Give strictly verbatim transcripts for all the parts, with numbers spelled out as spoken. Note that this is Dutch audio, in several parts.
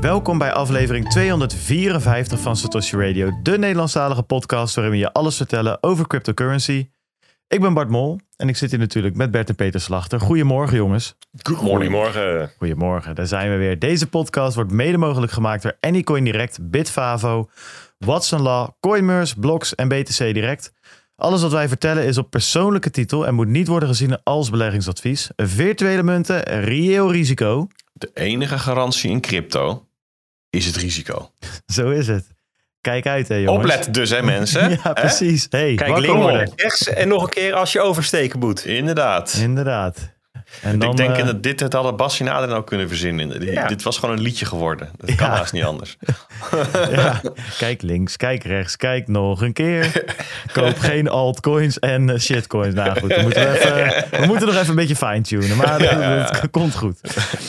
Welkom bij aflevering tweehonderdvierenvijftig van Satoshi Radio, de Nederlandstalige podcast waarin we je alles vertellen over cryptocurrency. Ik ben Bart Mol en ik zit hier natuurlijk met Bert en Peter Slachter. Goedemorgen jongens. Good morning. Goedemorgen. Goedemorgen, daar zijn we weer. Deze podcast wordt mede mogelijk gemaakt door Anycoin Direct, Bitfavo, Watson Law, Coinmerce, Blocks en B T C Direct. Alles wat wij vertellen is op persoonlijke titel en moet niet worden gezien als beleggingsadvies. Virtuele munten, reëel risico. De enige garantie in crypto is het risico. Zo is het. Kijk uit hè jongens. Opletten dus hè mensen. Ja precies. Hey, kijk links, rechts en nog een keer als je oversteken moet. Inderdaad. Inderdaad. En dan, ik denk uh, dat dit het hadden Bas en Adriaan ook kunnen verzinnen. Die, ja. Dit was gewoon een liedje geworden. Dat kan ja. haast niet anders. Ja. Kijk links, kijk rechts, kijk nog een keer. Koop geen altcoins en uh, shitcoins. Nou goed, we moeten, we even, we moeten nog even een beetje fine-tunen. Maar ja, ja, ja. Het komt goed.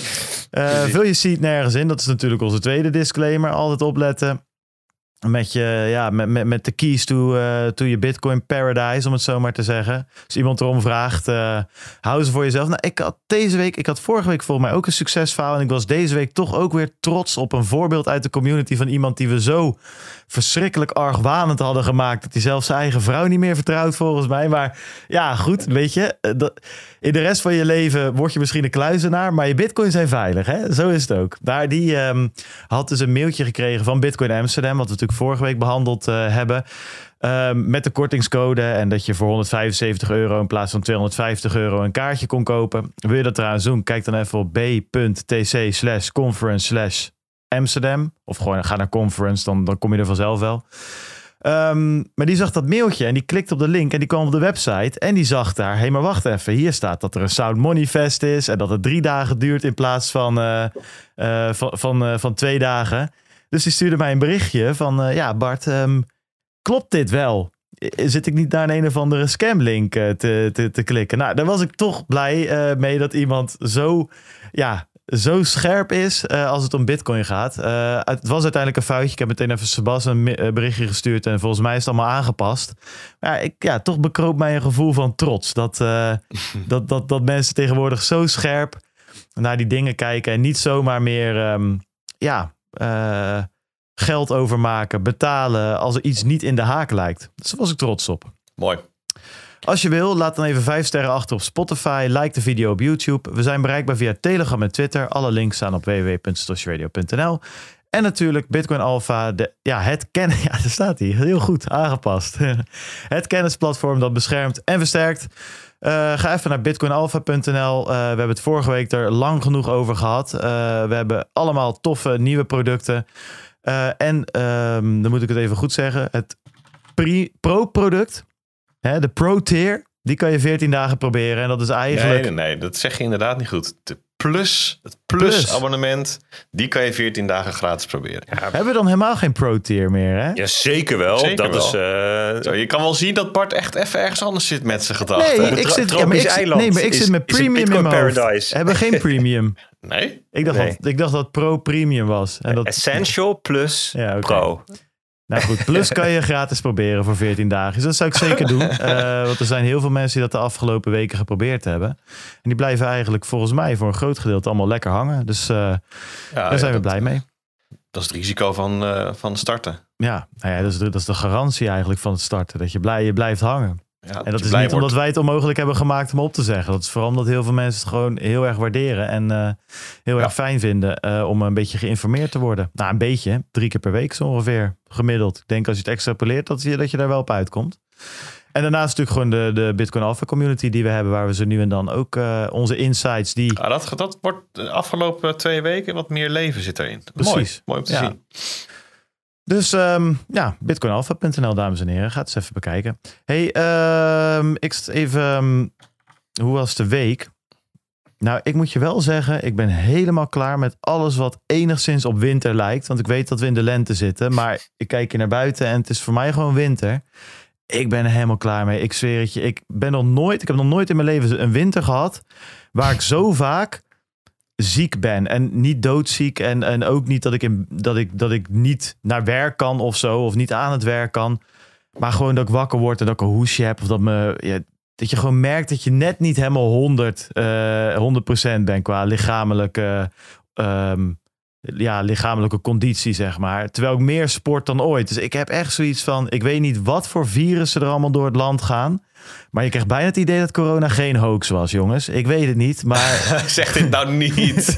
Uh, vul je seed nergens in. Dat is natuurlijk onze tweede disclaimer. Altijd opletten. Met, je, ja, met, met, met de keys to, uh, to je Bitcoin paradise, om het zo maar te zeggen. Als iemand erom vraagt, uh, hou ze voor jezelf. Nou, ik had deze week, ik had vorige week volgens mij ook een succesverhaal. En ik was deze week toch ook weer trots op een voorbeeld uit de community van iemand die we zo verschrikkelijk argwanend hadden gemaakt. Dat hij zelfs zijn eigen vrouw niet meer vertrouwt volgens mij. Maar ja, goed, weet je. Dat, in de rest van je leven word je misschien een kluizenaar, maar je bitcoins zijn veilig. Hè? Zo is het ook. Daar die um, had dus een mailtje gekregen van Bitcoin Amsterdam, wat we natuurlijk vorige week behandeld uh, hebben. Um, met de kortingscode en dat je voor honderdvijfenzeventig euro in plaats van tweehonderdvijftig euro een kaartje kon kopen. Wil je dat eraan doen? Kijk dan even op b.tc slash conference slash Amsterdam. Of gewoon ga naar conference, dan, dan kom je er vanzelf wel. Um, maar die zag dat mailtje en die klikte op de link en die kwam op de website en die zag daar, hé hey, maar wacht even, hier staat dat er een Sound Money Fest is en dat het drie dagen duurt in plaats van, uh, uh, van, van, uh, van twee dagen. Dus die stuurde mij een berichtje van, uh, ja Bart, um, klopt dit wel? Zit ik niet naar een, een of andere scamlink uh, te, te, te klikken? Nou, daar was ik toch blij uh, mee dat iemand zo, ja, zo scherp is uh, als het om Bitcoin gaat. Uh, het was uiteindelijk een foutje. Ik heb meteen even Sebas een berichtje gestuurd en volgens mij is het allemaal aangepast. Maar ja, ik, ja, toch bekroop mij een gevoel van trots. Dat, uh, dat, dat, dat mensen tegenwoordig zo scherp naar die dingen kijken en niet zomaar meer um, ja, uh, geld overmaken, betalen als er iets niet in de haak lijkt. Dus daar was ik trots op. Mooi. Als je wil, laat dan even vijf sterren achter op Spotify. Like de video op YouTube. We zijn bereikbaar via Telegram en Twitter. Alle links staan op w w w punt satoshi radio punt n l. En natuurlijk Bitcoin Alpha. De, ja, het kennis. Ja, daar staat hij. Heel goed aangepast. Het kennisplatform dat beschermt en versterkt. Uh, ga even naar bitcoin alpha punt n l. Uh, we hebben het vorige week er lang genoeg over gehad. Uh, we hebben allemaal toffe nieuwe producten. Uh, en um, dan moet ik het even goed zeggen. Het pre- pro-product. Hè, de Pro-tier, die kan je veertien dagen proberen. En dat is eigenlijk... Nee, nee, nee, dat zeg je inderdaad niet goed. De plus, het plus-abonnement, plus. Die kan je veertien dagen gratis proberen. Ja, hebben we dan helemaal geen Pro-tier meer, hè? Ja, zeker wel. Zeker dat wel. Is, uh... Zo, je kan wel zien dat Bart echt even ergens anders zit met zijn gedachten. Nee, ik zit, ja, maar ik, eiland nee, maar ik is, zit met premium in mijn hoofd. We hebben geen premium. Nee? Ik dacht, nee. Dat, ik dacht dat het Pro-premium was. En dat... Essential plus ja, okay. Pro. Nou goed, plus kan je gratis proberen voor veertien dagen. Dus dat zou ik zeker doen. Uh, want er zijn heel veel mensen die dat de afgelopen weken geprobeerd hebben. En die blijven eigenlijk volgens mij voor een groot gedeelte allemaal lekker hangen. Dus uh, ja, daar zijn ja, we blij mee. Dat is het risico van, uh, van starten. Ja, nou ja dat, is de, dat is de garantie eigenlijk van het starten. Dat je, blij, je blijft hangen. Ja, en dat is niet wordt. Omdat wij het onmogelijk hebben gemaakt om op te zeggen. Dat is vooral omdat heel veel mensen het gewoon heel erg waarderen. En uh, heel ja. erg fijn vinden uh, om een beetje geïnformeerd te worden. Nou, een beetje. Drie keer per week zo ongeveer gemiddeld. Ik denk als je het extrapoleert dat je, dat je daar wel op uitkomt. En daarnaast natuurlijk gewoon de, de Bitcoin Alpha community die we hebben. Waar we zo nu en dan ook uh, onze insights die... Ja, dat, dat wordt de afgelopen twee weken wat meer leven zit erin. Precies. Mooi, mooi om te ja. zien. Dus um, ja, bitcoin alpha punt n l, dames en heren. Ga het eens even bekijken. Hey, um, ik zit even... Um, hoe was de week? Nou, ik moet je wel zeggen, ik ben helemaal klaar met alles wat enigszins op winter lijkt. Want ik weet dat we in de lente zitten. Maar ik kijk hier naar buiten en het is voor mij gewoon winter. Ik ben er helemaal klaar mee. Ik zweer het je. Ik ben nog nooit, ik heb nog nooit in mijn leven een winter gehad waar ik zo vaak ziek ben. En niet doodziek. En, en ook niet dat ik, in, dat, ik, dat ik niet naar werk kan of zo. Of niet aan het werk kan. Maar gewoon dat ik wakker word en dat ik een hoesje heb. Of dat, me, ja, dat je gewoon merkt dat je net niet helemaal honderd, uh, honderd procent bent qua lichamelijke um, ja, lichamelijke conditie, zeg maar. Terwijl ik meer sport dan ooit. Dus ik heb echt zoiets van, ik weet niet wat voor virussen er allemaal door het land gaan. Maar je krijgt bijna het idee dat corona geen hoax was, jongens. Ik weet het niet, maar... Zeg dit nou niet.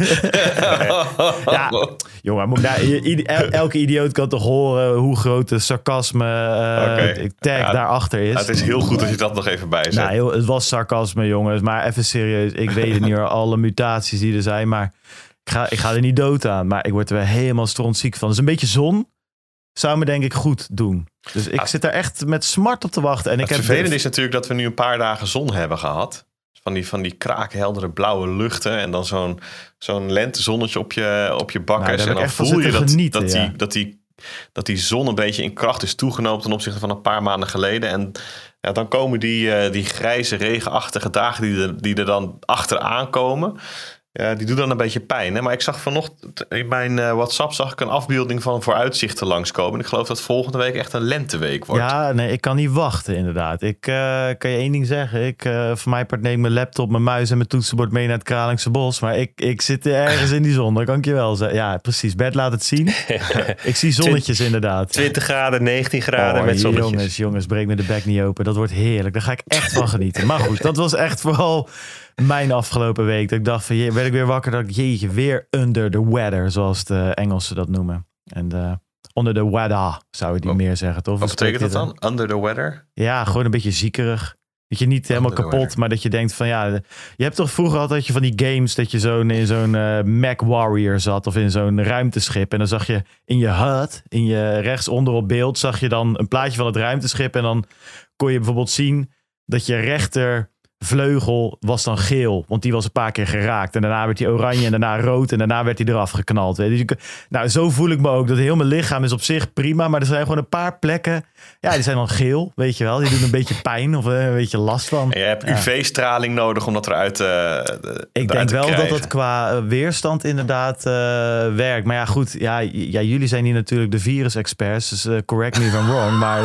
Ja, jongen, nou, elke idioot kan toch horen hoe groot de sarcasme uh, okay. tag ja, daarachter is. Ja, het is heel goed dat je dat nog even bijzet. Nou, heel, het was sarcasme, jongens. Maar even serieus, ik weet het niet hoor, alle mutaties die er zijn. Maar ik ga, ik ga er niet dood aan. Maar ik word er weer helemaal strontziek van. Dus een beetje zon zou me denk ik goed doen. Dus ik ah, zit daar echt met smart op te wachten. En het ik heb vervelende is natuurlijk dat we nu een paar dagen zon hebben gehad. Van die, van die kraakheldere blauwe luchten. En dan zo'n, zo'n lentezonnetje op je, op je bakkers. Nou, en dan voel je dat, genieten, dat, die, ja. dat, die, dat die zon een beetje in kracht is toegenomen ten opzichte van een paar maanden geleden. En ja, dan komen die, uh, die grijze, regenachtige dagen die er, die er dan achteraan komen. Ja, die doet dan een beetje pijn. Hè? Maar ik zag vanochtend in mijn uh, WhatsApp zag ik een afbeelding van vooruitzichten langskomen. Ik geloof dat volgende week echt een lenteweek wordt. Ja, nee, ik kan niet wachten inderdaad. Ik uh, kan je één ding zeggen. Ik, uh, voor mijn part neem ik mijn laptop, mijn muis en mijn toetsenbord mee naar het Kralingse Bos. Maar ik, ik zit ergens in die zon, dat kan ik je wel zeggen. Ja, precies. Bert laat het zien. Ik zie zonnetjes inderdaad. twintig graden, negentien graden oh, met zonnetjes. Jongens, jongens, breek me de bek niet open. Dat wordt heerlijk. Daar ga ik echt van genieten. Maar goed, dat was echt vooral... mijn afgelopen week. Dat ik dacht van, je, werd ik weer wakker. Dat ik, jeetje, weer under the weather. Zoals de Engelsen dat noemen. En de, under the weather zou je die oh. meer zeggen, toch? Wat betekent dat dan? Under the weather? Ja, gewoon een beetje ziekerig. Dat je niet helemaal kapot, weather. Maar dat je denkt van, ja... Je hebt toch vroeger altijd je van die games... dat je zo'n, in zo'n uh, Mac Warrior zat... of in zo'n ruimteschip. En dan zag je in je H U D... in je rechtsonder op beeld... zag je dan een plaatje van het ruimteschip... en dan kon je bijvoorbeeld zien... dat je rechter... vleugel was dan geel, want die was een paar keer geraakt. En daarna werd hij oranje en daarna rood en daarna werd hij eraf geknald. Dus ik, nou, zo voel ik me ook. Dat heel mijn lichaam is op zich prima, maar er zijn gewoon een paar plekken, ja, die zijn dan geel, weet je wel. Die doen een beetje pijn of een beetje last van. En je hebt U V-straling ja. nodig om dat eruit uh, de, Ik denk wel dat dat qua weerstand inderdaad uh, werkt. Maar ja, goed, ja, ja, jullie zijn hier natuurlijk de virus-experts, dus uh, correct me if I'm wrong, maar...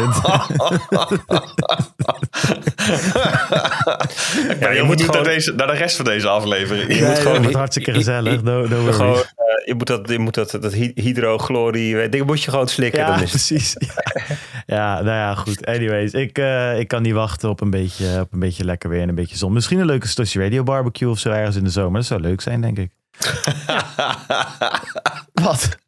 Ja, je, je moet niet gewoon... naar, deze, naar de rest van deze aflevering. Je nee, moet gewoon, het hartstikke gezellig. No, no gewoon, uh, je moet dat, je moet dat, dat hydroglorie, dingen moet je gewoon slikken. Ja, dan is precies. Ja. ja, nou ja, goed. Anyways, ik, uh, ik kan niet wachten op een, beetje, op een beetje lekker weer en een beetje zon. Misschien een leuke Stosje Radio barbecue of zo ergens in de zomer. Dat zou leuk zijn, denk ik. Wat?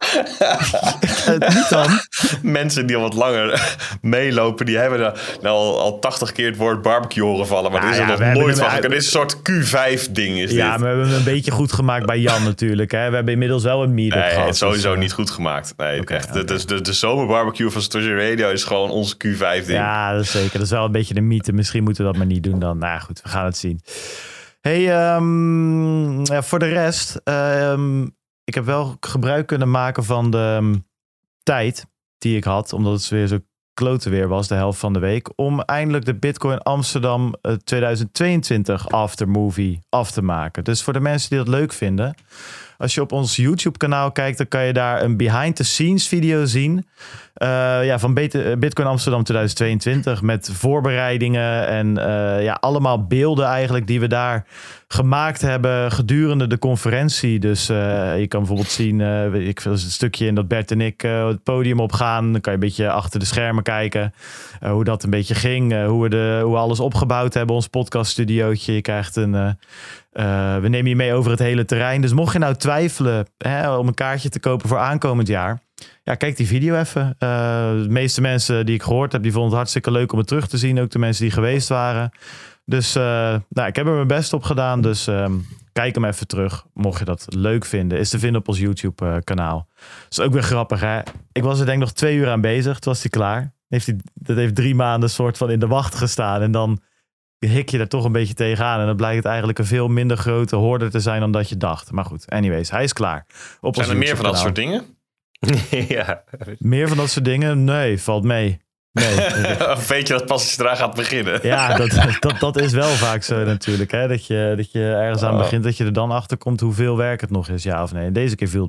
Niet dan? Mensen die al wat langer meelopen, die hebben nou al, al tachtig keer het woord barbecue horen vallen. Maar nou, dit is er ja, nog nooit van gekomen. Dit is een soort Q vijf ding. Is ja, dit. maar we hebben hem een beetje goed gemaakt bij Jan natuurlijk. Hè? We hebben inmiddels wel een meet-up nee, gehad. Het is sowieso dus, niet goed gemaakt. Nee, okay, echt, okay. De, de, de zomerbarbecue van Stosje Radio is gewoon onze Q vijf ding. Ja, dat is zeker. Dat is wel een beetje de mythe. Misschien moeten we dat maar niet doen dan. Nou goed, we gaan het zien. Hey, um, ja, voor de rest... Um, ik heb wel gebruik kunnen maken van de um, tijd die ik had. Omdat het weer zo klote weer was, de helft van de week. Om eindelijk de Bitcoin Amsterdam uh, tweeduizend tweeëntwintig aftermovie af te maken. Dus voor de mensen die dat leuk vinden. Als je op ons YouTube kanaal kijkt, dan kan je daar een behind the scenes video zien. Uh, ja, van Bitcoin Amsterdam tweeduizend tweeëntwintig. Met voorbereidingen en uh, ja, allemaal beelden eigenlijk die we daar gemaakt hebben gedurende de conferentie. Dus uh, je kan bijvoorbeeld zien, uh, ik een stukje in dat Bert en ik uh, het podium opgaan. Dan kan je een beetje achter de schermen kijken uh, hoe dat een beetje ging. Uh, hoe, we de, hoe we alles opgebouwd hebben, ons podcaststudiootje. Je krijgt een... Uh, Uh, we nemen je mee over het hele terrein. Dus mocht je nou twijfelen hè, om een kaartje te kopen voor aankomend jaar. Ja, kijk die video even. Uh, de meeste mensen die ik gehoord heb, die vonden het hartstikke leuk om het terug te zien. Ook de mensen die geweest waren. Dus uh, nou, ik heb er mijn best op gedaan. Dus um, kijk hem even terug. Mocht je dat leuk vinden. Is te vinden op ons YouTube uh, kanaal. Dat is ook weer grappig hè. Ik was er denk ik nog twee uur aan bezig. Toen was hij klaar. Heeft hij, dat heeft drie maanden soort van in de wacht gestaan. En dan... hik je daar toch een beetje tegenaan. En dan blijkt het eigenlijk een veel minder grote hoorder te zijn dan dat je dacht. Maar goed, anyways, hij is klaar. Op zijn er meer van dat soort dingen? ja. Meer van dat soort dingen? Nee, valt mee. Nee. Weet je dat pas als je eraan gaat beginnen? Ja, dat, dat, dat is wel vaak zo natuurlijk. Hè? Dat, je, dat je ergens aan oh. begint, dat je er dan achter komt hoeveel werk het nog is. Ja of nee. Deze keer viel het mee.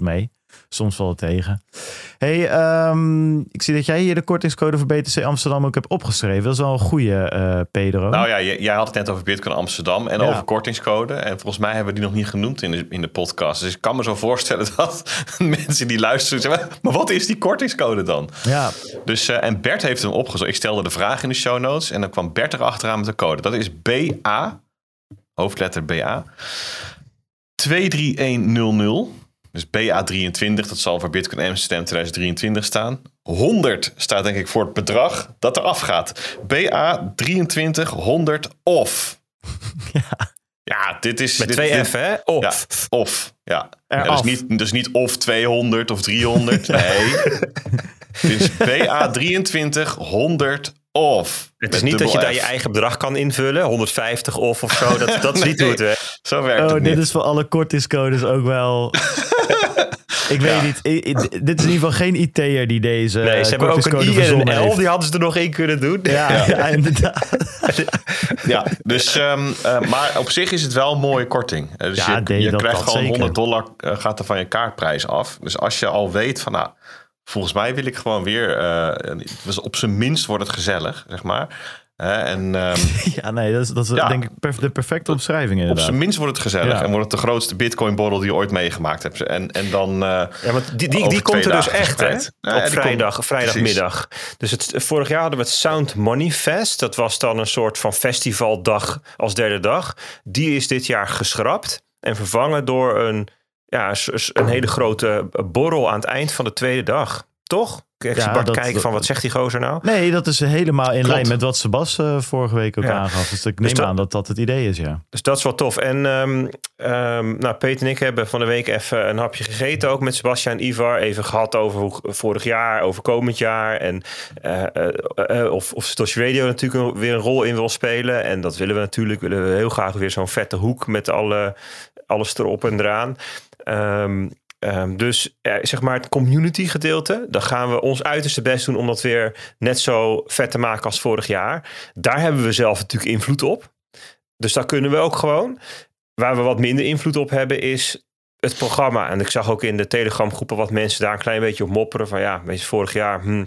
soms valt het tegen. Hey, um, ik zie dat jij hier de kortingscode voor B T C Amsterdam ook hebt opgeschreven. Dat is wel een goede, uh, Pedro. Nou ja, jij, jij had het net over Bitcoin Amsterdam en ja. over kortingscode. En volgens mij hebben we die nog niet genoemd in de, in de podcast. Dus ik kan me zo voorstellen dat mensen die luisteren zeggen, maar wat is die kortingscode dan? Ja. Dus, uh, en Bert heeft hem opgezocht. Ik stelde de vraag in de show notes en dan kwam Bert erachteraan met de code. Dat is B A, hoofdletter B A, twee drie een nul nul. Dus B A drieëntwintig, dat zal voor Bitcoin Amsterdam tweeduizend drieëntwintig staan. honderd staat denk ik voor het bedrag dat er afgaat. B A drieëntwintig honderd of. Ja, ja dit is... Met dit, twee dit, F, hè? Of. Ja, of, ja. ja dus, niet, dus niet of tweehonderd of driehonderd. Nee. Het is B A drieëntwintig honderd of. Het is niet dat je F. daar je eigen bedrag kan invullen. honderdvijftig of of zo. Dat, dat is nee, niet hoe het werkt. Zo werkt oh, het dit niet. is voor alle kortingscodes ook wel... Ik weet ja. niet. I, I, dit is in ieder geval geen I T'er die deze nee, ze hebben ook een I en een L. Heeft. Die hadden ze er nog in kunnen doen. Ja, ja. ja inderdaad. Ja, dus, um, uh, maar op zich is het wel een mooie korting. Dus ja, je, nee, je krijgt gewoon zeker. honderd dollar uh, gaat er van je kaartprijs af. Dus als je al weet van... nou, volgens mij wil ik gewoon weer... Uh, dus op zijn minst wordt het gezellig, zeg maar... Uh, en, um, ja, nee, dat is, dat is ja, denk ik perf- de perfecte omschrijving inderdaad. Op zijn minst wordt het gezellig ja. en wordt het de grootste Bitcoin-borrel die je ooit meegemaakt hebt. En, en dan... Uh, ja, want die, die, die komt er dus echt, hè? Ja, op vrijdag, komt, vrijdagmiddag. Precies. Dus het, vorig jaar hadden we het Sound Money Fest. Dat was dan een soort van festivaldag als derde dag. Die is dit jaar geschrapt en vervangen door een, ja, een hele grote borrel aan het eind van de tweede dag. Toch? Ik zie ja, Bart dat, kijken dat, van wat zegt die gozer nou? Nee, dat is helemaal in Klopt. lijn met wat Sebas uh, vorige week ook ja. aangaf. Dus ik neem dus dat, aan dat dat het idee is, ja. Dus dat is wel tof. En um, um, nou, Peter en ik hebben van de week even een hapje gegeten. Ook met Sebastian en Ivar. Even gehad over hoe vorig jaar, over komend jaar. En uh, uh, uh, of, of Satoshi Radio natuurlijk weer een rol in wil spelen. En dat willen we natuurlijk. Willen we heel graag weer zo'n vette hoek met alle, alles erop en eraan. Um, Um, dus eh, zeg maar het community gedeelte, dan gaan we ons uiterste best doen om dat weer net zo vet te maken als vorig jaar. Daar hebben we zelf natuurlijk invloed op. Dus daar kunnen we ook gewoon. Waar we wat minder invloed op hebben is het programma. En ik zag ook in de Telegram groepen wat mensen daar een klein beetje op mopperen. Van ja, weet je, vorig jaar... Hmm,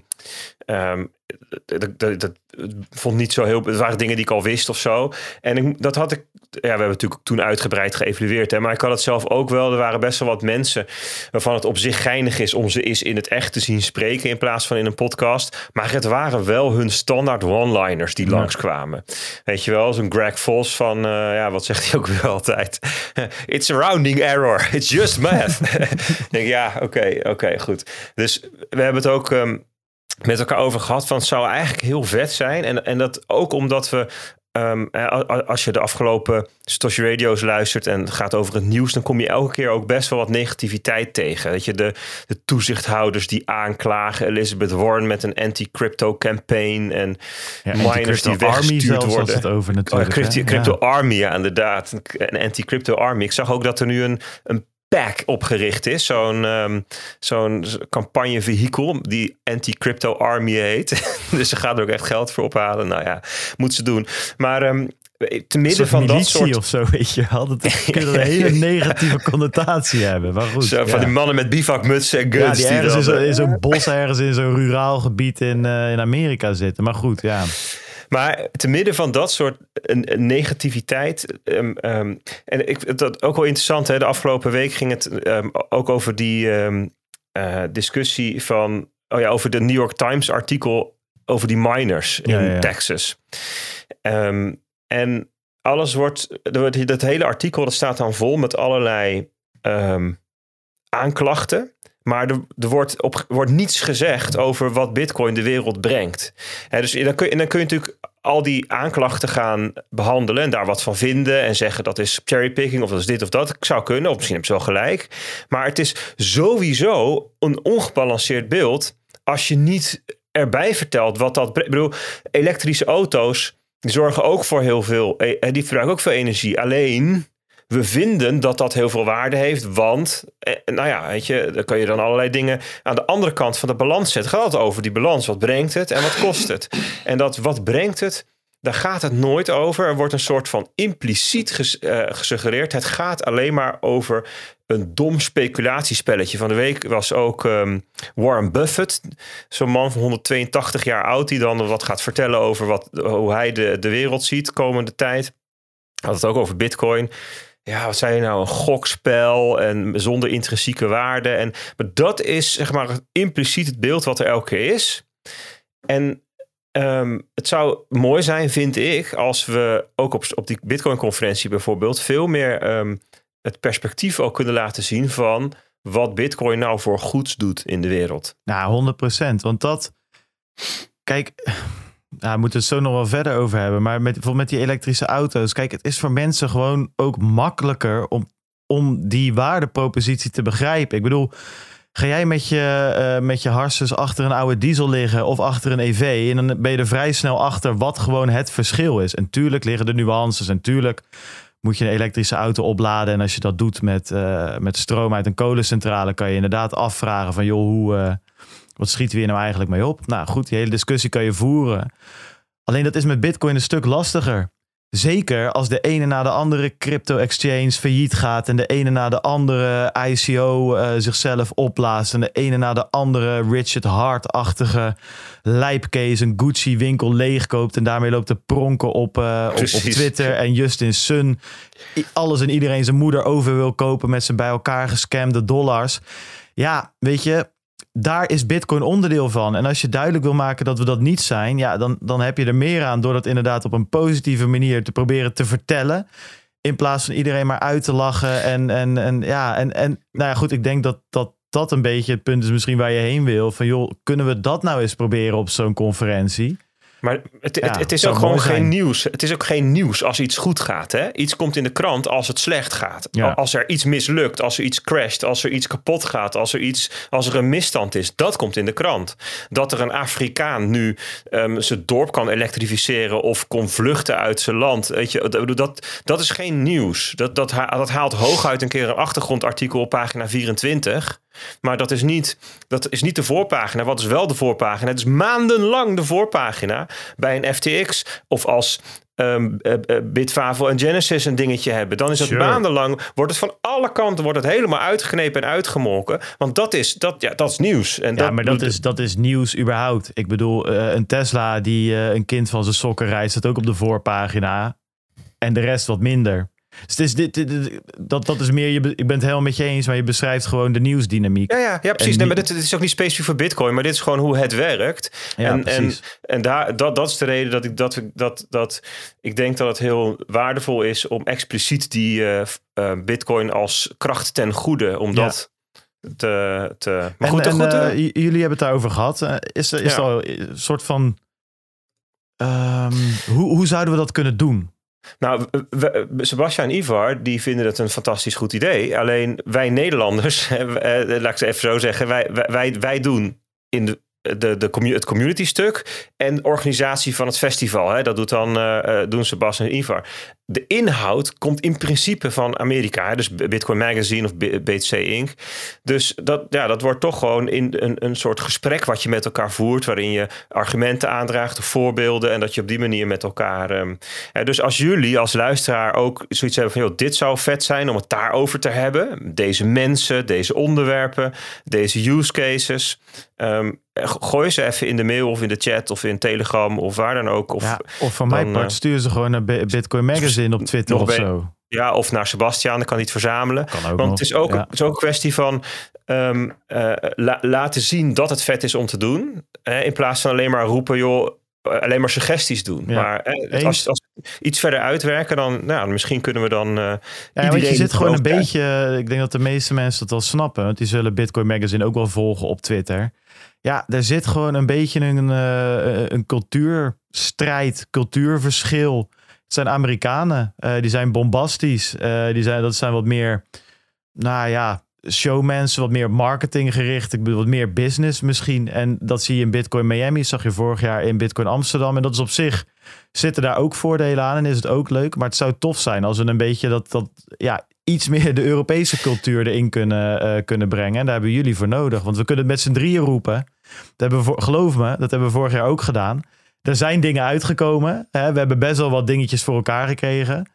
um, dat, dat, dat vond niet zo heel... Het waren dingen die ik al wist of zo. En ik, dat had ik... Ja, we hebben natuurlijk toen uitgebreid geëvalueerd. Hè, maar ik had het zelf ook wel. Er waren best wel wat mensen waarvan het op zich geinig is om ze eens in het echt te zien spreken in plaats van in een podcast. Maar het waren wel hun standaard one-liners die ja. langskwamen. Weet je wel, zo'n Greg Vos van... Uh, ja, wat zegt hij ook weer altijd? It's a rounding error. It's just math. Ik denk, ja, oké, okay, oké, okay, goed. Dus we hebben het ook... Um, met elkaar over gehad van het zou eigenlijk heel vet zijn. En, en dat ook omdat we, um, als je de afgelopen Satoshi Radio's luistert en het gaat over het nieuws, dan kom je elke keer ook best wel wat negativiteit tegen. Dat je de, de toezichthouders die aanklagen, Elizabeth Warren met een anti-crypto campaign en ja, miners die weggestuurd worden. Het over natuurlijk, oh, crypto, crypto ja. Army, ja, inderdaad. Een anti-crypto army. Ik zag ook dat er nu een, een pack opgericht is. Zo'n, um, zo'n campagnevehikel die Anti-Crypto Army heet. Dus ze gaan er ook echt geld voor ophalen. Nou ja, moeten ze doen. Maar um, te midden van dat soort... of zo, weet je wel. Dat kan een hele negatieve connotatie hebben. Maar goed. Zo, van ja. die mannen met bivakmutsen en guns. Ja, die ergens die dan, in, zo, in zo'n bos ergens in zo'n ruraal gebied in, uh, in Amerika zitten. Maar goed, ja. Maar te midden van dat soort een, een negativiteit... Um, um, en ik dat ook wel interessant, hè, de afgelopen week ging het um, ook over die um, uh, discussie van... Oh ja, over de New York Times artikel over die miners in ja, ja. Texas. Um, en alles wordt... Dat hele artikel dat staat dan vol met allerlei um, aanklachten... Maar er, er wordt, op, wordt niets gezegd over wat Bitcoin de wereld brengt. He, dus dan kun, je, dan kun je natuurlijk al die aanklachten gaan behandelen... en daar wat van vinden en zeggen dat is cherrypicking... of dat is dit of dat. Ik zou kunnen, of misschien heb je wel gelijk. Maar het is sowieso een ongebalanceerd beeld... als je niet erbij vertelt wat dat... Ik bedoel, elektrische auto's zorgen ook voor heel veel... die verbruiken ook veel energie. Alleen... We vinden dat dat heel veel waarde heeft, want, eh, nou ja, weet je, dan kan je dan allerlei dingen aan de andere kant van de balans zetten. Het gaat over die balans. Wat brengt het en wat kost het? En dat wat brengt het, daar gaat het nooit over. Er wordt een soort van impliciet ges, uh, gesuggereerd. Het gaat alleen maar over een dom speculatiespelletje. Van de week was ook um, Warren Buffett, zo'n man van honderdtweeëntachtig jaar oud, die dan wat gaat vertellen over wat, hoe hij de, de wereld ziet komende tijd. Had het ook over Bitcoin. Ja, wat zei je nou? Een gokspel en zonder intrinsieke waarde. En, maar dat is zeg maar impliciet het beeld wat er elke keer is. En um, het zou mooi zijn, vind ik, als we ook op, op die Bitcoin-conferentie bijvoorbeeld veel meer um, het perspectief ook kunnen laten zien van wat Bitcoin nou voor goeds doet in de wereld. Nou, honderd procent. Want dat... Kijk... Nou, we moeten het zo nog wel verder over hebben. Maar met, bijvoorbeeld met die elektrische auto's. Kijk, het is voor mensen gewoon ook makkelijker om, om die waardepropositie te begrijpen. Ik bedoel, ga jij met je, uh, met je harses achter een oude diesel liggen of achter een E V... en dan ben je er vrij snel achter wat gewoon het verschil is. En tuurlijk liggen er nuances en tuurlijk moet je een elektrische auto opladen. En als je dat doet met, uh, met stroom uit een kolencentrale, kan je inderdaad afvragen van joh, hoe... Uh, Wat schieten we hier nou eigenlijk mee op? Nou goed, die hele discussie kan je voeren. Alleen dat is met Bitcoin een stuk lastiger. Zeker als de ene na de andere crypto-exchange failliet gaat... en de ene na de andere I C O uh, zichzelf opblaast... en de ene na de andere Richard Heart-achtige lijpcase... een Gucci-winkel leegkoopt... en daarmee loopt te pronken op, uh, op, op Twitter. En Justin Sun alles en iedereen zijn moeder over wil kopen... met zijn bij elkaar gescamde dollars. Ja, weet je... Daar is Bitcoin onderdeel van. En als je duidelijk wil maken dat we dat niet zijn... ja, dan, dan heb je er meer aan door dat inderdaad op een positieve manier te proberen te vertellen... in plaats van iedereen maar uit te lachen. En, en, en ja, en, en nou ja, goed, ik denk dat, dat dat een beetje het punt is misschien waar je heen wil. Van joh, kunnen we dat nou eens proberen op zo'n conferentie? Maar het, ja, het, het is ook gewoon geen nieuws. Het is ook geen nieuws als iets goed gaat. Hè? Iets komt in de krant als het slecht gaat. Ja. Als er iets mislukt, als er iets crasht, als er iets kapot gaat, als er iets, als er een misstand is, dat komt in de krant. Dat er een Afrikaan nu um, zijn dorp kan elektrificeren of kon vluchten uit zijn land. Weet je, dat, dat, dat is geen nieuws. Dat, dat, dat haalt hooguit een keer een achtergrondartikel op pagina vierentwintig. Maar dat is, niet, dat is niet de voorpagina. Wat is wel de voorpagina? Het is maandenlang de voorpagina bij een F T X. Of als um, uh, uh, Bitfavo en Genesis een dingetje hebben. Dan is het sure. maandenlang, wordt het van alle kanten wordt het helemaal uitgeknepen en uitgemolken. Want dat is, dat, ja, dat is nieuws. En ja, dat, maar dat is, dat is nieuws überhaupt. Ik bedoel, uh, een Tesla die uh, een kind van zijn sokken rijdt, staat ook op de voorpagina. En de rest wat minder. Dus het is dit, dit, dit, dat, dat is meer, je, ik ben het helemaal met je eens, maar je beschrijft gewoon de nieuwsdynamiek. Ja, ja, ja precies. Nee, maar dit, dit is ook niet specifiek voor Bitcoin, maar dit is gewoon hoe het werkt. Ja, en precies. en, en daar, dat, dat is de reden dat ik, dat, dat, dat, ik denk dat het heel waardevol is om expliciet die uh, uh, Bitcoin als kracht ten goede, om ja. dat te... te maar en, goed, en, goed, uh, j- jullie hebben het daarover gehad. Uh, is er, is ja. er al een soort van... Um, hoe, hoe zouden we dat kunnen doen? Nou, we, Sebastian en Ivar, die vinden het een fantastisch goed idee. Alleen wij Nederlanders, eh, laat ik ze even zo zeggen, wij, wij, wij doen in de, de, de commu- het community stuk en organisatie van het festival. Hè, dat doet dan, uh, doen Sebastian en Ivar. De inhoud komt in principe van Amerika. Hè, dus Bitcoin Magazine of B T C Incorporated. Dus dat, ja, dat wordt toch gewoon in een, een soort gesprek wat je met elkaar voert, waarin je argumenten aandraagt of voorbeelden en dat je op die manier met elkaar... Um, hè, dus als jullie als luisteraar ook zoiets hebben van, joh, dit zou vet zijn om het daarover te hebben. Deze mensen, deze onderwerpen, deze use cases. Um, gooi ze even in de mail of in de chat of in Telegram of waar dan ook. Of, ja, of van mijn part stuur ze gewoon naar Bitcoin Magazine op Twitter of zo. Ja, of naar Sebastian, dan kan hij het verzamelen. Kan ook Want nog. het is ook, ja. het is ook een kwestie van um, uh, la, laten zien dat het vet is om te doen. Hè, in plaats van alleen maar roepen, joh, alleen maar suggesties doen. Ja. Maar eh, als, als iets verder uitwerken, dan nou, misschien kunnen we dan... Uh, ja, want je zit gewoon een kijken. beetje... Ik denk dat de meeste mensen dat wel snappen. Want die zullen Bitcoin Magazine ook wel volgen op Twitter. Ja, er zit gewoon een beetje een, uh, een cultuurstrijd, cultuurverschil. Het zijn Amerikanen. Uh, die zijn bombastisch. Uh, die zijn, dat zijn wat meer, nou ja, showmensen, wat meer marketing gericht. Ik bedoel, wat meer business misschien. En dat zie je in Bitcoin Miami, zag je vorig jaar in Bitcoin Amsterdam. En dat is op zich, zitten daar ook voordelen aan en is het ook leuk. Maar het zou tof zijn als we een beetje dat, dat ja, iets meer de Europese cultuur erin kunnen, uh, kunnen brengen. En daar hebben jullie voor nodig. Want we kunnen het met z'n drieën roepen. Dat hebben we voor, geloof me, dat hebben we vorig jaar ook gedaan. Er zijn dingen uitgekomen. Hè? We hebben best wel wat dingetjes voor elkaar gekregen.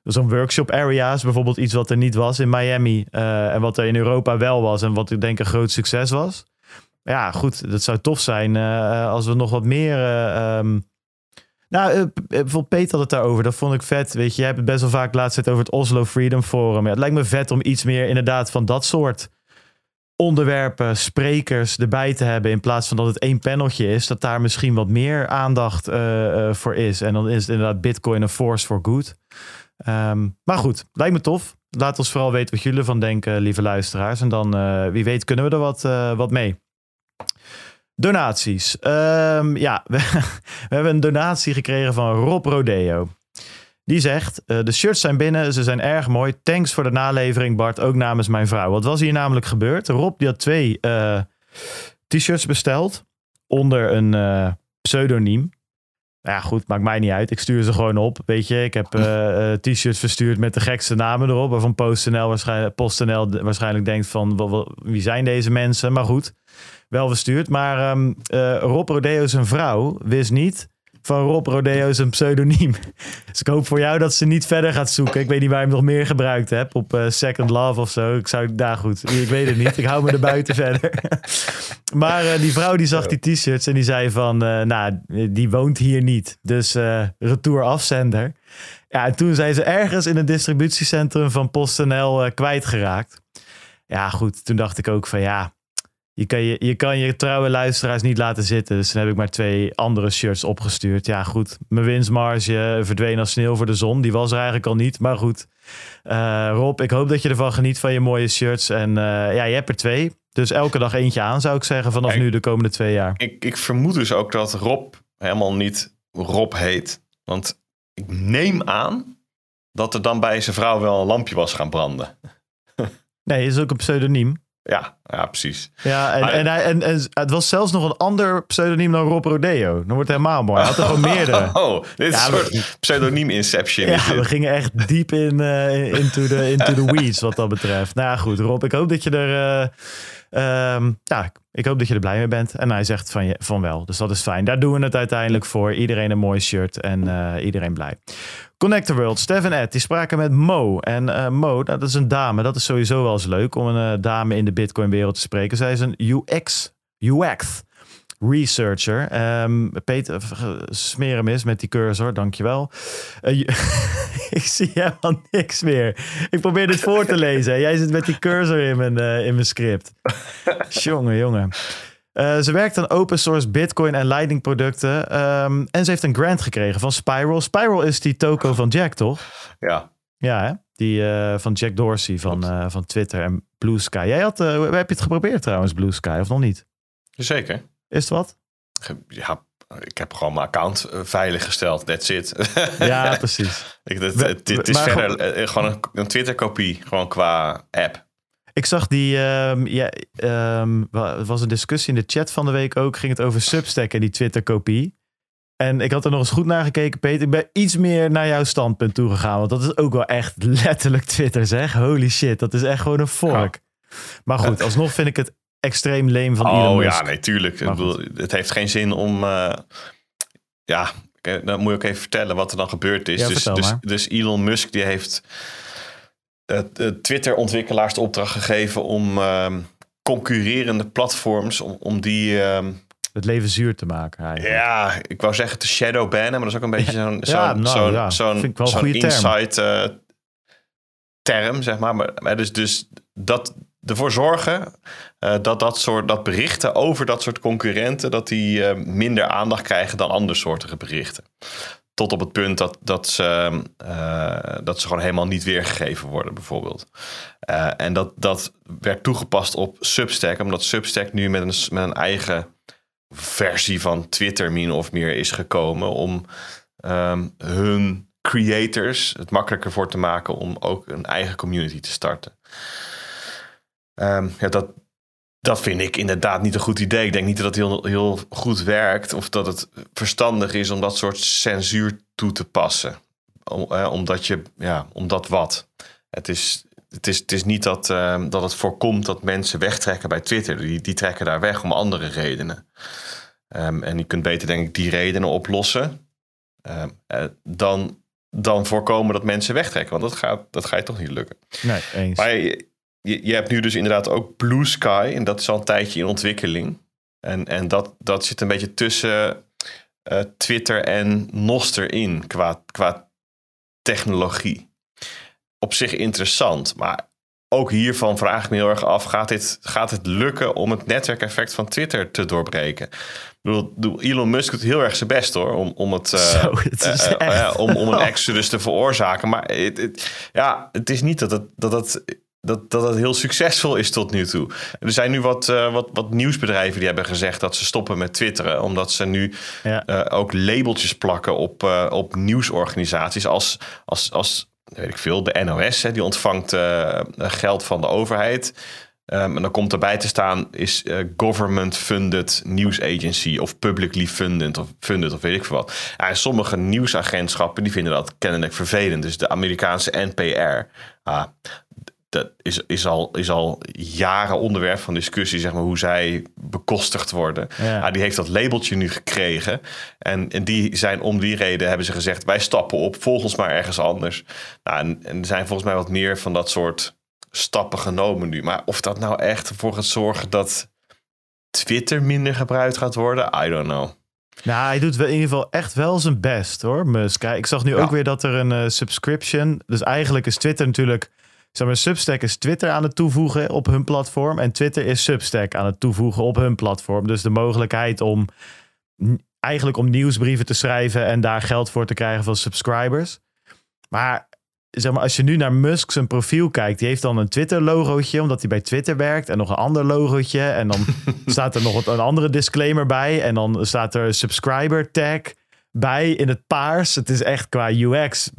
zo'n workshop area's, bijvoorbeeld iets wat er niet was in Miami uh, en wat er in Europa wel was en wat ik denk een groot succes was. Ja, goed, dat zou tof zijn uh, als we nog wat meer... Uh, um... Nou, uh, bijvoorbeeld Peter had het daarover, dat vond ik vet. Weet je, jij hebt het best wel vaak laatst zitten over het Oslo Freedom Forum. Ja, het lijkt me vet om iets meer inderdaad van dat soort onderwerpen, sprekers erbij te hebben, in plaats van dat het één paneltje is, dat daar misschien wat meer aandacht uh, uh, voor is. En dan is het inderdaad Bitcoin een force for good. Um, maar goed, lijkt me tof. Laat ons vooral weten wat jullie ervan denken, lieve luisteraars. En dan, uh, wie weet, kunnen we er wat, uh, wat mee. Donaties. Um, ja, we, we hebben een donatie gekregen van Rob Rodeo. Die zegt, uh, de shirts zijn binnen, ze zijn erg mooi. Thanks voor de nalevering, Bart, ook namens mijn vrouw. Wat was hier namelijk gebeurd? Rob die had twee uh, t-shirts besteld onder een uh, pseudoniem. Nou ja, goed, maakt mij niet uit. Ik stuur ze gewoon op. Weet je, ik heb uh, t-shirts verstuurd met de gekste namen erop. Waarvan PostNL waarschijnlijk, PostNL waarschijnlijk denkt van, wie zijn deze mensen? Maar goed, wel verstuurd. Maar um, uh, Rob Rodeo zijn vrouw wist niet van Rob Rodeo is een pseudoniem. Dus ik hoop voor jou dat ze niet verder gaat zoeken. Ik weet niet waar je hem nog meer gebruikt hebt. Op uh, Second Love of zo. Ik zou daar goed. Ik weet het niet. Ik hou me er buiten verder. Maar uh, die vrouw die zag die t-shirts en die zei van, uh, nou, die woont hier niet. Dus uh, retour afzender. Ja, en toen zijn ze ergens in een distributiecentrum van PostNL uh, kwijtgeraakt. Ja, goed. Toen dacht ik ook van, ja, Je kan je, je kan je trouwe luisteraars niet laten zitten. Dus dan heb ik maar twee andere shirts opgestuurd. Ja, goed. Mijn winstmarge verdween als sneeuw voor de zon. Die was er eigenlijk al niet. Maar goed. Uh, Rob, ik hoop dat je ervan geniet van je mooie shirts. En uh, ja, je hebt er twee. Dus elke dag eentje aan, zou ik zeggen. Vanaf ik, nu de komende twee jaar. Ik, ik vermoed dus ook dat Rob helemaal niet Rob heet. Want ik neem aan dat er dan bij zijn vrouw wel een lampje was gaan branden. Nee, is ook een pseudoniem. Ja, ja, precies. Ja, en, en, hij, en, en het was zelfs nog een ander pseudoniem dan Rob Rodeo. Dan wordt het helemaal mooi. Hij had er gewoon meerdere. Oh, dit is ja, een soort pseudoniem inception. Ja, we gingen echt diep in uh, into, the, into the weeds wat dat betreft. Nou ja, goed, Rob, ik hoop dat je er... Uh, um, ja, ik hoop dat je er blij mee bent. En hij zegt van, je, van wel, dus dat is fijn. Daar doen we het uiteindelijk voor. Iedereen een mooi shirt en uh, iedereen blij. Connect the World, Stef en Ed, die spraken met Mo. En uh, Mo, nou, dat is een dame. Dat is sowieso wel eens leuk om een uh, dame in de Bitcoin-wereld te spreken. Zij is een U X, U X researcher. Um, Peter, smeer hem eens met die cursor, dankjewel. Uh, ik zie helemaal niks meer. Ik probeer dit voor te lezen. Jij zit met die cursor in mijn, uh, in mijn script. Jongen, jongen. Uh, ze werkt aan open source Bitcoin en Lightning producten. Um, en ze heeft een grant gekregen van Spiral. Spiral is die toko van Jack, toch? Ja. Ja, hè? Die uh, van Jack Dorsey van, uh, van Twitter en Blue Sky. Jij had, uh, heb je het geprobeerd trouwens, Blue Sky, of nog niet? Zeker. Is het wat? Ja, ik heb gewoon mijn account veilig gesteld. That's it. Ja, precies. ik, het, het, het is maar verder gewoon, gewoon een, een Twitter-kopie, gewoon qua app. Ik zag die, um, ja, um, het was een discussie in de chat van de week ook, ging het over Substack en die Twitter-kopie. En ik had er nog eens goed naar gekeken, Peter. Ik ben iets meer naar jouw standpunt toegegaan, want dat is ook wel echt letterlijk Twitter, zeg. Holy shit, dat is echt gewoon een fork. Ja. Maar goed, alsnog vind ik het extreem leem van Elon Oh Musk. ja, nee, tuurlijk. Ik bedoel, het heeft geen zin om... Uh, ja, dan moet ik ook even vertellen wat er dan gebeurd is. Ja, dus, dus, dus Elon Musk die heeft uh, Twitter-ontwikkelaars de opdracht gegeven om uh, concurrerende platforms, om, om die... Uh, het leven zuur te maken. Eigenlijk. Ja, ik wou zeggen te shadowbannen, maar dat is ook een beetje zo'n zo'n ja, nou, zo'n, ja. zo'n, zo'n inside uh, term, zeg maar. Maar, maar dus, dus dat ervoor zorgen uh, dat dat soort dat berichten over dat soort concurrenten, dat die uh, minder aandacht krijgen dan andersoortige berichten. Tot op het punt dat, dat, ze, uh, dat ze gewoon helemaal niet weergegeven worden, bijvoorbeeld. Uh, en dat, dat werd toegepast op Substack, omdat Substack nu met een, met een eigen versie van Twitter min of meer is gekomen om um, hun creators het makkelijker voor te maken om ook een eigen community te starten. Um, ja, dat, dat vind ik inderdaad niet een goed idee. Ik denk niet dat het heel, heel goed werkt of dat het verstandig is om dat soort censuur toe te passen. Om, eh, omdat je, ja, omdat wat. Het is, het is, het is niet dat, uh, dat het voorkomt dat mensen wegtrekken bij Twitter. Die, die trekken daar weg om andere redenen. Um, en je kunt beter, denk ik, die redenen oplossen. Um, uh, dan dan voorkomen dat mensen wegtrekken. Want dat gaat, dat gaat je toch niet lukken. Nee, eens. Maar je, je, je hebt nu dus inderdaad ook Blue Sky. En dat is al een tijdje in ontwikkeling. En, en dat, dat zit een beetje tussen uh, Twitter en Nostr in qua, qua technologie. Op zich interessant, maar ook hiervan vraag ik me heel erg af, gaat dit, gaat het lukken om het netwerkeffect van Twitter te doorbreken? Ik bedoel, Elon Musk doet heel erg zijn best hoor, om, om, het, uh, Zo, het is uh, uh, om, om een exodus te veroorzaken. Maar het, het, ja, het is niet dat het, dat het, dat, dat het heel succesvol is tot nu toe. Er zijn nu wat, uh, wat, wat nieuwsbedrijven die hebben gezegd dat ze stoppen met twitteren, omdat ze nu ja. uh, ook labeltjes plakken op, uh, op nieuwsorganisaties als... als, als weet ik veel, de N O S, hè, die ontvangt uh, geld van de overheid. Um, en dan komt erbij te staan, is uh, government-funded news agency of publicly funded of, funded, of weet ik veel wat. Ja, en sommige nieuwsagentschappen die vinden dat kennelijk vervelend. Dus de Amerikaanse N P R, uh, dat is, is, al, is al jaren onderwerp van discussie, zeg maar, hoe zij bekostigd worden. Ja. Uh, die heeft dat labeltje nu gekregen. En, en die zijn om die reden, hebben ze gezegd, wij stappen op, volg ons maar ergens anders. Nou, en, en er zijn volgens mij wat meer van dat soort stappen genomen nu. Maar of dat nou echt ervoor gaat zorgen dat Twitter minder gebruikt gaat worden, I don't know. Nou, hij doet wel in ieder geval echt wel zijn best, hoor, Musk. Ik zag nu ja. ook weer dat er een uh, subscription... Dus eigenlijk is Twitter natuurlijk... Zeg maar, Substack is Twitter aan het toevoegen op hun platform. En Twitter is Substack aan het toevoegen op hun platform. Dus de mogelijkheid om eigenlijk om nieuwsbrieven te schrijven en daar geld voor te krijgen van subscribers. Maar zeg maar, als je nu naar Musk zijn profiel kijkt, die heeft dan een Twitter-logootje, omdat hij bij Twitter werkt. En nog een ander logootje. En dan staat er nog een andere disclaimer bij. En dan staat er subscriber tag bij in het paars. Het is echt qua U X...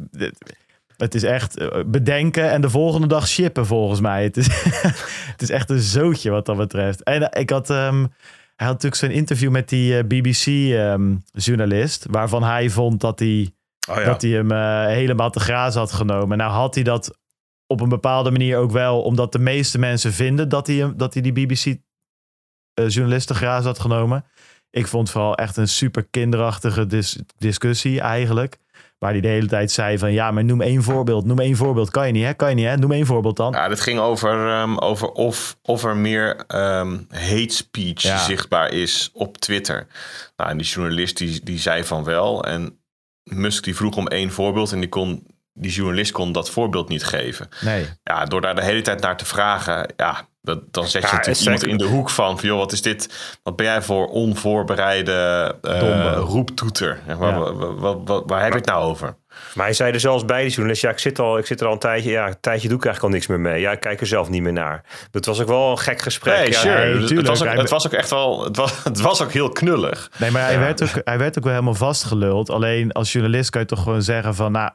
Het is echt bedenken en de volgende dag shippen volgens mij. Het is, het is echt een zootje wat dat betreft. En ik had, um, hij had natuurlijk zijn interview met die uh, B B C-journalist... Um, waarvan hij vond dat hij, oh ja. dat hij hem uh, helemaal te grazen had genomen. Nou had hij dat op een bepaalde manier ook wel... omdat de meeste mensen vinden dat hij, dat hij die B B C-journalist te grazen had genomen. Ik vond vooral echt een super kinderachtige dis- discussie eigenlijk... Waar hij de hele tijd zei van... ja, maar noem één voorbeeld. Noem één voorbeeld. Kan je niet, hè? Kan je niet, hè? Noem één voorbeeld dan. Ja, dat ging over, um, over of, of er meer um, hate speech ja. zichtbaar is op Twitter. Nou, en die journalist die, die zei van wel. En Musk die vroeg om één voorbeeld... en die, kon, die journalist kon dat voorbeeld niet geven. Nee. Ja, door daar de hele tijd naar te vragen... ja, dat, dan zet je ja, natuurlijk iemand in de hoek van... van joh, wat is dit? Wat ben jij voor onvoorbereide uh, roeptoeter? Ja, waar, ja. waar, waar, waar, waar heb je het nou over? Maar hij zei er zelfs bij, die journalist... ja, ik zit, al, ik zit er al een tijdje... ja, een tijdje doe ik eigenlijk al niks meer mee. Ja, ik kijk er zelf niet meer naar. Het was ook wel een gek gesprek. Nee, ja, sure. nee, het, was ook, het was ook echt wel... Het was, het was ook heel knullig. Nee, maar hij, ja. werd ook, hij werd ook wel helemaal vastgeluld. Alleen als journalist kan je toch gewoon zeggen van... nou,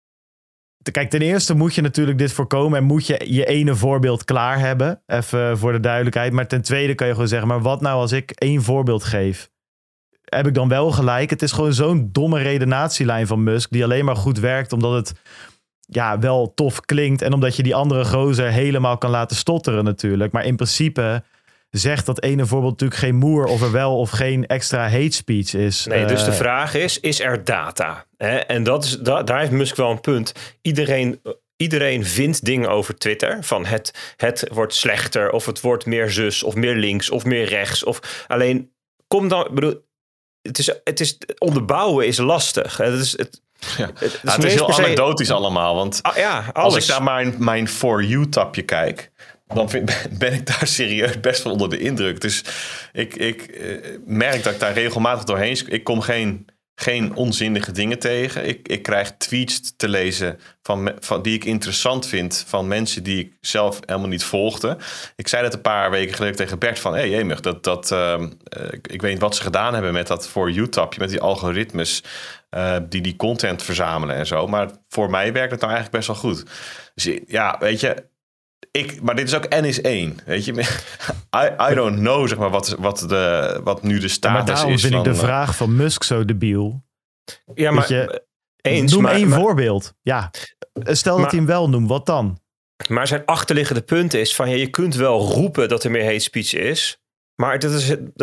kijk, ten eerste moet je natuurlijk dit voorkomen... en moet je je ene voorbeeld klaar hebben. Even voor de duidelijkheid. Maar ten tweede kan je gewoon zeggen... maar wat nou als ik één voorbeeld geef? Heb ik dan wel gelijk? Het is gewoon zo'n domme redenatielijn van Musk... die alleen maar goed werkt omdat het ja, wel tof klinkt... en omdat je die andere gozer helemaal kan laten stotteren natuurlijk. Maar in principe... zegt dat ene voorbeeld natuurlijk geen moer... of er wel of geen extra hate speech is. Nee, dus de vraag is, is er data? Hè? En dat is, da, daar heeft Musk wel een punt. Iedereen, iedereen vindt dingen over Twitter. Van het, het wordt slechter, of het wordt meer zus... of meer links, of meer rechts. Of alleen, kom dan... bedoel, het is, het is, onderbouwen is lastig. Het is... Het, Ja. Het, het, nou, het is heel anekdotisch allemaal. Want ah, ja, als ik naar mijn, mijn For You-tapje kijk... dan vind, ben ik daar serieus best wel onder de indruk. Dus ik, ik uh, merk dat ik daar regelmatig doorheen... Ik kom geen, geen onzinnige dingen tegen. Ik, ik krijg tweets te lezen van, van, die ik interessant vind... van mensen die ik zelf helemaal niet volgde. Ik zei dat een paar weken geleden tegen Bert van... hé, hey, jemig, dat, dat, uh, ik weet niet wat ze gedaan hebben met dat For You-tapje... met die algoritmes uh, die die content verzamelen en zo. Maar voor mij werkt het nou eigenlijk best wel goed. Dus ja, weet je... Ik, maar dit is ook N is één, weet je. I, I don't know, zeg maar, wat, wat, de, wat nu de status ja, maar daarom is. vind van, ik de vraag van Musk zo debiel. Ja, maar je, eens, noem maar, één maar, voorbeeld. Ja, stel maar, dat hij hem wel noemt, wat dan? Maar zijn achterliggende punt is van... Ja, je kunt wel roepen dat er meer hate speech is... maar dat is, dat,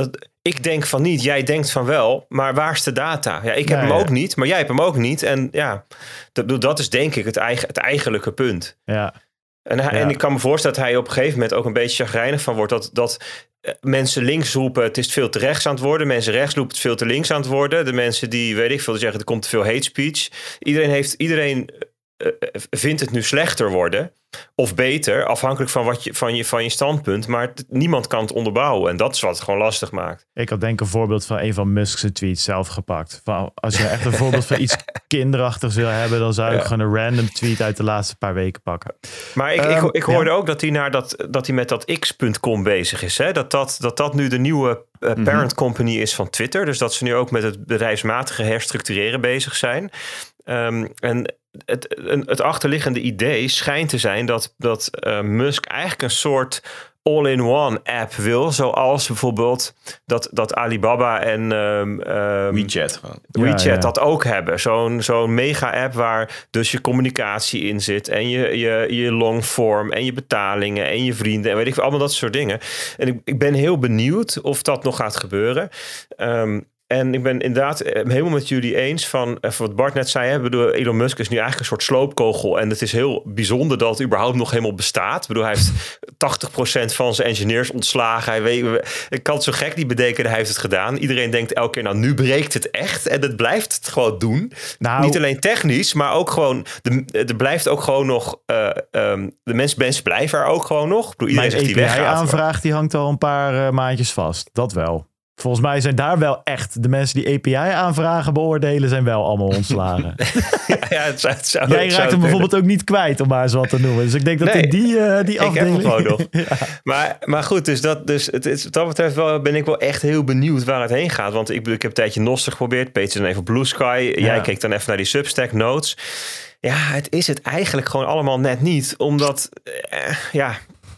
ik denk van niet, jij denkt van wel, maar waar is de data? Ja, ik heb nee, hem ook niet, maar jij hebt hem ook niet. En ja, dat, dat is denk ik het, eigen, het eigenlijke punt. Ja. En, hij, ja. en ik kan me voorstellen dat hij op een gegeven moment ook een beetje chagrijnig van wordt. Dat, dat mensen links roepen, het is veel te rechts aan het worden. Mensen rechts roepen, het is veel te links aan het worden. De mensen die, weet ik veel, die zeggen, er komt te veel hate speech. Iedereen, heeft, iedereen uh, vindt het nu slechter worden. Of beter, afhankelijk van, wat je, van, je, van je standpunt. Maar t- niemand kan het onderbouwen. En dat is wat het gewoon lastig maakt. Ik had denk ik een voorbeeld van een van Musk's tweets zelf gepakt. Van, als je echt een voorbeeld van iets kinderachtigs wil hebben, dan zou ik ja. gewoon een random tweet uit de laatste paar weken pakken. Maar ik, um, ik, ik hoorde ja. ook dat hij, naar dat, dat hij met dat x punt com bezig is. Hè? Dat, dat, dat dat nu de nieuwe uh, parent mm-hmm. company is van Twitter. Dus dat ze nu ook met het bedrijfsmatige herstructureren bezig zijn. Um, en het, het achterliggende idee schijnt te zijn dat, dat uh, Musk eigenlijk een soort all-in-one app wil. Zoals bijvoorbeeld dat, dat Alibaba en um, um, WeChat, WeChat ja, ja. dat ook hebben. Zo'n, zo'n mega-app waar dus je communicatie in zit. En je, je, je longform en je betalingen en je vrienden. En weet ik veel, allemaal dat soort dingen. En ik, ik ben heel benieuwd of dat nog gaat gebeuren. Um, En ik ben inderdaad helemaal met jullie eens van, van wat Bart net zei. Hè, bedoel, Elon Musk is nu eigenlijk een soort sloopkogel. En het is heel bijzonder dat het überhaupt nog helemaal bestaat. Ik bedoel, hij heeft tachtig procent van zijn engineers ontslagen. Hij weet, ik kan het zo gek niet bedenken, hij heeft het gedaan. Iedereen denkt elke keer, nou nu breekt het echt. En het blijft het gewoon doen. Nou, niet alleen technisch, maar ook gewoon, de, er blijft ook gewoon nog, uh, um, de mensen, mensen blijven er ook gewoon nog. Ik bedoel, iedereen zegt die weggaat. Mijn aanvraag die hangt al een paar uh, maandjes vast. Dat wel. Volgens mij zijn daar wel echt de mensen die A P I-aanvragen beoordelen, zijn wel allemaal ontslagen. ja, ja, het zou, het zou, Jij het raakt hem bijvoorbeeld ook niet kwijt, om maar eens wat te noemen. Dus ik denk dat nee, in die, uh, die afdeling... Ik heb hem gewoon nog. ja. maar, maar goed, dus, dat, dus het is, wat dat betreft wel, ben ik wel echt heel benieuwd waar het heen gaat. Want ik, ik heb een tijdje Nostr geprobeerd. Peter dan even op Blue Sky. Ja. Jij keek dan even naar die Substack notes. Ja, het is het eigenlijk gewoon allemaal net niet. Omdat, uh, ja,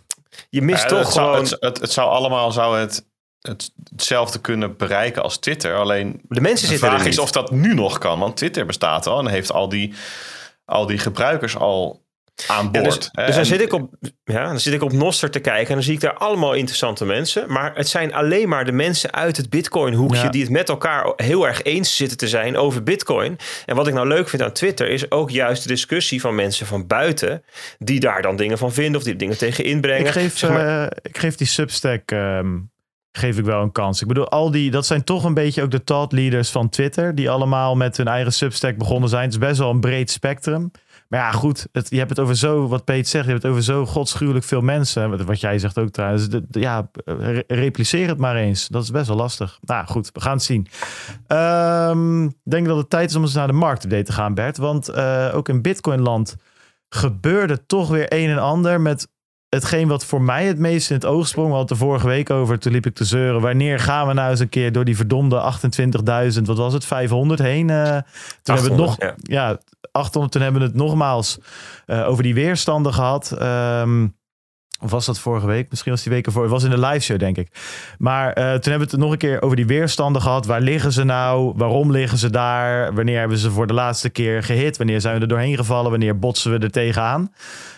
je mist uh, toch het gewoon... Zou, het, het, het zou allemaal, zou het... Het, hetzelfde kunnen bereiken als Twitter. Alleen de mensen de vraag vraag er is of dat nu nog kan. Want Twitter bestaat al en heeft al die, al die gebruikers al aan boord. Ja, dus dus dan, zit ik op, ja, dan zit ik op Nostr te kijken en dan zie ik daar allemaal interessante mensen. Maar het zijn alleen maar de mensen uit het Bitcoin hoekje ja. die het met elkaar heel erg eens zitten te zijn over Bitcoin. En wat ik nou leuk vind aan Twitter is ook juist de discussie van mensen van buiten die daar dan dingen van vinden of die dingen tegen inbrengen. Ik geef, zeg maar, uh, ik geef die Substack... Um... geef ik wel een kans. Ik bedoel, al die, dat zijn toch een beetje ook de thought leaders van Twitter, die allemaal met hun eigen Substack begonnen zijn. Het is best wel een breed spectrum. Maar ja, goed, het, je hebt het over zo, wat Peter zegt, je hebt het over zo godschuwelijk veel mensen. Wat jij zegt ook trouwens. De, de, ja, re- repliceer het maar eens. Dat is best wel lastig. Nou goed, we gaan het zien. Um, ik denk dat het tijd is om eens naar de marktupdate te gaan, Bert. Want uh, ook in Bitcoinland gebeurde toch weer een en ander met hetgeen wat voor mij het meest in het oog sprong. We hadden het er vorige week over. Toen liep ik te zeuren. Wanneer gaan we nou eens een keer door die verdomde achtentwintigduizend, wat was het, vijfhonderd heen? Uh, toen achthonderd, hebben we het nog, ja. ja, achthonderd. Toen hebben we het nogmaals uh, over die weerstanden gehad. Um, of was dat vorige week? Misschien was die week ervoor. Het was in de live show, denk ik. Maar uh, toen hebben we het nog een keer over die weerstanden gehad. Waar liggen ze nou? Waarom liggen ze daar? Wanneer hebben ze voor de laatste keer gehit? Wanneer zijn we er doorheen gevallen? Wanneer botsen we er tegenaan?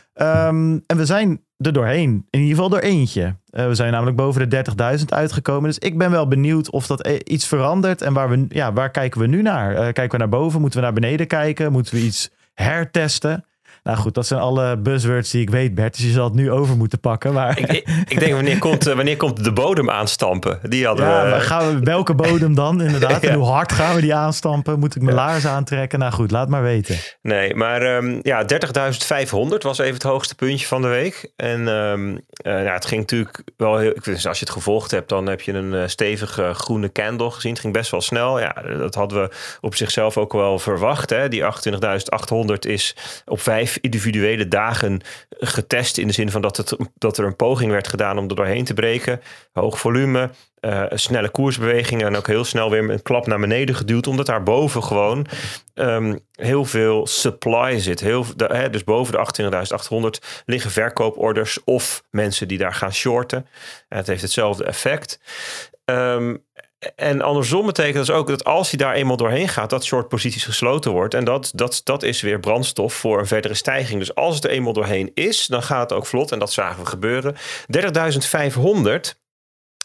Um, en we zijn er doorheen. In ieder geval door eentje. Uh, we zijn namelijk boven de dertigduizend uitgekomen. Dus ik ben wel benieuwd of dat e- iets verandert. En waar, we, ja, waar kijken we nu naar? Uh, kijken we naar boven? Moeten we naar beneden kijken? Moeten we iets hertesten? Nou goed, dat zijn alle buzzwords die ik weet, Bert. Dus je zal het nu over moeten pakken. Maar... Ik, ik, ik denk, wanneer komt, wanneer komt de bodem aanstampen? Die hadden ja, we... maar gaan we, welke bodem dan inderdaad? ja. En hoe hard gaan we die aanstampen? Moet ik mijn ja. laars aantrekken? Nou goed, laat maar weten. Nee, maar um, ja, dertigduizend vijfhonderd was even het hoogste puntje van de week. En um, uh, nou, het ging natuurlijk wel heel... Dus als je het gevolgd hebt, dan heb je een uh, stevige groene candle gezien. Het ging best wel snel. Ja, dat hadden we op zichzelf ook wel verwacht. Hè? Die achtentwintigduizend achthonderd is op vijf individuele dagen getest in de zin van dat, het, dat er een poging werd gedaan om er doorheen te breken. Hoog volume, uh, snelle koersbewegingen en ook heel snel weer een klap naar beneden geduwd, omdat daarboven gewoon um, heel veel supply zit. Heel, de, hè, dus boven de achtentwintigduizend achthonderd liggen verkooporders of mensen die daar gaan shorten. En het heeft hetzelfde effect. Um, En andersom betekent dus ook dat als hij daar eenmaal doorheen gaat, dat short posities gesloten wordt. En dat, dat, dat is weer brandstof voor een verdere stijging. Dus als het er eenmaal doorheen is, dan gaat het ook vlot. En dat zagen we gebeuren. dertigduizend vijfhonderd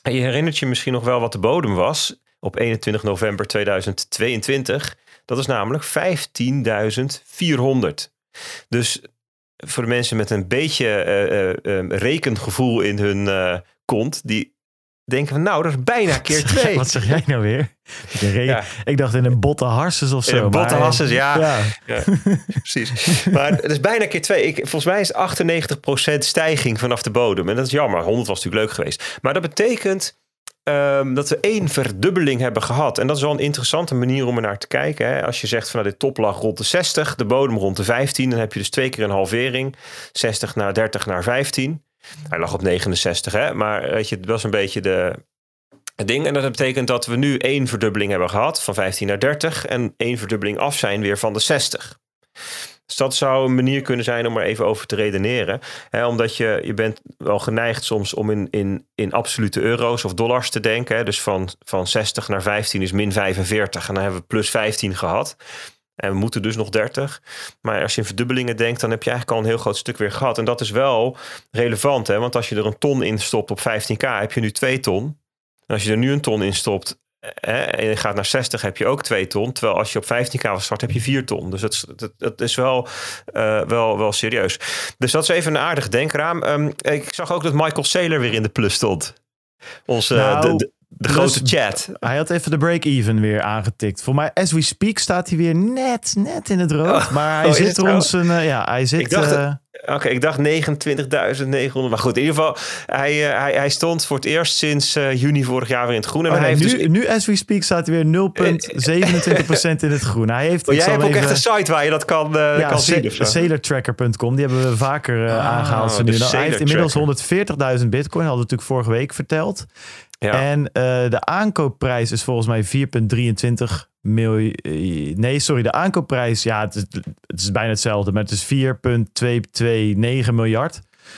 En je herinnert je misschien nog wel wat de bodem was op eenentwintig november tweeduizend tweeëntwintig. Dat is namelijk vijftienduizend vierhonderd. Dus voor de mensen met een beetje uh, uh, rekengevoel in hun uh, kont, die denken van, nou, dat is bijna keer twee. Wat zeg jij nou weer? Ja. Ik dacht in een botte harses of zo. In een botte harses, ja. ja. ja. Precies. Maar het is bijna keer twee. Ik, volgens mij is het achtennegentig procent stijging vanaf de bodem. En dat is jammer. honderd was natuurlijk leuk geweest. Maar dat betekent um, dat we één verdubbeling hebben gehad. En dat is wel een interessante manier om er naar te kijken. Hè? Als je zegt van nou, de top lag rond de zestig, de bodem rond de vijftien. Dan heb je dus twee keer een halvering. zestig naar dertig naar vijftien. Hij lag op negenenzestig, hè? Maar weet je, het was een beetje de het ding. En dat betekent dat we nu één verdubbeling hebben gehad van vijftien naar dertig en één verdubbeling af zijn weer van de zestig. Dus dat zou een manier kunnen zijn om er even over te redeneren. Hè? Omdat je, je bent wel geneigd soms om in, in, in absolute euro's of dollars te denken. Hè? Dus van, van zestig naar vijftien is min vijfenveertig en dan hebben we plus vijftien gehad. En we moeten dus nog dertig. Maar als je in verdubbelingen denkt, dan heb je eigenlijk al een heel groot stuk weer gehad. En dat is wel relevant, hè? Want als je er een ton in stopt op vijftien k, heb je nu twee ton. En als je er nu een ton in stopt hè, en je gaat naar zestig, heb je ook twee ton. Terwijl als je op vijftien k was start, heb je vier ton. Dus dat is, dat, dat is wel, uh, wel, wel serieus. Dus dat is even een aardig denkraam. Um, ik zag ook dat Michael Saylor weer in de plus stond. Onze... Nou, de, de, De grote chat. Hij had even de break-even weer aangetikt. Voor mij, as we speak, staat hij weer net, net in het rood. Oh, maar hij oh, zit rond zijn... Uh, ja, hij zit... Ik dacht, uh, Oké, okay, ik dacht negenentwintigduizend negenhonderd. Maar goed, in ieder geval, hij, uh, hij, hij stond voor het eerst sinds uh, juni vorig jaar weer in het groen. En oh, hij nee, heeft nu, dus... nu, as we speak, staat hij weer nul komma zevenentwintig procent in het groen. Hij heeft, oh, jij hebt ook even... echt een site waar je dat kan, uh, ja, kan zien. Ja, sailor tracker punt com. Die hebben we vaker uh, ah, aangehaald. Nu. Nou, hij heeft inmiddels honderdveertigduizend bitcoin. Hadden we natuurlijk vorige week verteld. Ja. En uh, de aankoopprijs is volgens mij vier komma drieëntwintig miljoen. Nee, sorry, de aankoopprijs, ja, het is, het is bijna hetzelfde, maar het is vier komma tweehonderdnegenentwintig miljard.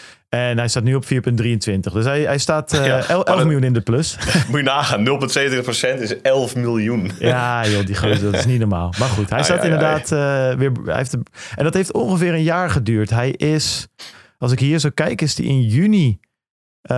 En hij staat nu op vier komma drieëntwintig. Dus hij, hij staat uh, ja, elf dat, miljoen in de plus. Moet je nagaan, nul komma zevenentwintig procent is elf miljoen. Ja, joh, die gozer, dat is niet normaal. Maar goed, hij ah, staat ja, inderdaad ja, uh, weer... Hij heeft de, en dat heeft ongeveer een jaar geduurd. Hij is, als ik hier zo kijk, is hij in juni... Uh,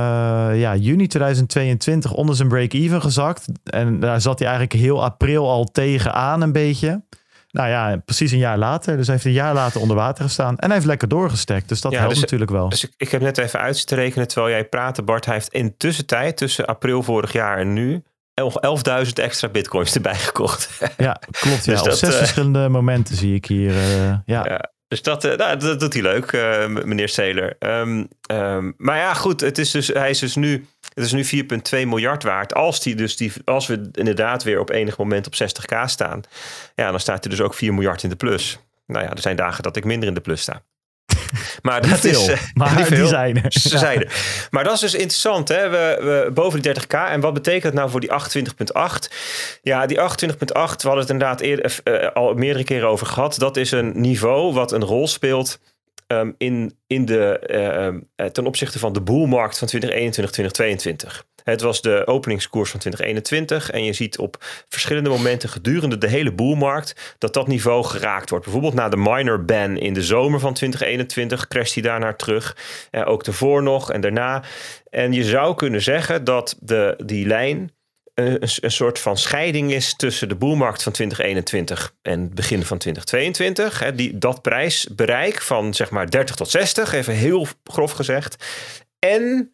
ja, juni tweeduizend tweeëntwintig onder zijn break-even gezakt. En daar zat hij eigenlijk heel april al tegenaan een beetje. Nou ja, precies een jaar later. Dus hij heeft een jaar later onder water gestaan. En hij heeft lekker doorgestekt. Dus dat ja, helpt dus, natuurlijk wel. Dus ik, ik heb net even uit te rekenen terwijl jij praatte, Bart. Hij heeft in tussentijd, tussen april vorig jaar en nu, elfduizend extra bitcoins erbij gekocht. Ja, klopt. Ja. Dus op dat, zes uh, verschillende momenten zie ik hier. Uh, ja. ja. Dus dat, uh, nou, dat doet hij leuk, uh, meneer Saylor. Um, um, maar ja, goed, het is dus, hij is dus nu, het is nu vier komma twee miljard waard. Als, die dus die, als we inderdaad weer op enig moment op zestig k staan, ja, dan staat hij dus ook vier miljard in de plus. Nou ja, er zijn dagen dat ik minder in de plus sta. Maar dat veel, is uh, maar niet veel. Die zijn er. Ze zijn er. Maar dat is dus interessant. Hè? We, we, boven die dertig k. En wat betekent dat nou voor die achtentwintig komma acht? Ja, die achtentwintig komma acht, we hadden het inderdaad eerder, uh, al meerdere keren over gehad. Dat is een niveau wat een rol speelt um, in, in de, uh, uh, ten opzichte van de boelmarkt van twintig eenentwintig, twintig tweeëntwintig. Het was de openingskoers van twintig eenentwintig. En je ziet op verschillende momenten gedurende de hele boelmarkt dat dat niveau geraakt wordt. Bijvoorbeeld na de minor ban in de zomer van twintig eenentwintig crasht hij daarnaar terug. Eh, ook daarvoor nog en daarna. En je zou kunnen zeggen dat de, die lijn een, een soort van scheiding is tussen de boelmarkt van twintig eenentwintig en het begin van twintig tweeëntwintig. Hè, die, dat prijsbereik van zeg maar dertig tot zestig, even heel grof gezegd. En...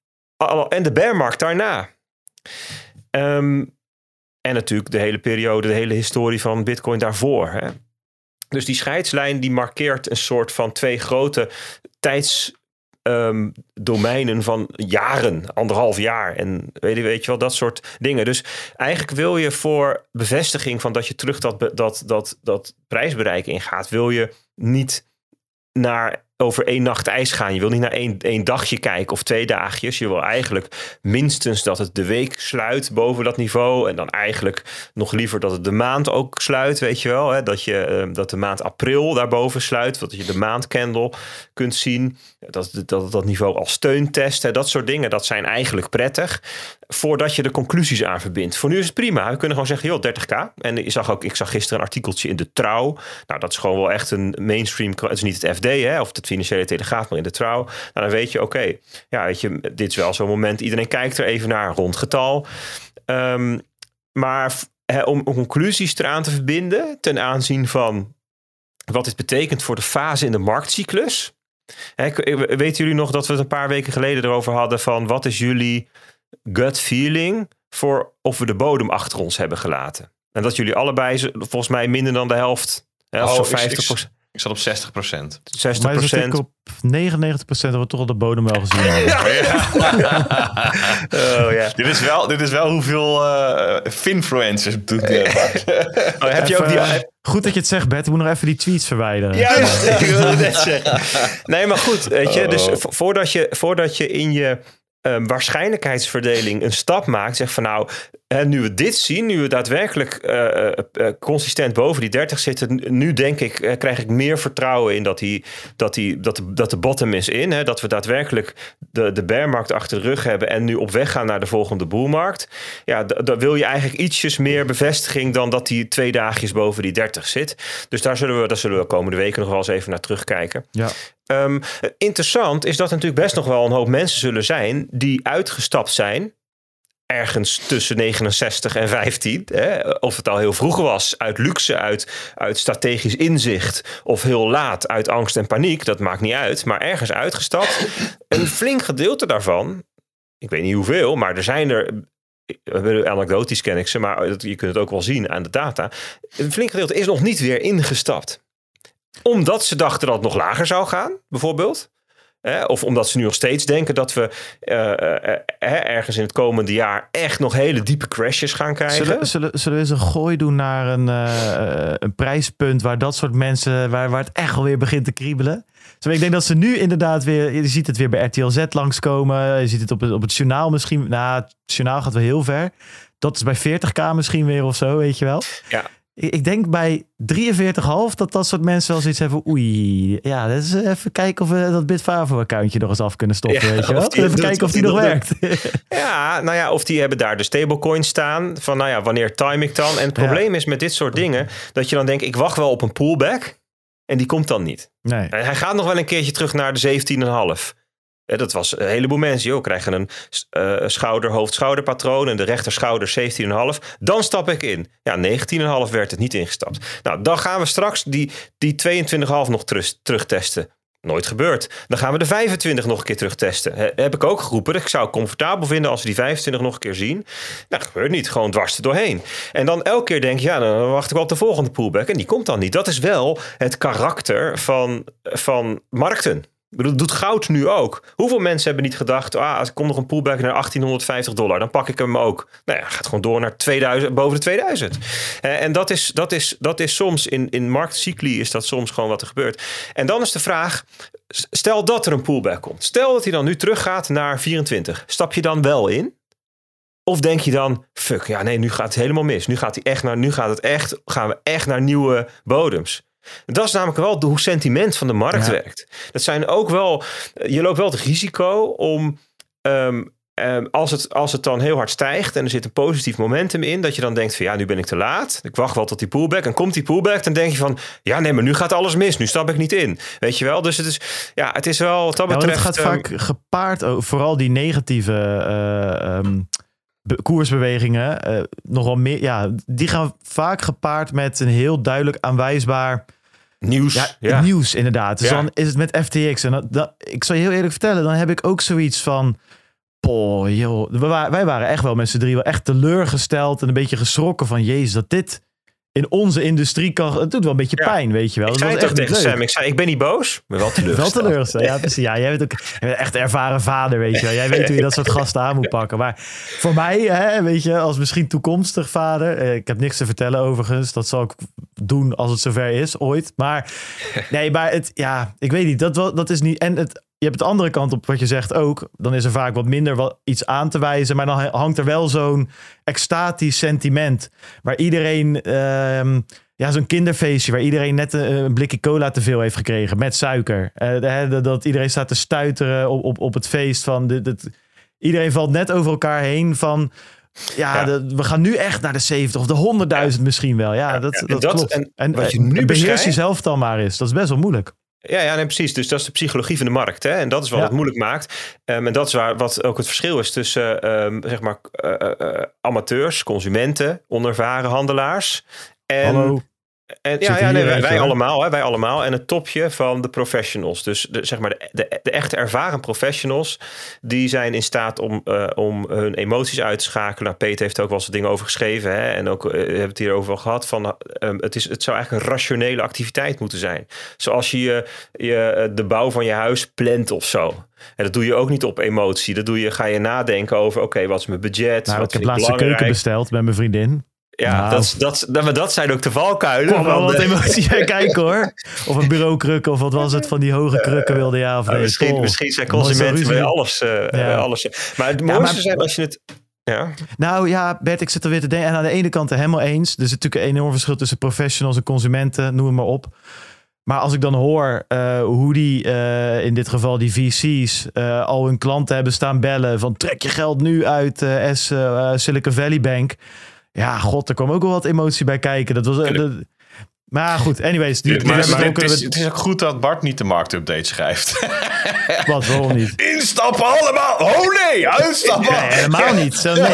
En de bearmarkt daarna. Um, en natuurlijk de hele periode, de hele historie van Bitcoin daarvoor. Hè. Dus die scheidslijn die markeert een soort van twee grote tijdsdomeinen um, van jaren, anderhalf jaar. En weet je, weet je wel, dat soort dingen. Dus eigenlijk wil je voor bevestiging van dat je terug dat, dat, dat, dat prijsbereik ingaat, wil je niet naar over één nacht ijs gaan. Je wil niet naar één, één dagje kijken of twee dagjes. Je wil eigenlijk minstens dat het de week sluit boven dat niveau. En dan eigenlijk nog liever dat het de maand ook sluit, weet je wel. Hè? Dat, je, uh, dat de maand april daarboven sluit. Dat je de maandcandle kunt zien. Dat dat, dat niveau als steuntest. Hè? Dat soort dingen, dat zijn eigenlijk prettig. Voordat je de conclusies aan verbindt. Voor nu is het prima. We kunnen gewoon zeggen, joh, dertig k. En ik zag, ook, ik zag gisteren een artikeltje in de Trouw. Nou, dat is gewoon wel echt een mainstream. Het is niet het F D, hè, of het Financiële Telegraaf, maar in de Trouw. Nou, dan weet je, oké, okay, ja, weet je, dit is wel zo'n moment. Iedereen kijkt er even naar, rond getal. Um, maar he, om conclusies eraan te verbinden ten aanzien van wat dit betekent voor de fase in de marktcyclus. He, weten jullie nog dat we het een paar weken geleden erover hadden van wat is jullie gut feeling voor of we de bodem achter ons hebben gelaten? En dat jullie allebei volgens mij minder dan de helft, hè, of oh, zo vijftig procent. Ik, ik, ik zat op zestig procent. zestig procent. Ik op negenennegentig procent dat we toch al de bodem wel gezien hebben. Ja. Ja. Oh, ja. Dit is wel, dit is wel hoeveel uh, finfluencers doet. Uh, oh, heb je ook die, uh, goed dat je het zegt, Bert. We moeten nog even die tweets verwijderen. Juist, ik wilde het net zeggen. Nee, maar goed, weet je, dus voordat je, voordat je in je Um, waarschijnlijkheidsverdeling een stap maakt, zeg van nou, hè, nu we dit zien, nu we daadwerkelijk uh, uh, consistent boven die dertig zitten, nu denk ik, uh, krijg ik meer vertrouwen in dat, die, dat, die, dat, de, dat de bottom is in, hè, dat we daadwerkelijk de, de bearmarkt achter de rug hebben en nu op weg gaan naar de volgende boelmarkt. Ja, dan wil je eigenlijk ietsjes meer bevestiging dan dat die twee dagjes boven die dertig zit. Dus daar zullen we, daar zullen we komende weken nog wel eens even naar terugkijken. Ja. Um, interessant is dat er natuurlijk best nog wel een hoop mensen zullen zijn die uitgestapt zijn ergens tussen negenenzestig en vijftien. Hè? Of het al heel vroeg was, uit luxe, uit, uit strategisch inzicht of heel laat uit angst en paniek, dat maakt niet uit, maar ergens uitgestapt. Een flink gedeelte daarvan, ik weet niet hoeveel, maar er zijn er, anekdotisch ken ik ze, maar je kunt het ook wel zien aan de data, een flink gedeelte is nog niet weer ingestapt. Omdat ze dachten dat het nog lager zou gaan, bijvoorbeeld. Eh, of omdat ze nu nog steeds denken dat we uh, uh, ergens in het komende jaar echt nog hele diepe crashes gaan krijgen. Zullen, zullen, zullen we eens een gooi doen naar een, uh, een prijspunt waar dat soort mensen, waar, waar het echt alweer begint te kriebelen? Dus ik denk dat ze nu inderdaad weer, je ziet het weer bij R T L Z langskomen. Je ziet het op het, op het journaal misschien. Nou, het journaal gaat wel heel ver. Dat is bij veertig k misschien weer of zo, weet je wel. Ja. Ik denk bij drieënveertig komma vijf dat dat soort mensen wel zoiets hebben. Oei, ja, dat is even kijken of we dat Bitfavo-accountje nog eens af kunnen stoppen. Ja, weet je wel? Even doet, kijken of die nog werkt. Ja, nou ja, of die hebben daar de stablecoins staan. Van nou ja, wanneer time ik dan? En het probleem ja. is met dit soort dingen dat je dan denkt, ik wacht wel op een pullback. En die komt dan niet. Nee. En hij gaat nog wel een keertje terug naar de zeventien komma vijf. Dat was een heleboel mensen. Joh, krijgen een uh, schouder, hoofd-schouderpatroon en de rechterschouder zeventien komma vijf. Dan stap ik in. Ja, negentien komma vijf werd het niet ingestapt. Nou, dan gaan we straks die, die tweeëntwintig komma vijf nog terug, terugtesten. Nooit gebeurd. Dan gaan we de vijfentwintig nog een keer terugtesten. He, heb ik ook geroepen. Ik zou het comfortabel vinden als we die vijfentwintig nog een keer zien. Nou, dat gebeurt niet. Gewoon dwars er doorheen. En dan elke keer denk je, ja, dan wacht ik wel op de volgende pullback. En die komt dan niet. Dat is wel het karakter van, van markten. Ik bedoel, doet goud nu ook. Hoeveel mensen hebben niet gedacht, ah, als ik kom nog een pullback naar achttienhonderdvijftig dollar, dan pak ik hem ook. Nou ja, gaat gewoon door naar tweeduizend, boven de tweeduizend. Uh, en dat is, dat is, dat is soms, in, in marktcycli is dat soms gewoon wat er gebeurt. En dan is de vraag, stel dat er een pullback komt. Stel dat hij dan nu teruggaat naar vierentwintig. Stap je dan wel in? Of denk je dan, fuck, ja nee, nu gaat het helemaal mis. Nu gaat, hij echt naar, nu gaat het echt, gaan we echt naar nieuwe bodems. Dat is namelijk wel hoe sentiment van de markt ja. werkt. Dat zijn ook wel, je loopt wel het risico om, um, um, als, het, als het dan heel hard stijgt en er zit een positief momentum in, dat je dan denkt van ja, nu ben ik te laat. Ik wacht wel tot die pullback. En komt die pullback, dan denk je van ja, nee, maar nu gaat alles mis. Nu stap ik niet in. Weet je wel? Dus het is, ja, het is wel wat dat betreft. Ja, het gaat um, vaak gepaard, vooral die negatieve Uh, um... koersbewegingen, uh, nogal meer, ja, die gaan vaak gepaard met een heel duidelijk aanwijsbaar nieuws. Ja, ja. nieuws inderdaad. Dus ja. dan is het met F T X. En dat, dat, ik zal je heel eerlijk vertellen, dan heb ik ook zoiets van, poh, joh, wij, wij waren echt wel met z'n drie wel echt teleurgesteld en een beetje geschrokken van, jezus, dat dit in onze industrie kan. Het doet wel een beetje ja. pijn, weet je wel. Ik zei het ook tegen Sam. Ik zei, ik ben niet boos, ik ben wel teleurgesteld. Wel teleurgesteld, ja precies. Ja, jij bent ook jij bent echt ervaren vader, weet je wel. Jij weet hoe je dat soort gasten aan moet pakken. Maar voor mij, hè, weet je, als misschien toekomstig vader. Eh, ik heb niks te vertellen overigens. Dat zal ik doen als het zover is, ooit. Maar nee, maar het, ja, ik weet niet. Dat, dat is niet. En het. Je hebt de andere kant op wat je zegt ook. Dan is er vaak wat minder wat iets aan te wijzen. Maar dan hangt er wel zo'n extatisch sentiment. Waar iedereen, uh, ja, zo'n kinderfeestje. Waar iedereen net een, een blikje cola te veel heeft gekregen. Met suiker. Uh, dat iedereen staat te stuiteren op, op, op het feest. Van dit, dit, iedereen valt net over elkaar heen van. Ja, ja. De, we gaan nu echt naar de zeventig of de honderdduizend ja. misschien wel. Ja, dat, ja, dat, dat klopt. En, en wat je nu beheers jezelf dan maar is. Dat is best wel moeilijk. Ja, ja nee, precies. Dus dat is de psychologie van de markt. Hè? En dat is wat ja. het moeilijk maakt. Um, en dat is waar, wat ook het verschil is tussen um, zeg maar, uh, uh, amateurs, consumenten, onervaren handelaars. En, Hallo. En, ja, ja nee, wij, wij allemaal, hè, wij allemaal. En het topje van de professionals. Dus de, zeg maar de, de, de echte ervaren professionals, die zijn in staat om, uh, om hun emoties uit te schakelen. Nou, Peter heeft ook wel eens dingen over geschreven. Hè, en ook uh, we hebben het hier over gehad. Van, um, het, is, het zou eigenlijk een rationele activiteit moeten zijn. Zoals je, je, je de bouw van je huis plant of zo. En dat doe je ook niet op emotie. Dat doe je, ga je nadenken over, oké, okay, wat is mijn budget? Nou, wat ik heb laatst een keuken besteld met mijn vriendin. Ja, nou. dat, dat, dat, dat zijn ook de valkuilen. Kom wel wat emotie bij kijken hoor. Of een bureaukruk of wat was het van die hoge krukken wilde ja of nee. Uh, misschien, misschien zijn consumenten bij alles, uh, ja. alles. Maar het mooiste ja, maar, zijn als je het... Ja. Nou ja, Bert, ik zit er weer te denken. En aan de ene kant helemaal eens. Er is natuurlijk een enorm verschil tussen professionals en consumenten. Noem het maar op. Maar als ik dan hoor uh, hoe die, uh, in dit geval die V C's, uh, al hun klanten hebben staan bellen van trek je geld nu uit uh, S, uh, Silicon Valley Bank. Ja, god, er kwam ook wel wat emotie bij kijken. Dat was, uh, dat, maar goed, anyways. Die, die maar, maar het, is, het is ook goed dat Bart niet de marktupdate schrijft. Wat, waarom niet? Instappen allemaal! Oh nee, uitstappen! Nee, helemaal niet. Zo, nee.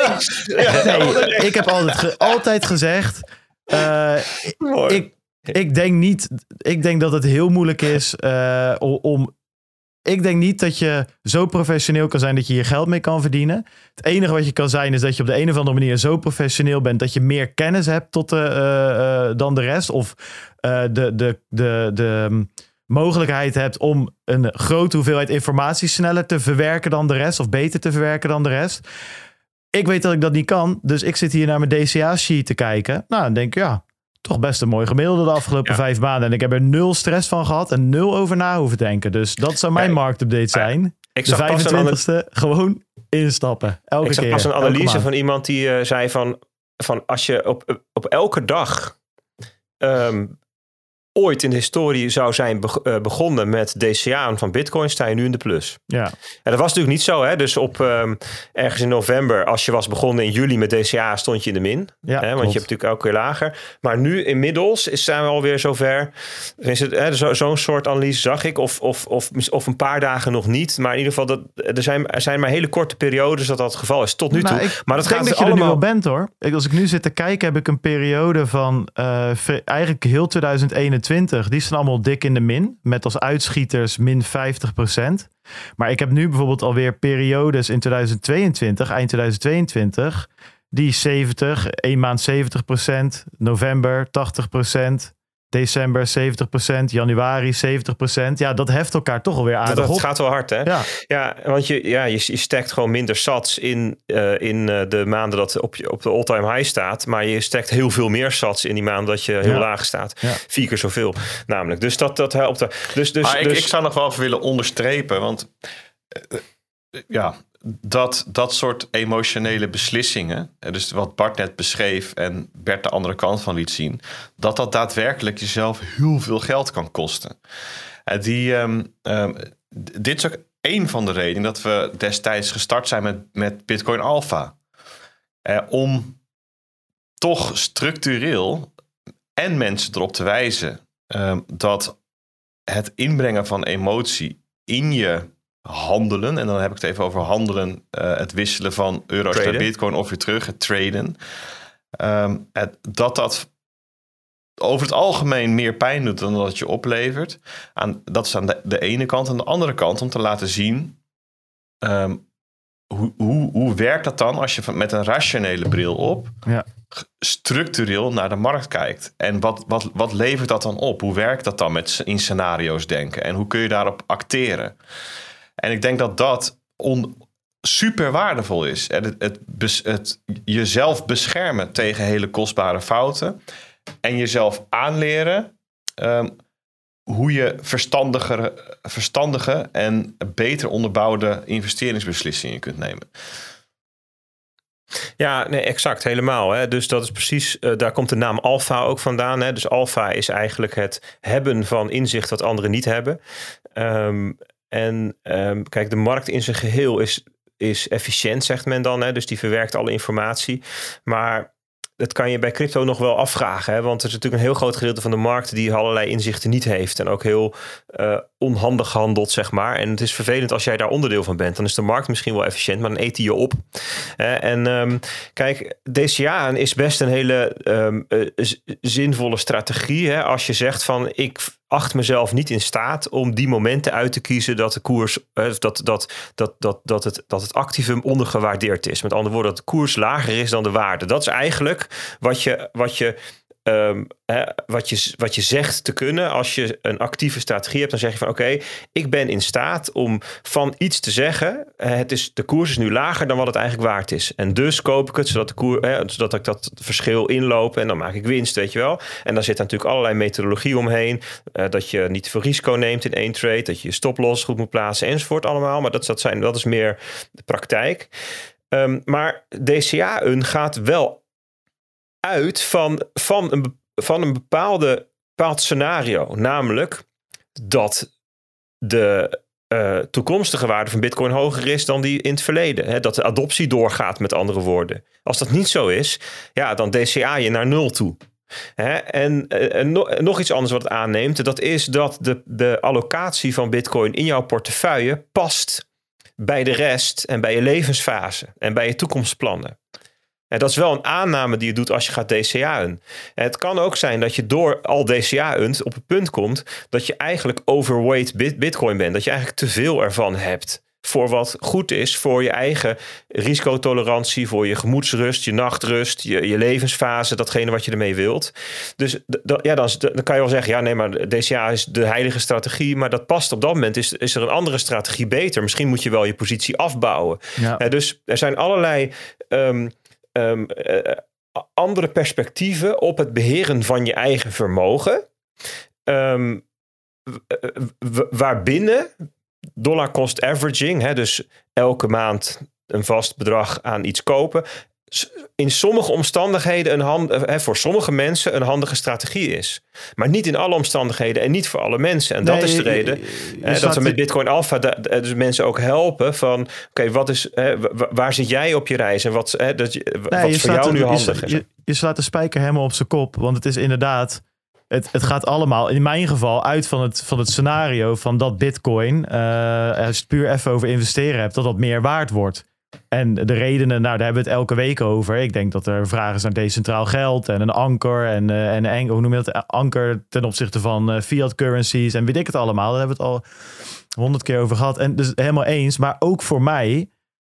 nee, ik heb altijd, ge, altijd gezegd, uh, ik, ik denk niet, ik denk dat het heel moeilijk is uh, om... Ik denk niet dat je zo professioneel kan zijn dat je je geld mee kan verdienen. Het enige wat je kan zijn is dat je op de een of andere manier zo professioneel bent dat je meer kennis hebt tot de, uh, uh, dan de rest. Of uh, de, de, de, de mogelijkheid hebt om een grote hoeveelheid informatie sneller te verwerken dan de rest. Of beter te verwerken dan de rest. Ik weet dat ik dat niet kan. Dus ik zit hier naar mijn D C A-sheet te kijken. Nou, dan denk ik ja... Toch best een mooi gemiddelde de afgelopen ja. vijf maanden. En ik heb er nul stress van gehad en nul over na hoeven denken. Dus dat zou mijn ja, marktupdate zijn. Ik zag de vijfentwintigste gewoon instappen. Elke ik zag keer. pas een analyse van iemand die uh, zei van, van als je op, op elke dag um, ooit in de historie zou zijn be- uh, begonnen met D C A's van Bitcoin, sta je nu in de plus. Ja. En dat was natuurlijk niet zo. Hè? Dus op um, ergens in november, als je was begonnen in juli met D C A, stond je in de min. Ja, hè? Want klopt. Je hebt natuurlijk elke keer lager. Maar nu inmiddels is, zijn we alweer zover. Is het, hè, zo, zo'n soort analyse zag ik. Of, of, of, of een paar dagen nog niet. Maar in ieder geval, dat, er, zijn, er zijn maar hele korte periodes dat dat het geval is. Tot nu nou, toe. Ik maar dat denk gaat dat je allemaal... er nu wel bent hoor. Ik, als ik nu zit te kijken, heb ik een periode van uh, eigenlijk heel twintig eenentwintig. Die staan allemaal dik in de min. Met als uitschieters min vijftig procent. Maar ik heb nu bijvoorbeeld alweer periodes in twintig tweeëntwintig, eind twintig tweeëntwintig. Die zeventig, één maand zeventig procent. November tachtig procent. December zeventig procent, januari zeventig procent. Ja, dat heft elkaar toch alweer aardig dat, dat op. Het gaat wel hard, hè? Ja, ja want je, ja, je, je stekt gewoon minder sats in, uh, in uh, de maanden dat op, je, op de all-time high staat. Maar je stekt heel veel meer sats in die maanden dat je heel ja. laag staat. Ja. Vier keer zoveel namelijk. Dus dat, dat helpt. Dus, dus, maar ik, dus... ik zou nog wel even willen onderstrepen, want uh, uh, ja... Dat, dat soort emotionele beslissingen, dus wat Bart net beschreef en Bert de andere kant van liet zien, dat dat daadwerkelijk jezelf heel veel geld kan kosten. En die, um, um, dit is ook één van de redenen dat we destijds gestart zijn met, met Bitcoin Alpha. Eh, om toch structureel en mensen erop te wijzen um, dat het inbrengen van emotie in je handelen, en dan heb ik het even over handelen, uh, het wisselen van euro's naar bitcoin of weer terug, het traden, um, het, dat dat over het algemeen meer pijn doet dan dat het je oplevert. Aan, dat is aan de, de ene kant. Aan de andere kant om te laten zien um, hoe, hoe, hoe werkt dat dan als je met een rationele bril op ja. structureel naar de markt kijkt. En wat, wat, wat levert dat dan op? Hoe werkt dat dan met in scenario's denken? En hoe kun je daarop acteren? En ik denk dat dat on, super waardevol is. En het, het, het, het jezelf beschermen tegen hele kostbare fouten. En jezelf aanleren um, hoe je verstandige, verstandige en beter onderbouwde investeringsbeslissingen kunt nemen. Ja, nee, exact, helemaal. Hè. Dus dat is precies, uh, daar komt de naam Alpha ook vandaan. Hè. Dus Alpha is eigenlijk het hebben van inzicht dat anderen niet hebben. Um, en um, kijk, de markt in zijn geheel is, is efficiënt, zegt men dan. Hè. Dus die verwerkt alle informatie. Maar dat kan je bij crypto nog wel afvragen. Hè? Want er is natuurlijk een heel groot gedeelte van de markt die allerlei inzichten niet heeft. En ook heel uh, onhandig handelt, zeg maar. En het is vervelend als jij daar onderdeel van bent. Dan is de markt misschien wel efficiënt, maar dan eet hij je op. Uh, en um, kijk, D C A is best een hele um, uh, z- zinvolle strategie. Hè? Als je zegt van, ik acht mezelf niet in staat om die momenten uit te kiezen dat de koers, uh, dat, dat, dat, dat, dat, het, dat het activum ondergewaardeerd is. Met andere woorden, dat de koers lager is dan de waarde. Dat is eigenlijk wat je, wat je, um, hè, wat je, wat je zegt te kunnen als je een actieve strategie hebt. Dan zeg je van oké, okay, ik ben in staat om van iets te zeggen. Het is, de koers is nu lager dan wat het eigenlijk waard is. En dus koop ik het zodat, de koers, hè, zodat ik dat verschil inloop en dan maak ik winst, weet je wel. En daar zit natuurlijk allerlei methodologie omheen. Uh, dat je niet te veel risico neemt in één trade. Dat je je stoploss goed moet plaatsen enzovoort allemaal. Maar dat, dat, zijn, dat is meer de praktijk. Um, maar D C A-un gaat wel uit van, van, een, van een bepaalde, bepaald scenario. Namelijk dat de uh, toekomstige waarde van Bitcoin hoger is dan die in het verleden. Hè? Dat de adoptie doorgaat, met andere woorden. Als dat niet zo is, ja, dan D C A je naar nul toe. Hè? En, en no, nog iets anders wat het aanneemt, dat is dat de, de allocatie van Bitcoin in jouw portefeuille past bij de rest en bij je levensfase en bij je toekomstplannen. En dat is wel een aanname die je doet als je gaat D C A'en. En het kan ook zijn dat je door al D C A'en op het punt komt dat je eigenlijk overweight bit- Bitcoin bent. Dat je eigenlijk te veel ervan hebt voor wat goed is voor je eigen risicotolerantie, voor je gemoedsrust, je nachtrust, je, je levensfase, datgene wat je ermee wilt. Dus d- d- ja, dan, dan kan je wel zeggen, ja nee, maar D C A is de heilige strategie, maar dat past op dat moment. Is, is er een andere strategie beter? Misschien moet je wel je positie afbouwen. Ja. Uh, dus er zijn allerlei Um, Um, uh, andere perspectieven op het beheren van je eigen vermogen. Um, w- w- waarbinnen dollar cost averaging, hè, dus elke maand een vast bedrag aan iets kopen, in sommige omstandigheden een hand, hè, voor sommige mensen een handige strategie is. Maar niet in alle omstandigheden en niet voor alle mensen. En nee, dat is de reden je, je, je dat we met Bitcoin Alpha de, de, dus mensen ook helpen van oké, okay, wat is hè, waar zit jij op je reis en wat, hè, dat, nee, wat is voor jou de, nu handig? Je, je, je slaat de spijker helemaal op zijn kop, want het is inderdaad, het, het gaat allemaal in mijn geval uit van het, van het scenario van dat Bitcoin, uh, als je het puur even over investeren hebt, dat dat meer waard wordt. En de redenen, nou, daar hebben we het elke week over. Ik denk dat er vragen zijn naar decentraal geld en een anker en, uh, en een, hoe noem je dat, anker ten opzichte van uh, fiat currencies en weet ik het allemaal. Daar hebben we het al honderd keer over gehad. En dus helemaal eens. Maar ook voor mij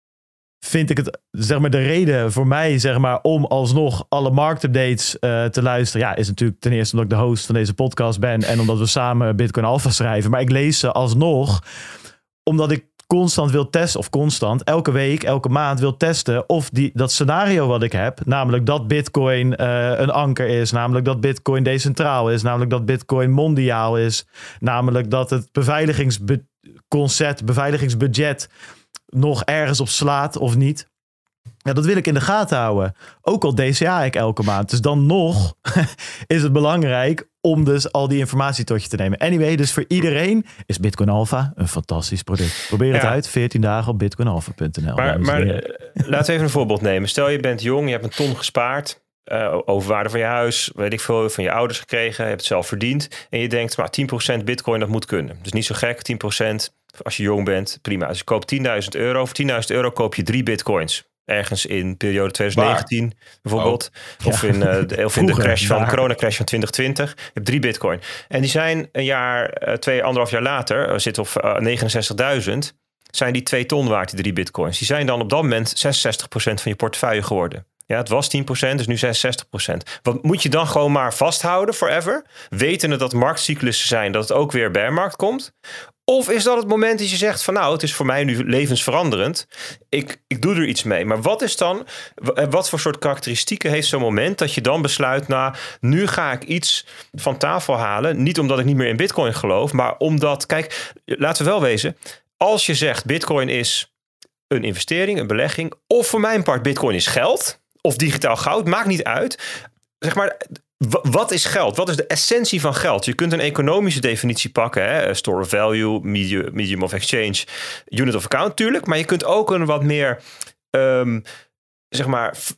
vind ik het, zeg maar, de reden voor mij, zeg maar, om alsnog alle marktupdates uh, te luisteren. Ja, is natuurlijk ten eerste omdat ik de host van deze podcast ben en omdat we samen Bitcoin Alpha schrijven. Maar ik lees ze alsnog omdat ik constant wil testen, of constant, elke week, elke maand wil testen of die, dat scenario wat ik heb, namelijk dat Bitcoin uh, een anker is, namelijk dat Bitcoin decentraal is, namelijk dat Bitcoin mondiaal is, namelijk dat het beveiligingsconcept, beveiligingsbudget nog ergens op slaat of niet. Ja, dat wil ik in de gaten houden. Ook al D C A ik elke maand. Dus dan nog is het belangrijk om dus al die informatie tot je te nemen. Anyway, dus voor iedereen is Bitcoin Alpha een fantastisch product. Probeer het ja. uit. veertien dagen op bitcoin alpha punt n l. Maar, maar laten we even een voorbeeld nemen. Stel je bent jong, je hebt een ton gespaard. Uh, overwaarde van je huis, weet ik veel, van je ouders gekregen. Je hebt het zelf verdiend. En je denkt, maar tien procent Bitcoin, dat moet kunnen. Dus niet zo gek, tien procent als je jong bent. Prima. Dus je koopt tienduizend euro. Voor tienduizend euro koop je drie Bitcoins. Ergens in periode twintig negentien Waar? bijvoorbeeld. Oh. Of, ja. in, uh, of in de crash van, coronacrash van twintig twintig. Je hebt drie Bitcoin. En die zijn een jaar, uh, twee, anderhalf jaar later, uh, zitten op uh, negenenzestigduizend. Zijn die twee ton waard, die drie Bitcoins. Die zijn dan op dat moment zesenzestig procent van je portefeuille geworden. Ja, het was tien procent, dus nu zesenzestig procent. Wat moet je dan gewoon maar vasthouden forever? Wetende dat marktcyclussen zijn, dat het ook weer bearmarkt komt? Of is dat het moment dat je zegt van nou, het is voor mij nu levensveranderend. Ik, ik doe er iets mee. Maar wat is dan, wat voor soort karakteristieken heeft zo'n moment dat je dan besluit, nou, nu ga ik iets van tafel halen. Niet omdat ik niet meer in Bitcoin geloof, maar omdat, kijk, laten we wel wezen. Als je zegt Bitcoin is een investering, een belegging, of voor mijn part Bitcoin is geld, of digitaal goud, maakt niet uit. Zeg maar, wat is geld? Wat is de essentie van geld? Je kunt een economische definitie pakken. Hè? Store of value, medium, medium of exchange, unit of account natuurlijk. Maar je kunt ook een wat meer, um, zeg maar,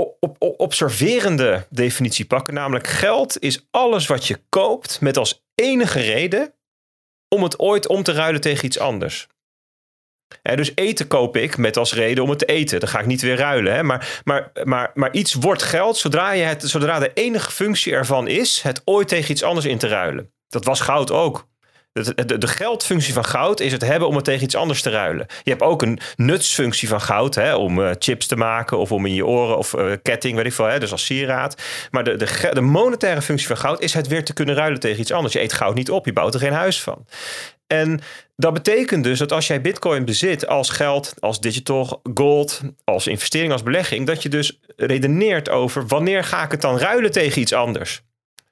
op, op, observerende definitie pakken. Namelijk geld is alles wat je koopt met als enige reden om het ooit om te ruilen tegen iets anders. He, dus eten koop ik met als reden om het te eten. Dan ga ik niet weer ruilen. Hè? Maar, maar, maar, maar iets wordt geld zodra, je het, zodra de enige functie ervan is het ooit tegen iets anders in te ruilen. Dat was goud ook. De, de, de geldfunctie van goud is het hebben om het tegen iets anders te ruilen. Je hebt ook een nutsfunctie van goud, hè, om uh, chips te maken of om in je oren of uh, ketting, weet ik veel, hè, dus als sieraad. Maar de, de, de monetaire functie van goud is het weer te kunnen ruilen tegen iets anders. Je eet goud niet op, je bouwt er geen huis van. En dat betekent dus dat als jij bitcoin bezit als geld, als digital gold, als investering, als belegging, dat je dus redeneert over wanneer ga ik het dan ruilen tegen iets anders?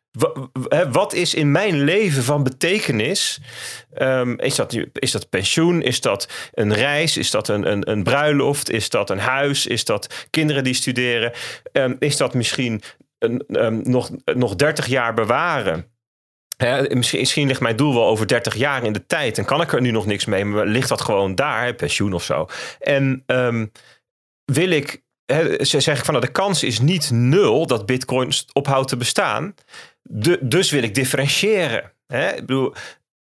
Wat is in mijn leven van betekenis? Um, is, dat, is dat pensioen? Is dat een reis? Is dat een, een, een bruiloft? Is dat een huis? Is dat kinderen die studeren? Um, is dat misschien een, um, nog, nog dertig jaar bewaren? He, misschien, misschien ligt mijn doel wel over dertig jaar in de tijd en kan ik er nu nog niks mee, maar ligt dat gewoon daar, he, pensioen of zo. En um, wil ik, he, zeg ik van nou, de kans is niet nul dat bitcoin ophoudt te bestaan. De, dus wil ik differentiëren. He, ik bedoel,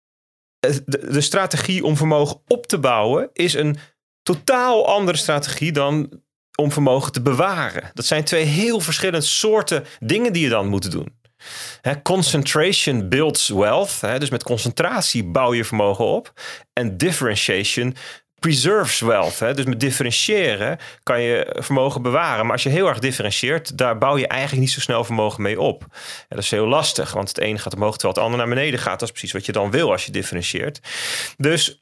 de, de strategie om vermogen op te bouwen is een totaal andere strategie dan om vermogen te bewaren. Dat zijn twee heel verschillende soorten dingen die je dan moet doen. He, concentration builds wealth. He, dus met concentratie bouw je vermogen op. En differentiation preserves wealth. He, dus met differentiëren kan je vermogen bewaren. Maar als je heel erg differentieert, daar bouw je eigenlijk niet zo snel vermogen mee op. En dat is heel lastig, want het ene gaat omhoog terwijl het andere naar beneden gaat. Dat is precies wat je dan wil als je differentieert. Dus,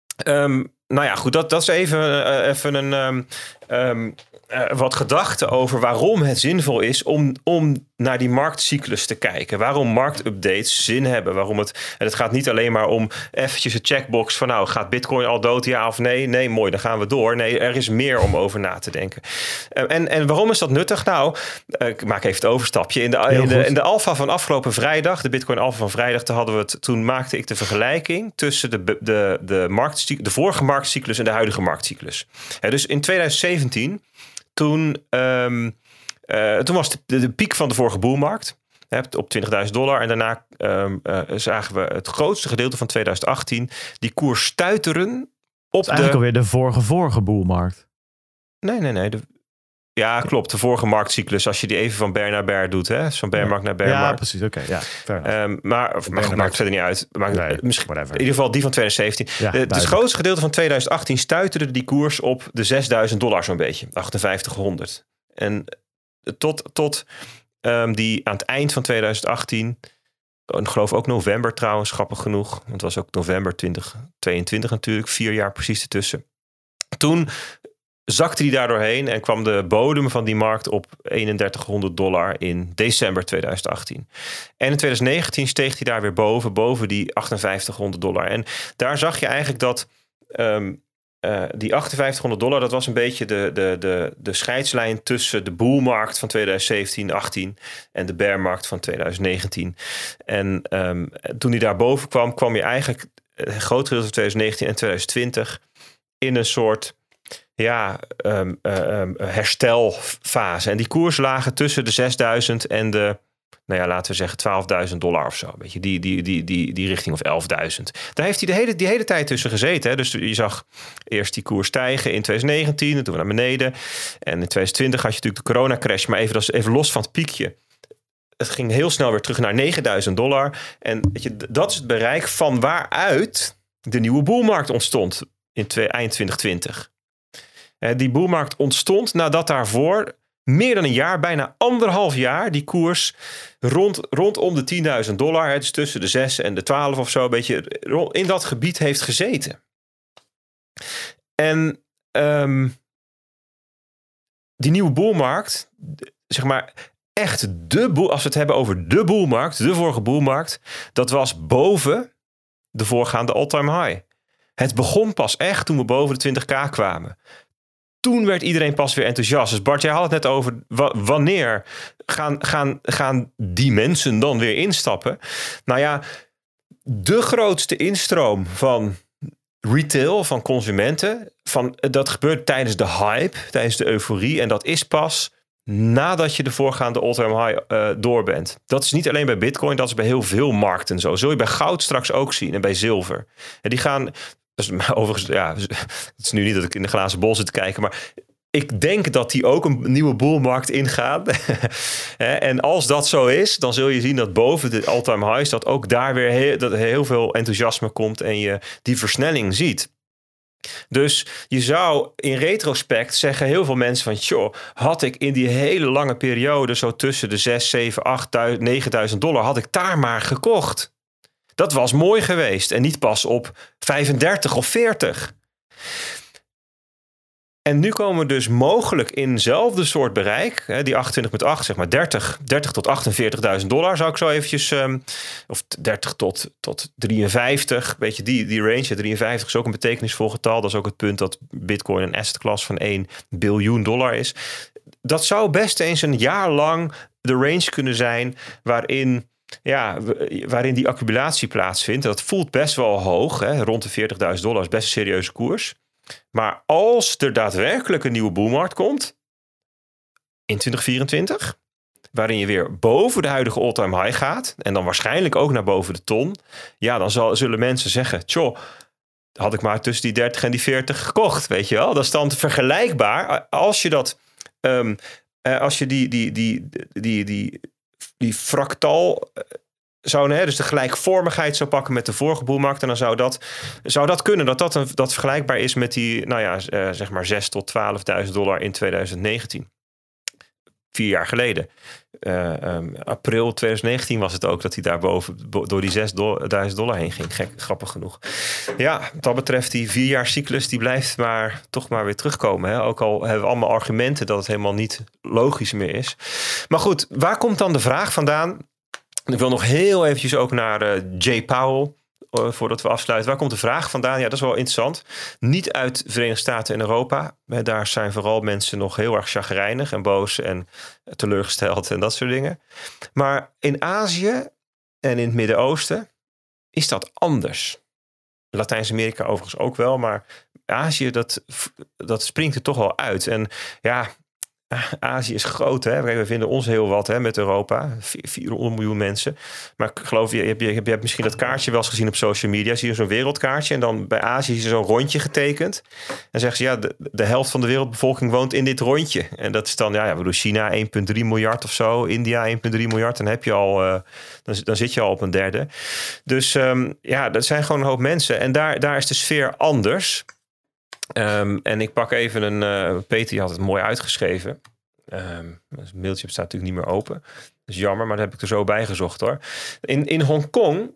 um, nou ja, goed, dat, dat is even, uh, even een... Um, um, Uh, wat gedachten over waarom het zinvol is om, om naar die marktcyclus te kijken. Waarom marktupdates zin hebben. Waarom het, en het gaat niet alleen maar om eventjes een checkbox van nou, gaat bitcoin al dood, ja of nee? Nee, mooi, dan gaan we door. Nee, er is meer om over na te denken. Uh, en, en waarom is dat nuttig? Nou, uh, ik maak even het overstapje. In de, in de, in de alfa van afgelopen vrijdag, de bitcoin alfa van vrijdag, toen, hadden we het, toen maakte ik de vergelijking tussen de, de, de, marktcyclus, de vorige marktcyclus en de huidige marktcyclus. Uh, dus in twintig zeventien... Toen, um, uh, toen was de, de, de piek van de vorige boelmarkt hè, op twintigduizend dollar. En daarna um, uh, zagen we het grootste gedeelte van twintig achttien die koers stuiteren op de... Eigenlijk alweer de vorige vorige boelmarkt. Nee, nee, nee. De, ja, klopt. De vorige marktcyclus. Als je die even van bear naar bear doet. Hè? Van bearmarkt naar bearmarkt. Ja, precies. Oké. Okay, ja, um, maar of, maakt, maakt verder niet uit. Maar, nee, misschien, in ieder geval die van twintig zeventien. Ja, de, het grootste gedeelte van twintig achttien stuiterde die koers op de zesduizend dollar zo'n beetje. achtenvijftighonderd. En tot, tot um, die aan het eind van twintig achttien... Ik geloof ook november trouwens, grappig genoeg. Want het was ook november twintig tweeëntwintig natuurlijk. Vier jaar precies ertussen. Toen zakte die daar doorheen en kwam de bodem van die markt op eenendertighonderd dollar in december twintig achttien. En in twintig negentien steeg hij daar weer boven, boven die achtenvijftighonderd dollar. En daar zag je eigenlijk dat um, uh, die achtenvijftighonderd dollar, dat was een beetje de, de, de, de scheidslijn tussen de boelmarkt van twintig zeventien achttien en de bearmarkt van twintig negentien. En um, toen hij daar boven kwam, kwam je eigenlijk een groot gedeelte van twintig negentien en twintig twintig in een soort ja, um, um, herstelfase. En die koers lagen tussen de zesduizend en de, nou ja, laten we zeggen twaalfduizend dollar of zo. Weet je, die, die, die, die, die richting of elfduizend. Daar heeft hij de hele, die hele tijd tussen gezeten. Hè? Dus je zag eerst die koers stijgen in twintig negentien, en toen naar beneden. En in twintig twintig had je natuurlijk de coronacrash, maar even, dat is even los van het piekje. Het ging heel snel weer terug naar negenduizend dollar. En weet je, dat is het bereik van waaruit de nieuwe boelmarkt ontstond in twee, eind twintig twintig. Die boelmarkt ontstond nadat daarvoor meer dan een jaar, bijna anderhalf jaar, die koers rond, rondom de tienduizend dollar, dus tussen de zes en de twaalf of zo, een beetje in dat gebied heeft gezeten. En um, die nieuwe boelmarkt, zeg maar echt de boel, als we het hebben over de boelmarkt, de vorige boelmarkt, dat was boven de voorgaande all-time high. Het begon pas echt toen we boven de twintig k kwamen. Toen werd iedereen pas weer enthousiast. Dus Bart, jij had het net over w- wanneer gaan, gaan, gaan die mensen dan weer instappen? Nou ja, de grootste instroom van retail, van consumenten, van, dat gebeurt tijdens de hype, tijdens de euforie. En dat is pas nadat je de voorgaande all-time high uh, door bent. Dat is niet alleen bij Bitcoin, dat is bij heel veel markten zo. Zul je bij goud straks ook zien en bij zilver. En die gaan, dus, overigens, ja, het is nu niet dat ik in de glazen bol zit te kijken, maar ik denk dat die ook een nieuwe boelmarkt ingaat. En als dat zo is, dan zul je zien dat boven de all-time highs, dat ook daar weer heel, dat heel veel enthousiasme komt en je die versnelling ziet. Dus je zou in retrospect zeggen heel veel mensen van, joh, had ik in die hele lange periode zo tussen de zes, zeven, acht, negenduizend dollar, had ik daar maar gekocht. Dat was mooi geweest en niet pas op vijfendertig of veertig. En nu komen we dus mogelijk in hetzelfde soort bereik, hè, die achtentwintig komma acht, zeg maar dertig, dertig tot achtenveertigduizend dollar zou ik zo eventjes, um, of dertig tot, tot drieënvijftig, weet je, die, die range, drieënvijftig is ook een betekenisvol getal. Dat is ook het punt dat Bitcoin een asset class van één biljoen dollar is. Dat zou best eens een jaar lang de range kunnen zijn waarin, ja, waarin die accumulatie plaatsvindt. Dat voelt best wel hoog, hè, rond de veertigduizend dollar is best een serieuze koers. Maar als er daadwerkelijk een nieuwe boelmarkt komt in twintig vierentwintig, waarin je weer boven de huidige all-time high gaat en dan waarschijnlijk ook naar boven de ton, ja, dan zal, zullen mensen zeggen, tjoh, had ik maar tussen die dertig en die veertig gekocht, weet je wel. Dat is dan vergelijkbaar als je dat, um, als je die, die, die, die, die, die fractaal zou, hè, dus de gelijkvormigheid zou pakken met de vorige boelmarkt. En dan zou dat, zou dat kunnen, dat dat, een, dat vergelijkbaar is met die, nou ja, uh, zeg maar zes tot twaalfduizend dollar in twintig negentien. Vier jaar geleden. Uh, um, april twintig negentien was het ook dat hij daarboven bo- door die zesduizend dollar heen ging. Gek, grappig genoeg. Ja, wat dat betreft, die vierjaarscyclus, die blijft maar toch maar weer terugkomen. Hè? Ook al hebben we allemaal argumenten dat het helemaal niet logisch meer is. Maar goed, waar komt dan de vraag vandaan? Ik wil nog heel eventjes ook naar uh, Jay Powell, uh, voordat we afsluiten. Waar komt de vraag vandaan? Ja, dat is wel interessant. Niet uit de Verenigde Staten en Europa. Daar zijn vooral mensen nog heel erg chagrijnig en boos en teleurgesteld en dat soort dingen. Maar in Azië en in het Midden-Oosten is dat anders. Latijns-Amerika overigens ook wel, maar Azië, dat, dat springt er toch wel uit. En ja, Azië is groot, hè? We vinden ons heel wat, hè, met Europa. vierhonderd miljoen mensen. Maar ik geloof, je hebt, je hebt misschien dat kaartje wel eens gezien op social media. Zie je zo'n wereldkaartje en dan bij Azië is er zo'n rondje getekend. En zeggen ze, ja, de, de helft van de wereldbevolking woont in dit rondje. En dat is dan, ja, ja we doen China één komma drie miljard of zo. India één komma drie miljard. Dan heb je al, uh, dan, dan zit je al op een derde. Dus um, ja, dat zijn gewoon een hoop mensen. En daar, daar is de sfeer anders. Um, en ik pak even een... Uh, Peter die had het mooi uitgeschreven. Um, het mailtje staat natuurlijk niet meer open. Dat is jammer, maar dat heb ik er zo bij gezocht hoor. In, in Hongkong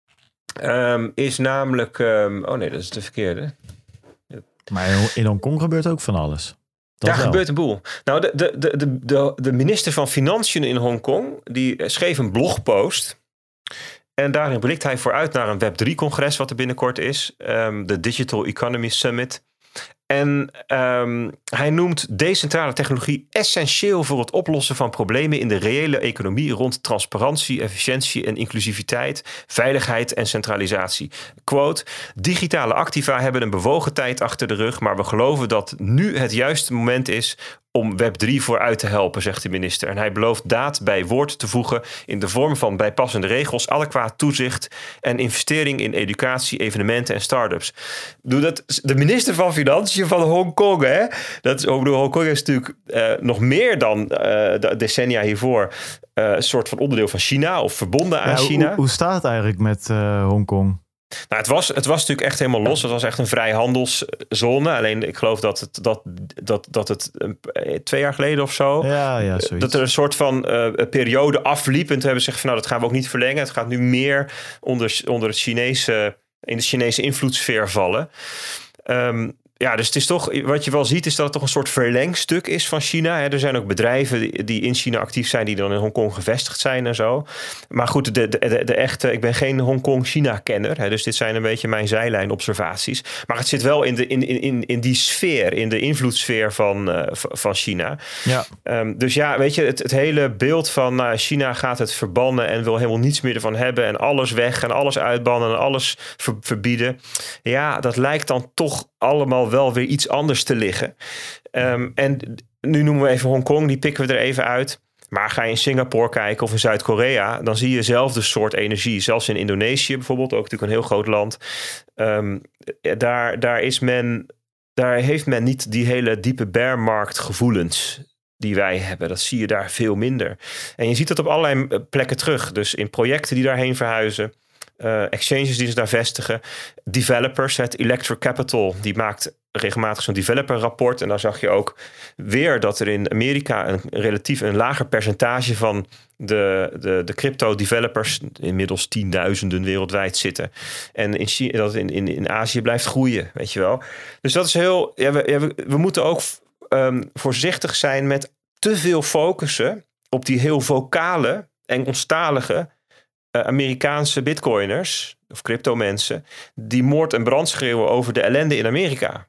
um, is namelijk... Um, oh nee, dat is de verkeerde. Maar in Hongkong gebeurt ook van alles. Daar ja, gebeurt een boel. Nou, de, de, de, de, de minister van Financiën in Hongkong... die schreef een blogpost... En daarin blikt hij vooruit naar een web drie congres... wat er binnenkort is. Um, de Digital Economy Summit. En um, hij noemt decentrale technologie essentieel voor het oplossen van problemen in de reële economie rond transparantie, efficiëntie en inclusiviteit, veiligheid en centralisatie. Quote, digitale activa hebben een bewogen tijd achter de rug, maar we geloven dat nu het juiste moment is om web drie vooruit te helpen, zegt de minister. En hij belooft daad bij woord te voegen in de vorm van bijpassende regels, adequaat toezicht en investering in educatie, evenementen en start-ups. Doe dat, de minister van Financiën van Hongkong, hè? Dat is, Hongkong is natuurlijk uh, nog meer dan uh, de decennia hiervoor uh, een soort van onderdeel van China of verbonden aan ja, China. Hoe, hoe staat het eigenlijk met uh, Hongkong? Nou, het was, het was natuurlijk echt helemaal los. Het was echt een vrijhandelszone. Alleen ik geloof dat het, dat, dat, dat het twee jaar geleden of zo... Ja, ja, zoiets. Dat er een soort van uh, periode afliep. En toen hebben ze gezegd van nou, dat gaan we ook niet verlengen. Het gaat nu meer onder, onder het Chinese, in de Chinese invloedssfeer vallen. Um, Ja, dus het is toch, wat je wel ziet is dat het toch een soort verlengstuk is van China. Hè. Er zijn ook bedrijven die in China actief zijn die dan in Hongkong gevestigd zijn en zo. Maar goed, de, de, de, de echte, ik ben geen Hongkong-China-kenner. Hè, dus dit zijn een beetje mijn zijlijnobservaties. Maar het zit wel in, de, in, in, in die sfeer, in de invloedssfeer van, uh, van China. Ja. Um, dus ja, weet je, het, het hele beeld van uh, China gaat het verbannen en wil helemaal niets meer ervan hebben en alles weg en alles uitbannen en alles ver, verbieden. Ja, dat lijkt dan toch allemaal wel weer iets anders te liggen. Um, en nu noemen we even Hongkong, die pikken we er even uit. Maar ga je in Singapore kijken of in Zuid-Korea, dan zie je zelfde soort energie. Zelfs in Indonesië bijvoorbeeld, ook natuurlijk een heel groot land. Um, daar, daar, is men, daar heeft men niet die hele diepe bearmarktgevoelens die wij hebben. Dat zie je daar veel minder. En je ziet dat op allerlei plekken terug. Dus in projecten die daarheen verhuizen. Uh, exchanges die zich daar vestigen. Developers, het Electric Capital, die maakt regelmatig zo'n developer-rapport. En dan zag je ook weer dat er in Amerika een relatief een lager percentage van de, de, de crypto-developers, inmiddels tienduizenden wereldwijd zitten. En in, China, dat in, in, in Azië blijft groeien, weet je wel. Dus dat is heel... Ja, we, ja, we, we moeten ook um, voorzichtig zijn met te veel focussen op die heel vocale, Engelstalige Uh, Amerikaanse bitcoiners of crypto-mensen die moord en brand schreeuwen over de ellende in Amerika.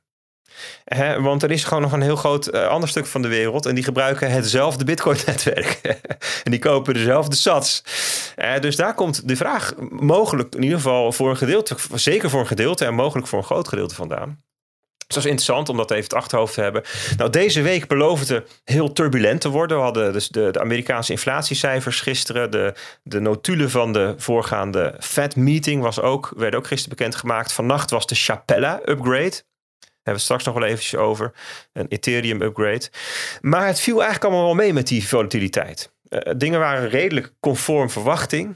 He, want er is gewoon nog een heel groot uh, ander stuk van de wereld en die gebruiken hetzelfde bitcoin-netwerk. En die kopen dezelfde sats. Uh, dus daar komt de vraag mogelijk in ieder geval voor een gedeelte, zeker voor een gedeelte en mogelijk voor een groot gedeelte vandaan. Dus dat is interessant om dat even het achterhoofd te hebben. Nou, deze week belooft het heel turbulent te worden. We hadden dus de, de Amerikaanse inflatiecijfers gisteren. De, de notulen van de voorgaande Fed-meeting was ook, werd ook gisteren bekendgemaakt. Vannacht was de Shapella-upgrade. Daar hebben we het straks nog wel eventjes over. Een Ethereum-upgrade. Maar het viel eigenlijk allemaal wel mee met die volatiliteit. Uh, dingen waren redelijk conform verwachting.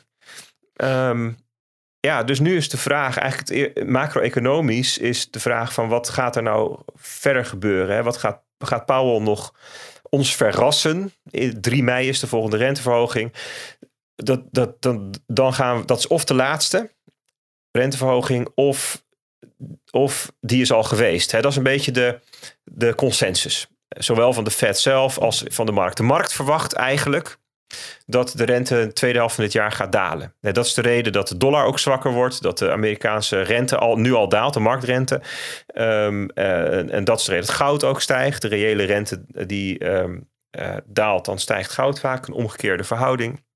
Um, Ja, dus nu is de vraag, eigenlijk het macro-economisch is de vraag van wat gaat er nou verder gebeuren? Hè? Wat gaat, gaat Powell nog ons verrassen? drie mei is de volgende renteverhoging. Dat, dat, dan, dan gaan we, dat is of de laatste renteverhoging of, of die is al geweest. Hè? Dat is een beetje de, de consensus. Zowel van de Fed zelf als van de markt. De markt verwacht eigenlijk dat de rente in de tweede helft van dit jaar gaat dalen. Dat is de reden dat de dollar ook zwakker wordt. Dat de Amerikaanse rente al, nu al daalt, de marktrente. Um, uh, en dat is de reden dat goud ook stijgt. De reële rente die um, uh, daalt, dan stijgt goud vaak. Een omgekeerde verhouding.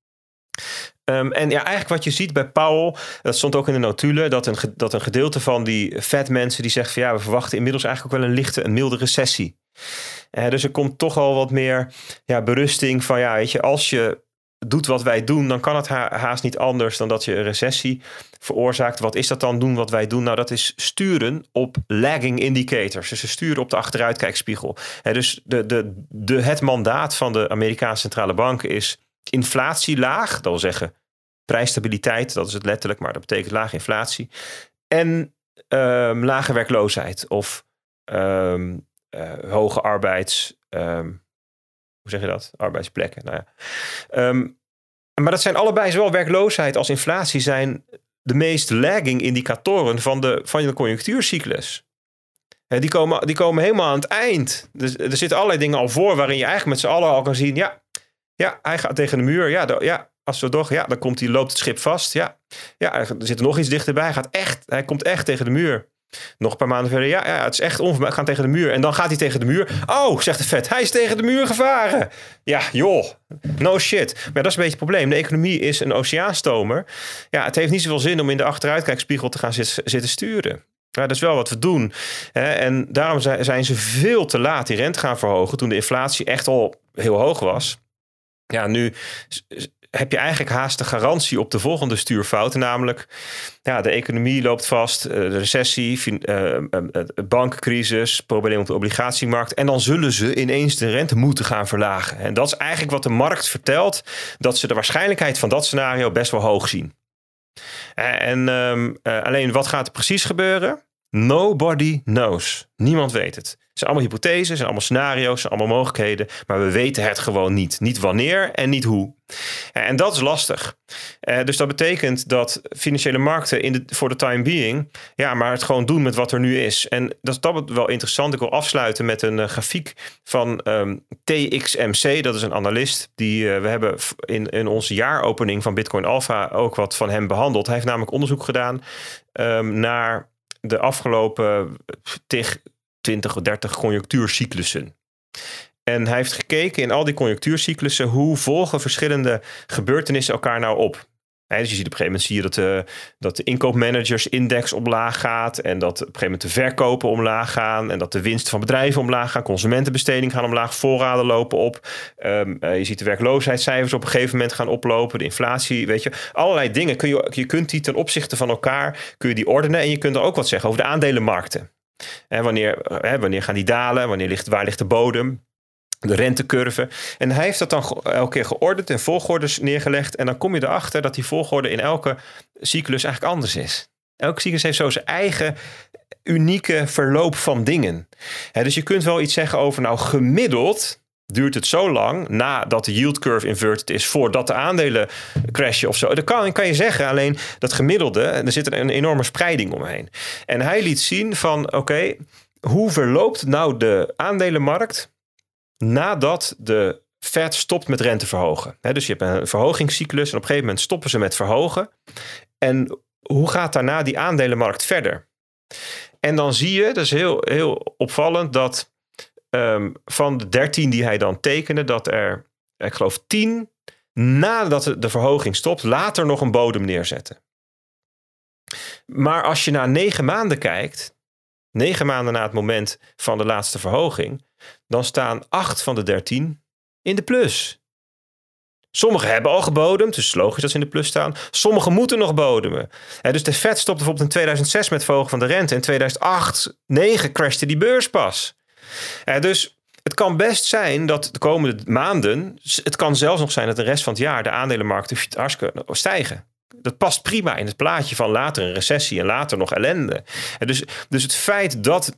Um, en ja, eigenlijk wat je ziet bij Powell, dat stond ook in de notulen, dat een, dat een gedeelte van die Fed-mensen die zegt van ja, we verwachten inmiddels eigenlijk ook wel een lichte, een milde recessie. Uh, dus er komt toch al wat meer ja, berusting van ja, weet je, als je doet wat wij doen, dan kan het ha- haast niet anders dan dat je een recessie veroorzaakt. Wat is dat dan doen wat wij doen? Nou, dat is sturen op lagging indicators. Dus ze sturen op de achteruitkijkspiegel. Uh, dus de, de, de, het mandaat van de Amerikaanse centrale bank is inflatie laag, dat wil zeggen prijsstabiliteit, dat is het letterlijk, maar dat betekent lage inflatie. En um, lage werkloosheid of um, uh, hoge arbeids... Um, hoe zeg je dat? Arbeidsplekken. Nou ja. um, maar dat zijn allebei, zowel werkloosheid als inflatie, zijn de meest lagging indicatoren van de, van de conjunctuurcyclus. Uh, die, komen, die komen helemaal aan het eind. Dus, er zitten allerlei dingen al voor waarin je eigenlijk met z'n allen al kan zien, ja, ja hij gaat tegen de muur. Ja, de, ja als we toch, ja, dan komt hij, loopt het schip vast. Ja, ja, er zit er nog iets dichterbij. Hij, gaat echt, hij komt echt tegen de muur. Nog een paar maanden verder. Ja, ja het is echt onvermijdelijk. Gaan tegen de muur. En dan gaat hij tegen de muur. Oh, zegt de Fed. Hij is tegen de muur gevaren. Ja, joh. No shit. Maar dat is een beetje het probleem. De economie is een oceaanstomer. Ja, het heeft niet zoveel zin om in de achteruitkijkspiegel te gaan zit, zitten sturen. Ja, dat is wel wat we doen. En daarom zijn ze veel te laat die rente gaan verhogen toen de inflatie echt al heel hoog was. Ja, nu heb je eigenlijk haast de garantie op de volgende stuurfout. Namelijk, ja, de economie loopt vast, de recessie, uh, bankencrisis, probleem op de obligatiemarkt. En dan zullen ze ineens de rente moeten gaan verlagen. En dat is eigenlijk wat de markt vertelt, dat ze de waarschijnlijkheid van dat scenario best wel hoog zien. En um, uh, alleen, wat gaat er precies gebeuren? Nobody knows. Niemand weet het. Het zijn allemaal hypotheses, zijn allemaal scenario's, zijn allemaal mogelijkheden. Maar we weten het gewoon niet. Niet wanneer en niet hoe. En dat is lastig. Uh, dus dat betekent dat financiële markten in de, voor de time being, ja, maar het gewoon doen met wat er nu is. En dat is dat wel interessant. Ik wil afsluiten met een uh, grafiek van um, T X M C. Dat is een analist. Die uh, we hebben in, in onze jaaropening van Bitcoin Alpha ook wat van hem behandeld. Hij heeft namelijk onderzoek gedaan um, naar de afgelopen tig, twintig of dertig conjunctuurcyclussen. En hij heeft gekeken in al die conjunctuurcyclussen hoe volgen verschillende gebeurtenissen elkaar nou op. He, dus je ziet op een gegeven moment zie je dat de, dat de inkoopmanagersindex omlaag gaat. En dat op een gegeven moment de verkopen omlaag gaan. En dat de winsten van bedrijven omlaag gaan. Consumentenbesteding gaan omlaag. Voorraden lopen op. Um, uh, je ziet de werkloosheidscijfers op een gegeven moment gaan oplopen. De inflatie, weet je. Allerlei dingen. Kun je, je kunt die ten opzichte van elkaar kun je die ordenen. En je kunt er ook wat zeggen over de aandelenmarkten. En wanneer, hè, wanneer gaan die dalen? Wanneer ligt, waar ligt de bodem? De rentecurve. En hij heeft dat dan elke keer geordend en volgordes neergelegd. En dan kom je erachter dat die volgorde in elke cyclus eigenlijk anders is. Elke cyclus heeft zo zijn eigen unieke verloop van dingen. He, dus je kunt wel iets zeggen over, nou gemiddeld duurt het zo lang nadat de yield curve inverted is voordat de aandelen crashen of zo. Dat kan, kan je zeggen, alleen dat gemiddelde, er zit er een enorme spreiding omheen. En hij liet zien van, oké, okay, hoe verloopt nou de aandelenmarkt nadat de Fed stopt met rente verhogen? He, dus je hebt een verhogingscyclus en op een gegeven moment stoppen ze met verhogen. En hoe gaat daarna die aandelenmarkt verder? En dan zie je, dat is heel, heel opvallend, dat um, van de dertien die hij dan tekende, dat er, ik geloof tien, nadat de verhoging stopt, later nog een bodem neerzetten. Maar als je naar negen maanden kijkt, negen maanden na het moment van de laatste verhoging, dan staan acht van de dertien in de plus. Sommigen hebben al gebodemd, dus het is logisch dat ze in de plus staan. Sommigen moeten nog bodemen. En dus de Fed stopte bijvoorbeeld in tweeduizend zes met verhogen van de rente. In tweeduizend acht, negen crashte die beurs pas. En dus het kan best zijn dat de komende maanden, het kan zelfs nog zijn dat de rest van het jaar de aandelenmarkten hartstikke stijgen. Dat past prima in het plaatje van later een recessie en later nog ellende. En dus, dus het feit dat,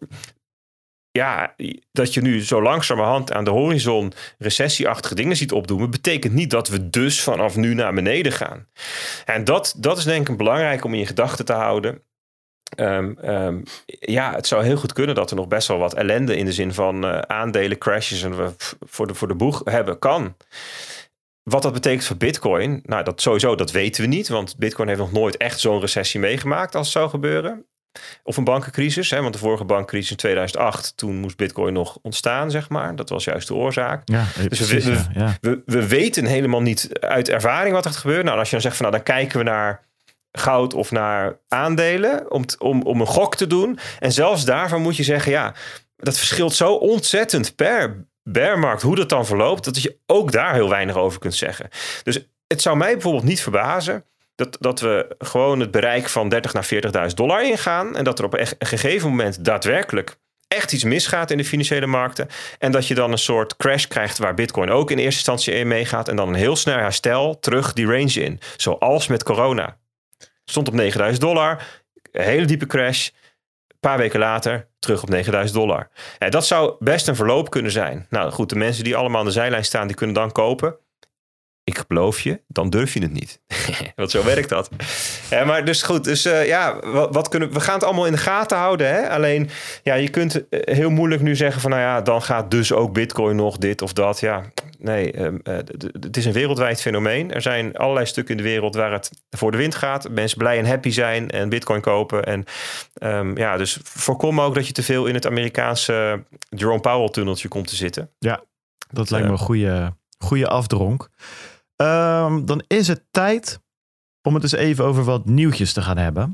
ja, dat je nu zo langzamerhand aan de horizon recessieachtige dingen ziet opdoemen, betekent niet dat we dus vanaf nu naar beneden gaan. En dat, dat is denk ik belangrijk om in je gedachten te houden. Um, um, ja, het zou heel goed kunnen dat er nog best wel wat ellende in de zin van uh, aandelen, crashes en we voor de, voor de boeg hebben kan. Wat dat betekent voor Bitcoin, nou dat sowieso, dat weten we niet. Want Bitcoin heeft nog nooit echt zo'n recessie meegemaakt als het zou gebeuren. Of een bankencrisis, hè, want de vorige bankencrisis in tweeduizend acht, toen moest Bitcoin nog ontstaan, zeg maar. Dat was juist de oorzaak. Ja, dus precies, we, we, ja. we, we weten helemaal niet uit ervaring wat er gaat gebeuren. Nou, als je dan zegt van, nou, dan kijken we naar goud of naar aandelen om, om, om een gok te doen. En zelfs daarvan moet je zeggen, ja, dat verschilt zo ontzettend per bearmarkt, hoe dat dan verloopt, dat je ook daar heel weinig over kunt zeggen. Dus het zou mij bijvoorbeeld niet verbazen dat, dat we gewoon het bereik van dertig naar veertigduizend dollar ingaan en dat er op een gegeven moment daadwerkelijk echt iets misgaat in de financiële markten en dat je dan een soort crash krijgt waar Bitcoin ook in eerste instantie in meegaat en dan een heel snel herstel terug die range in. Zoals met corona. Stond op negenduizend dollar, een hele diepe crash. Een paar weken later terug op negenduizend dollar. Ja, dat zou best een verloop kunnen zijn. Nou goed, de mensen die allemaal aan de zijlijn staan, die kunnen dan kopen. Ik beloof je, dan durf je het niet. Want zo werkt dat. Ja, maar dus goed, dus uh, ja, wat, wat kunnen we gaan het allemaal in de gaten houden. Hè? Alleen, ja, je kunt heel moeilijk nu zeggen van, nou ja, dan gaat dus ook Bitcoin nog dit of dat. Ja, nee, uh, uh, het is een wereldwijd fenomeen. Er zijn allerlei stukken in de wereld waar het voor de wind gaat. Mensen blij en happy zijn en Bitcoin kopen. En um, ja, dus voorkom ook dat je te veel in het Amerikaanse Jerome Powell tunneltje komt te zitten. Ja, dat lijkt me een goede, goede afdronk. Um, dan is het tijd om het eens even over wat nieuwtjes te gaan hebben.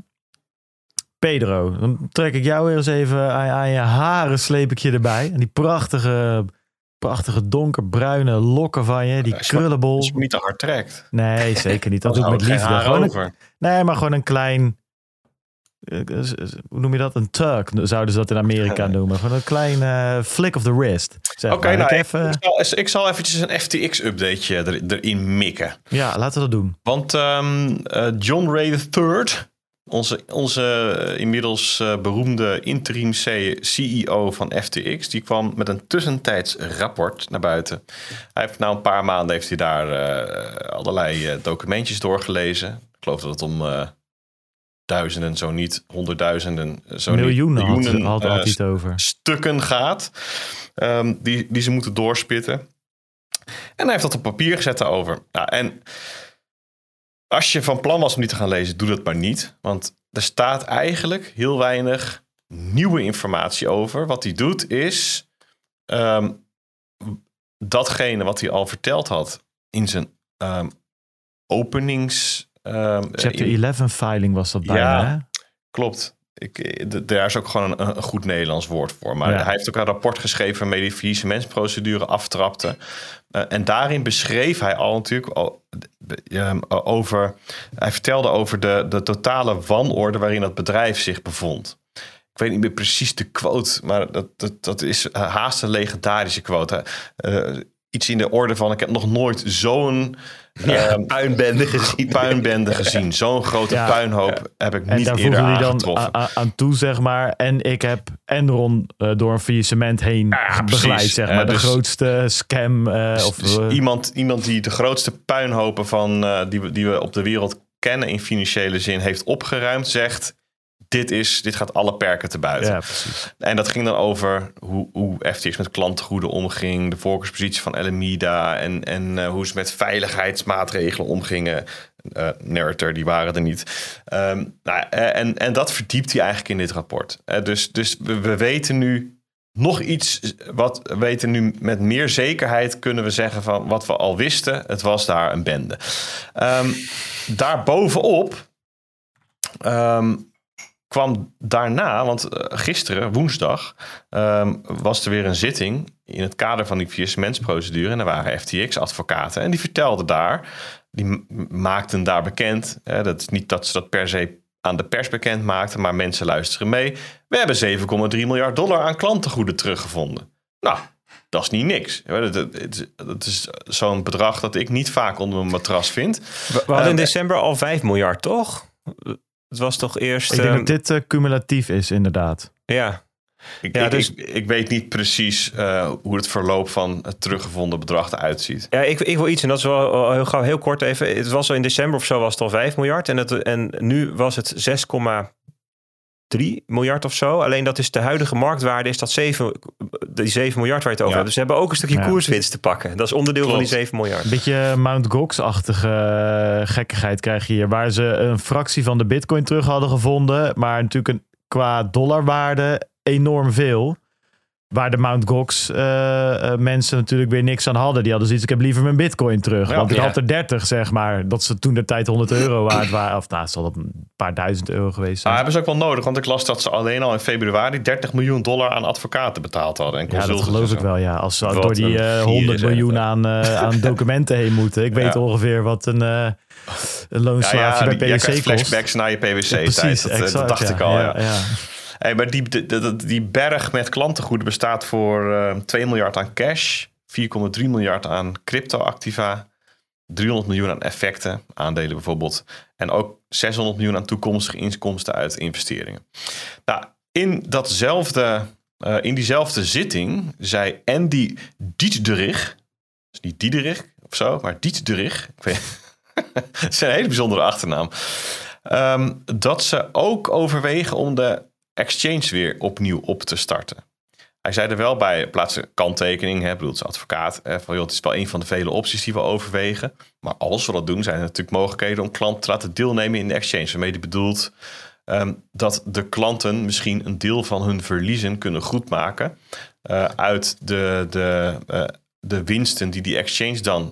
Pedro, dan trek ik jou weer eens even aan, aan je haren, sleep ik je erbij. En die prachtige, prachtige donkerbruine lokken van je, die ja, krullenbol. Als je hem niet te hard trekt. Nee, zeker niet. Dat doe ik met liefde. Gewoon een, nee, maar gewoon een klein, hoe noem je dat? Een tuck zouden ze dat in Amerika noemen. Gewoon een klein uh, flick of the wrist. Oké, okay, nou, ik, even... ik, zal, ik zal eventjes een F T X-updateje er, erin mikken. Ja, laten we dat doen. Want um, uh, John Ray de derde, onze, onze uh, inmiddels uh, beroemde interim C E O van F T X, die kwam met een tussentijds rapport naar buiten. Hij heeft nou een paar maanden heeft hij daar uh, allerlei uh, documentjes doorgelezen. Ik geloof dat het om Uh, duizenden, zo niet honderdduizenden, zo miljoenen, niet miljoenen had, had, had uh, het over. stukken gaat, um, die, die ze moeten doorspitten. En hij heeft dat op papier gezet daarover. Nou, en als je van plan was om die te gaan lezen, doe dat maar niet. Want er staat eigenlijk heel weinig nieuwe informatie over. Wat hij doet is um, datgene wat hij al verteld had in zijn um, openings Uh, Chapter elf filing was dat bijna, ja, hè? Klopt. Ik, daar is ook gewoon een, een goed Nederlands woord voor. Maar ja. hij heeft ook een rapport geschreven waarmee hij de faillissementsprocedure aftrapte. Uh, en daarin beschreef hij al natuurlijk al, uh, over... Hij vertelde over de, de totale wanorde waarin dat bedrijf zich bevond. Ik weet niet meer precies de quote, maar dat, dat, dat is haast een legendarische quote. Uh, iets in de orde van, ik heb nog nooit zo'n... Ja, um, puinbende gezien. Puinbende gezien. Zo'n grote ja, puinhoop ja. heb ik en niet eerder aangetroffen. En daar aan toe, zeg maar. En ik heb Enron uh, door een faillissement heen ja, begeleid, zeg maar. Uh, dus, de grootste scam. Uh, dus, of, dus uh, iemand, iemand die de grootste puinhopen van, uh, die, we, die we op de wereld kennen in financiële zin heeft opgeruimd, zegt... Dit, is, dit gaat alle perken te buiten. Ja, precies. En dat ging dan over hoe, hoe F T X met klantengoeden omging. De voorkeurspositie van Alameda. En, en uh, hoe ze met veiligheidsmaatregelen omgingen. Uh, Narrator, die waren er niet. Um, nou, en, en dat verdiept hij eigenlijk in dit rapport. Uh, dus dus we, we weten nu nog iets. Wat we weten nu met meer zekerheid kunnen we zeggen van wat we al wisten. Het was daar een bende. Um, daarbovenop... Um, kwam daarna, want gisteren, woensdag, um, was er weer een zitting in het kader van die faillissementsprocedure. En er waren F T X-advocaten en die vertelden daar, die maakten daar bekend. Hè, dat is niet dat ze dat per se aan de pers bekend maakten, maar mensen luisteren mee. We hebben zeven komma drie miljard dollar aan klantengoeden teruggevonden. Nou, dat is niet niks. Dat is zo'n bedrag dat ik niet vaak onder mijn matras vind. We hadden in um, december al vijf miljard, toch? Het was toch eerst... Ik denk um, dat dit uh, cumulatief is, inderdaad. Ja. Ik, ja, ik, dus, ik, ik weet niet precies uh, hoe het verloop van het teruggevonden bedrag eruit ziet. Ja, ik, ik wil iets, en dat is wel heel gauw, heel kort even. Het was al in december of zo was het al vijf miljard. En, het, en nu was het zes komma drie miljard of zo. Alleen dat is de huidige marktwaarde, is dat zeven, die zeven miljard waar je het over ja. hebt. Dus ze hebben ook een stukje ja. koerswinst te pakken. Dat is onderdeel Klopt. van die zeven miljard. Een beetje Mount Gox-achtige gekkigheid krijg je hier. Waar ze een fractie van de bitcoin terug hadden gevonden. Maar natuurlijk een, qua dollarwaarde enorm veel. Waar de Mount Gox uh, uh, mensen natuurlijk weer niks aan hadden. Die hadden zoiets, ik heb liever mijn bitcoin terug. Ja, want ik ja. had er dertig, zeg maar. Dat ze toen de tijd honderd euro waard waren. Of nou, het zal dat een paar duizend euro geweest zijn. Ah, hebben ze ook wel nodig. Want ik las dat ze alleen al in februari dertig miljoen dollar aan advocaten betaald hadden. En ja, dat geloof ik wel, ja. Als ze wat door die uh, honderd miljoen aan, uh, aan documenten heen moeten. Ik weet ja. ongeveer wat een, uh, een loonslaafje ja, ja, bij P W C kost. Flashbacks naar je P W C-tijd. Ja, dat, exact, dat dacht ja. ik al, ja. ja. ja. Hey, maar die, die, die berg met klantengoeden bestaat voor uh, twee miljard aan cash, vier komma drie miljard aan cryptoactiva, driehonderd miljoen aan effecten, aandelen bijvoorbeeld, en ook zeshonderd miljoen aan toekomstige inkomsten uit investeringen. Nou, in datzelfde, uh, in diezelfde zitting zei Andy Dietderich, dus niet Diederich of zo, maar Dietderich, ik weet, het is een hele bijzondere achternaam, um, dat ze ook overwegen om de exchange weer opnieuw op te starten. Hij zei er wel bij, plaatsen kanttekening, hè, bedoelt zijn advocaat, hè, van joh, het is wel een van de vele opties die we overwegen. Maar als we dat doen, zijn er natuurlijk mogelijkheden om klanten te laten deelnemen in de exchange. Waarmee die bedoelt um, dat de klanten misschien een deel van hun verliezen kunnen goedmaken uh, uit de, de, uh, de winsten die die exchange dan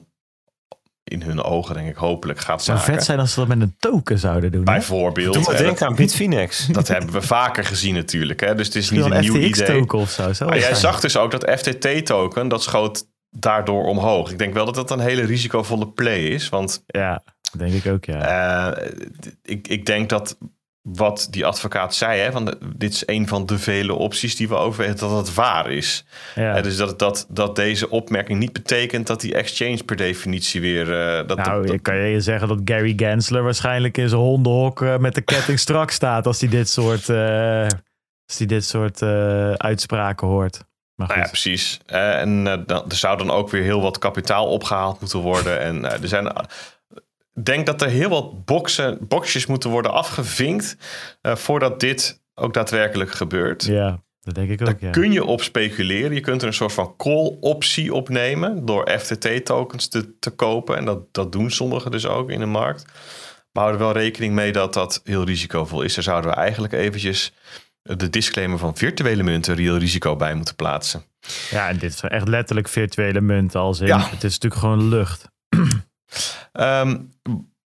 in hun ogen, denk ik, hopelijk gaat zou maken. Vet zijn als ze dat met een token zouden doen. Bijvoorbeeld. Doe maar denken aan Bitfinex. Dat hebben we vaker gezien natuurlijk. Hè? Dus het is niet een, een nieuw idee. F T X-token of zo. zo maar jij zag dus ook dat F T T-token, dat schoot daardoor omhoog. Ik denk wel dat dat een hele risicovolle play is. Want ja, denk ik ook, ja. Uh, ik, ik denk dat wat die advocaat zei, hè, van de, dit is een van de vele opties die we overwegen, dat het waar is. Ja. Uh, dus dat, dat, dat deze opmerking niet betekent dat die exchange per definitie weer... Uh, dat, nou, dat, dat, kan je zeggen dat Gary Gensler waarschijnlijk in zijn hondenhok uh, met de ketting strak staat als hij dit soort, uh, als hij dit soort uh, uitspraken hoort. Maar nou ja, precies. Uh, en uh, dan, er zou dan ook weer heel wat kapitaal opgehaald moeten worden. En uh, er zijn... Uh, Ik denk dat er heel wat boxen, boxjes moeten worden afgevinkt uh, voordat dit ook daadwerkelijk gebeurt. Ja, dat denk ik ook. Daar ja. kun je op speculeren. Je kunt er een soort van call-optie op nemen door F T T-tokens te, te kopen. En dat, dat doen sommigen dus ook in de markt. Maar hou er wel rekening mee dat dat heel risicovol is. Daar zouden we eigenlijk eventjes de disclaimer van virtuele munten reëel risico bij moeten plaatsen. Ja, en dit is echt letterlijk virtuele munten als in. Ja. Het is natuurlijk gewoon lucht. Um,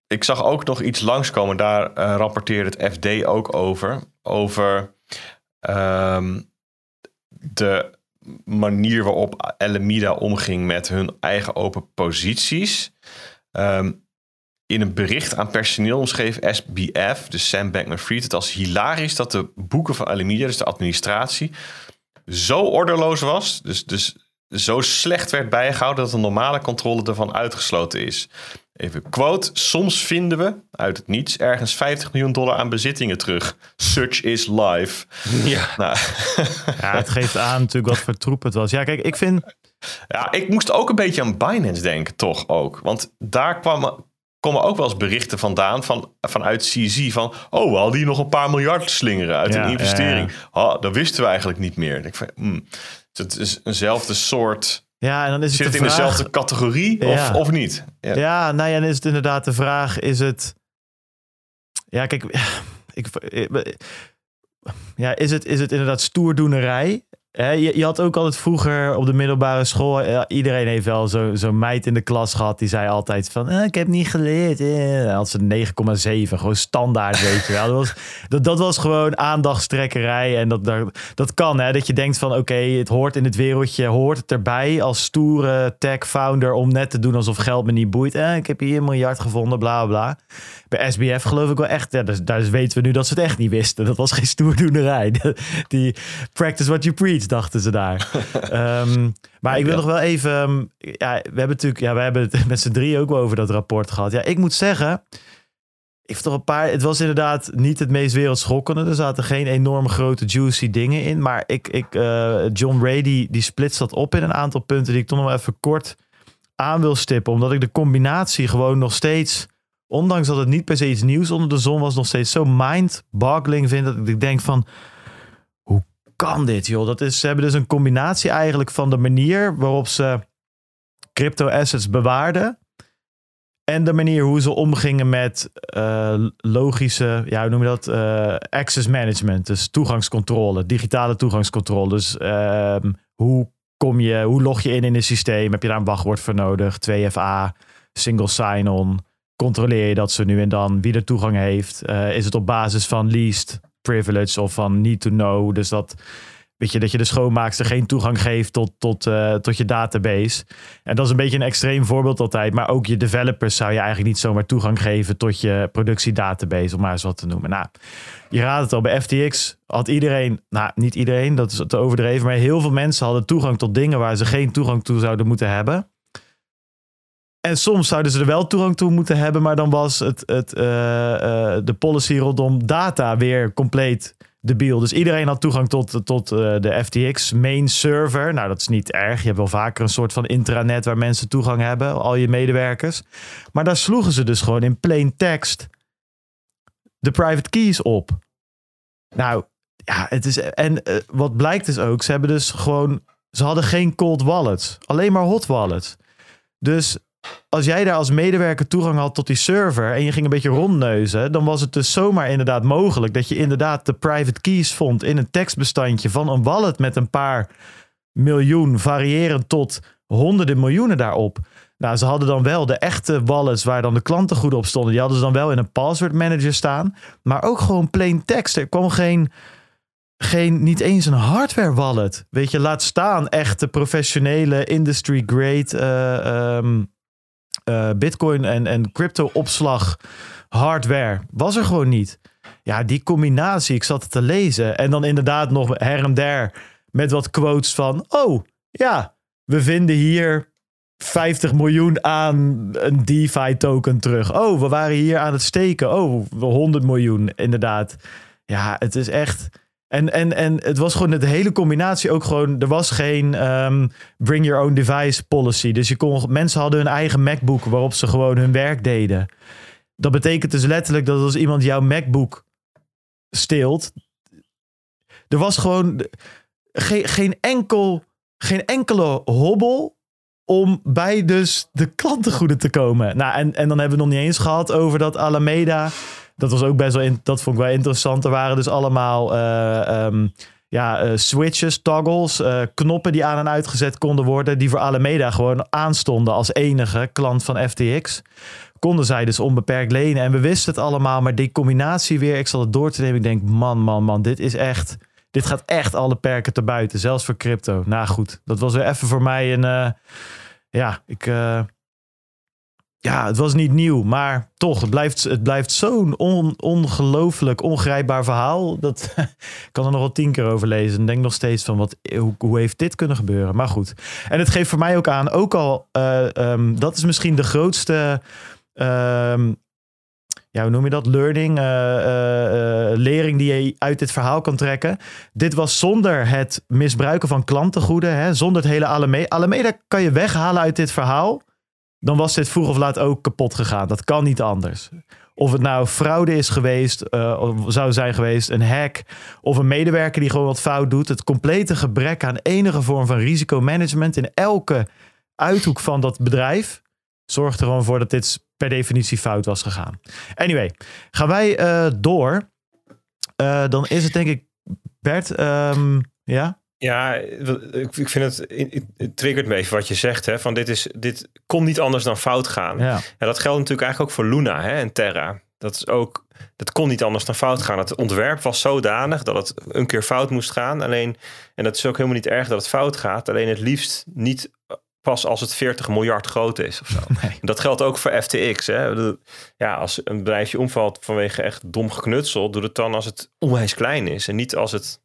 ik zag ook nog iets langskomen. Daar uh, rapporteerde het F D ook over. Over um, de manier waarop Alameda omging met hun eigen open posities. Um, in een bericht aan personeel omschreef S B F, dus Sam Bankman-Fried, het als hilarisch dat de boeken van Alameda, dus de administratie, zo ordeloos was, dus, dus zo slecht werd bijgehouden dat een normale controle ervan uitgesloten is. Even quote, soms vinden we uit het niets ergens vijftig miljoen dollar aan bezittingen terug. Such is life. Ja, nou. Ja, het geeft aan natuurlijk wat voor troep het was. Ja, kijk, ik vind... Ja, ik moest ook een beetje aan Binance denken, toch ook. Want daar kwam... komen ook wel eens berichten vandaan van, vanuit C Z van... oh, we hadden hier nog een paar miljard slingeren uit ja, een investering. Ja, ja. Oh, dat wisten we eigenlijk niet meer. Ik vind, mm, het is eenzelfde soort... Ja, en dan is het Zit het de in vraag, dezelfde categorie of, ja. of niet? Ja. ja, nou ja, dan is het inderdaad de vraag... is het... Ja, kijk... Ik, ja, is het, is het inderdaad stoerdoenerij... He, je, je had ook altijd vroeger op de middelbare school... Ja, iedereen heeft wel zo'n zo meid in de klas gehad... die zei altijd van... Eh, ik heb niet geleerd. Eh. Dan had ze negen komma zeven. Gewoon standaard, weet je wel. Dat was, dat, dat was gewoon aandachtstrekkerij. En dat, dat, dat kan, hè. Dat je denkt van... oké, okay, het hoort in het wereldje... hoort het erbij als stoere tech-founder... om net te doen alsof geld me niet boeit. Eh, ik heb hier een miljard gevonden, bla, bla. Bij S B F geloof ik wel echt... Ja, dus, daar weten we nu dat ze het echt niet wisten. Dat was geen stoerdoenerij. Die practice what you preach, dachten ze daar. um, maar ik wil ja. nog wel even... Ja, we hebben natuurlijk... Ja, we hebben het met z'n drie ook wel over dat rapport gehad. Ja, ik moet zeggen... Ik heb toch een paar... Het was inderdaad niet het meest wereldschokkende. Er zaten geen enorm grote juicy dingen in. Maar ik, ik, uh, John Ray die, die splitst dat op in een aantal punten... die ik toch nog wel even kort aan wil stippen. Omdat ik de combinatie gewoon nog steeds... ondanks dat het niet per se iets nieuws onder de zon was... nog steeds zo mind-boggling vind... dat ik denk van... hoe kan dit, joh? Dat is, ze hebben dus een combinatie eigenlijk van de manier... waarop ze crypto-assets bewaarden... en de manier hoe ze omgingen met uh, logische... ja, hoe noem je dat? Uh, access management, dus toegangscontrole... digitale toegangscontrole. Dus uh, hoe, kom je, hoe log je in in een systeem? Heb je daar een wachtwoord voor nodig? twee F A, single sign-on... controleer je dat ze nu en dan wie er toegang heeft? Uh, is het op basis van least privilege of van need to know? Dus dat, weet je, dat je de schoonmaakster geen toegang geeft tot, tot, uh, tot je database. En dat is een beetje een extreem voorbeeld altijd. Maar ook je developers zou je eigenlijk niet zomaar toegang geven tot je productiedatabase, om maar eens wat te noemen. Nou, je raadt het al, bij F T X had iedereen, nou niet iedereen, dat is te overdreven, maar heel veel mensen hadden toegang tot dingen waar ze geen toegang toe zouden moeten hebben. En soms zouden ze er wel toegang toe moeten hebben, maar dan was het, het, uh, uh, de policy rondom data weer compleet debiel. Dus iedereen had toegang tot, tot uh, de F T X main server. Nou, dat is niet erg. Je hebt wel vaker een soort van intranet waar mensen toegang hebben, al je medewerkers. Maar daar sloegen ze dus gewoon in plain text de private keys op. Nou, ja, het is... En uh, wat blijkt dus ook, ze hebben dus gewoon... Ze hadden geen cold wallets, alleen maar hot wallets. Dus als jij daar als medewerker toegang had tot die server en je ging een beetje rondneuzen, dan was het dus zomaar inderdaad mogelijk dat je inderdaad de private keys vond in een tekstbestandje van een wallet met een paar miljoen, variërend tot honderden miljoenen daarop. Nou, ze hadden dan wel de echte wallets waar dan de klantengoeden op stonden. Die hadden ze dan wel in een password manager staan, maar ook gewoon plain tekst. Er kwam geen... Geen, niet eens een hardware wallet. Weet je, laat staan echte professionele industry grade uh, um, uh, bitcoin en, en crypto opslag hardware. Was er gewoon niet. Ja, die combinatie, ik zat het te lezen. En dan inderdaad nog her en der met wat quotes van... Oh, ja, we vinden hier vijftig miljoen aan een DeFi token terug. Oh, we waren hier aan het steken. Oh, honderd miljoen, inderdaad. Ja, het is echt... En, en, en het was gewoon de hele combinatie ook gewoon... Er was geen um, bring your own device policy. Dus je kon, mensen hadden hun eigen MacBook waarop ze gewoon hun werk deden. Dat betekent dus letterlijk dat als iemand jouw MacBook steelt... Er was gewoon geen, geen, enkel, geen enkele hobbel om bij dus de klantengoeden te komen. Nou, en, en dan hebben we het nog niet eens gehad over dat Alameda... Dat was ook best wel, in, dat vond ik wel interessant. Er waren dus allemaal uh, um, ja, uh, switches, toggles, uh, knoppen die aan en uitgezet konden worden, die voor Alameda gewoon aanstonden als enige klant van F T X. Konden zij dus onbeperkt lenen. En we wisten het allemaal, maar die combinatie weer, ik zal het door te nemen. Ik denk, man, man, man, dit is echt, dit gaat echt alle perken te buiten. Zelfs voor crypto. Nou goed, dat was weer even voor mij een, uh, ja, ik... Uh, Ja, het was niet nieuw, maar toch, het blijft, het blijft zo'n on, ongelooflijk ongrijpbaar verhaal. Dat ik kan er nog wel tien keer over lezen en denk nog steeds van, wat, hoe, hoe heeft dit kunnen gebeuren? Maar goed, en het geeft voor mij ook aan, ook al, uh, um, dat is misschien de grootste, um, ja, hoe noem je dat, learning, uh, uh, uh, lering die je uit dit verhaal kan trekken. Dit was zonder het misbruiken van klantengoeden, hè, zonder het hele Alameda. Alameda kan je weghalen uit dit verhaal. Dan was dit vroeg of laat ook kapot gegaan. Dat kan niet anders. Of het nou fraude is geweest, uh, of zou zijn geweest, een hack, of een medewerker die gewoon wat fout doet. Het complete gebrek aan enige vorm van risicomanagement in elke uithoek van dat bedrijf zorgt er gewoon voor dat dit per definitie fout was gegaan. Anyway, gaan wij uh, door. Uh, dan is het denk ik, Bert, um, ja... Ja, ik vind het, het triggert me even wat je zegt. Hè, van dit, is, dit kon niet anders dan fout gaan. Ja. En dat geldt natuurlijk eigenlijk ook voor Luna, hè, en Terra. Dat is ook, dat kon niet anders dan fout gaan. Het ontwerp was zodanig dat het een keer fout moest gaan. Alleen, en dat is ook helemaal niet erg dat het fout gaat. Alleen het liefst niet pas als het veertig miljard groot is of zo. Nee. Dat geldt ook voor F T X. Hè. Ja, als een bedrijfje omvalt vanwege echt dom geknutsel, doe het dan als het onwijs klein is. En niet als het...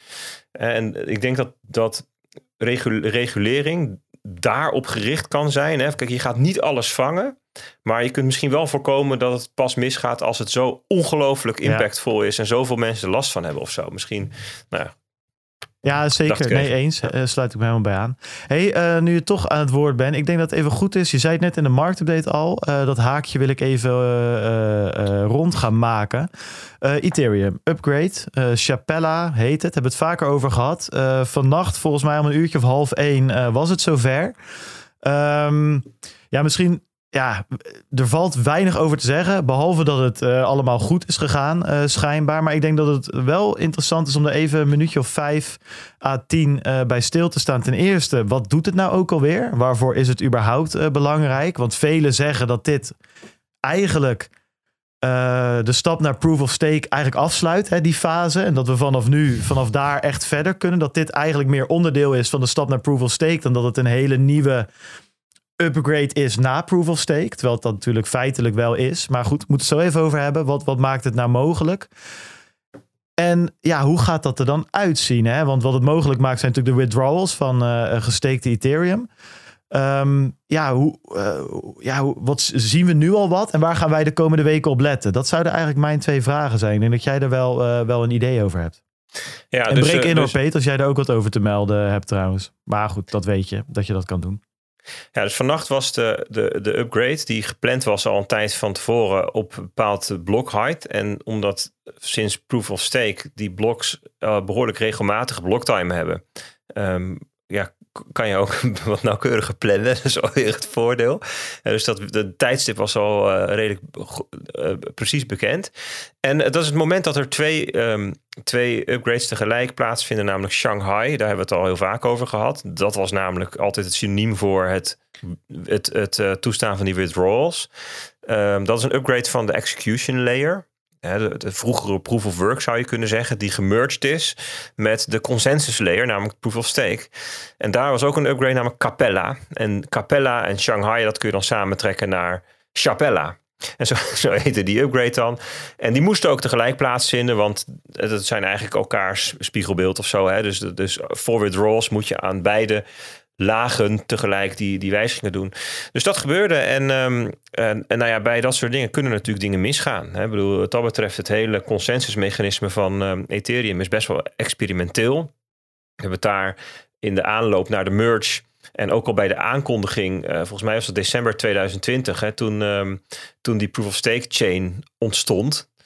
En ik denk dat, dat regulering daarop gericht kan zijn. Hè? Kijk, je gaat niet alles vangen. Maar je kunt misschien wel voorkomen dat het pas misgaat als het zo ongelooflijk impactvol is en zoveel mensen er last van hebben of zo. Misschien, nou ja. Ja, zeker. Nee, eens. Uh, sluit ik me helemaal bij aan. Hey, uh, nu je toch aan het woord bent. Ik denk dat het even goed is. Je zei het net in de marktupdate al. Uh, dat haakje wil ik even uh, uh, rond gaan maken. Uh, Ethereum, upgrade. Uh, Chapella heet het. Hebben we het vaker over gehad. Uh, vannacht, volgens mij om een uurtje of half één, uh, was het zover. Um, ja, misschien... Ja, er valt weinig over te zeggen. Behalve dat het uh, allemaal goed is gegaan, uh, schijnbaar. Maar ik denk dat het wel interessant is om er even een minuutje of vijf à tien uh, bij stil te staan. Ten eerste, wat doet het nou ook alweer? Waarvoor is het überhaupt uh, belangrijk? Want velen zeggen dat dit eigenlijk uh, de stap naar proof of stake eigenlijk afsluit, hè, die fase. En dat we vanaf nu, vanaf daar echt verder kunnen. Dat dit eigenlijk meer onderdeel is van de stap naar proof of stake dan dat het een hele nieuwe upgrade is na proof of stake. Terwijl het dat natuurlijk feitelijk wel is. Maar goed, we moeten het zo even over hebben. Wat, wat maakt het nou mogelijk? En ja, hoe gaat dat er dan uitzien? Hè? Want wat het mogelijk maakt zijn natuurlijk de withdrawals van uh, gesteekte Ethereum. Um, ja, hoe, uh, ja hoe, wat zien we nu al wat? En waar gaan wij de komende weken op letten? Dat zouden eigenlijk mijn twee vragen zijn. Ik denk dat jij er wel, uh, wel een idee over hebt. Ja, en dus, breek in dus, hoor, Peter, als jij er ook wat over te melden hebt trouwens. Maar goed, dat weet je, dat je dat kan doen. Ja, dus vannacht was de, de, de upgrade die gepland was al een tijd van tevoren op een bepaald blok height. En omdat sinds proof of stake die blocks uh, behoorlijk regelmatig blocktime hebben, um, ja, kan je ook wat nauwkeuriger plannen. Dat is alweer het voordeel. Uh, dus dat de tijdstip was al uh, redelijk uh, precies bekend. En uh, dat is het moment dat er twee, um, twee upgrades tegelijk plaatsvinden, namelijk Shanghai. Daar hebben we het al heel vaak over gehad. Dat was namelijk altijd het synoniem voor het, het, het uh, toestaan van die withdrawals. Um, dat is een upgrade van de execution layer. De, de vroegere proof of work zou je kunnen zeggen, die gemerged is met de consensus layer, namelijk proof of stake. En daar was ook een upgrade, namelijk Capella. En Capella en Shanghai, dat kun je dan samentrekken naar Chapella. En zo, zo heette die upgrade dan. En die moesten ook tegelijk plaatsvinden, want dat zijn eigenlijk elkaars spiegelbeeld of zo. Hè? Dus, dus voor withdrawals moet je aan beide lagen tegelijk die, die wijzigingen doen. Dus dat gebeurde. En, um, en, en nou ja, bij dat soort dingen kunnen natuurlijk dingen misgaan. Hè? Ik bedoel, wat dat betreft, het hele consensusmechanisme van um, Ethereum is best wel experimenteel. We hebben het daar in de aanloop naar de merge en ook al bij de aankondiging, uh, volgens mij was het december tweeduizend twintig, hè, toen, um, toen die proof of stake chain ontstond.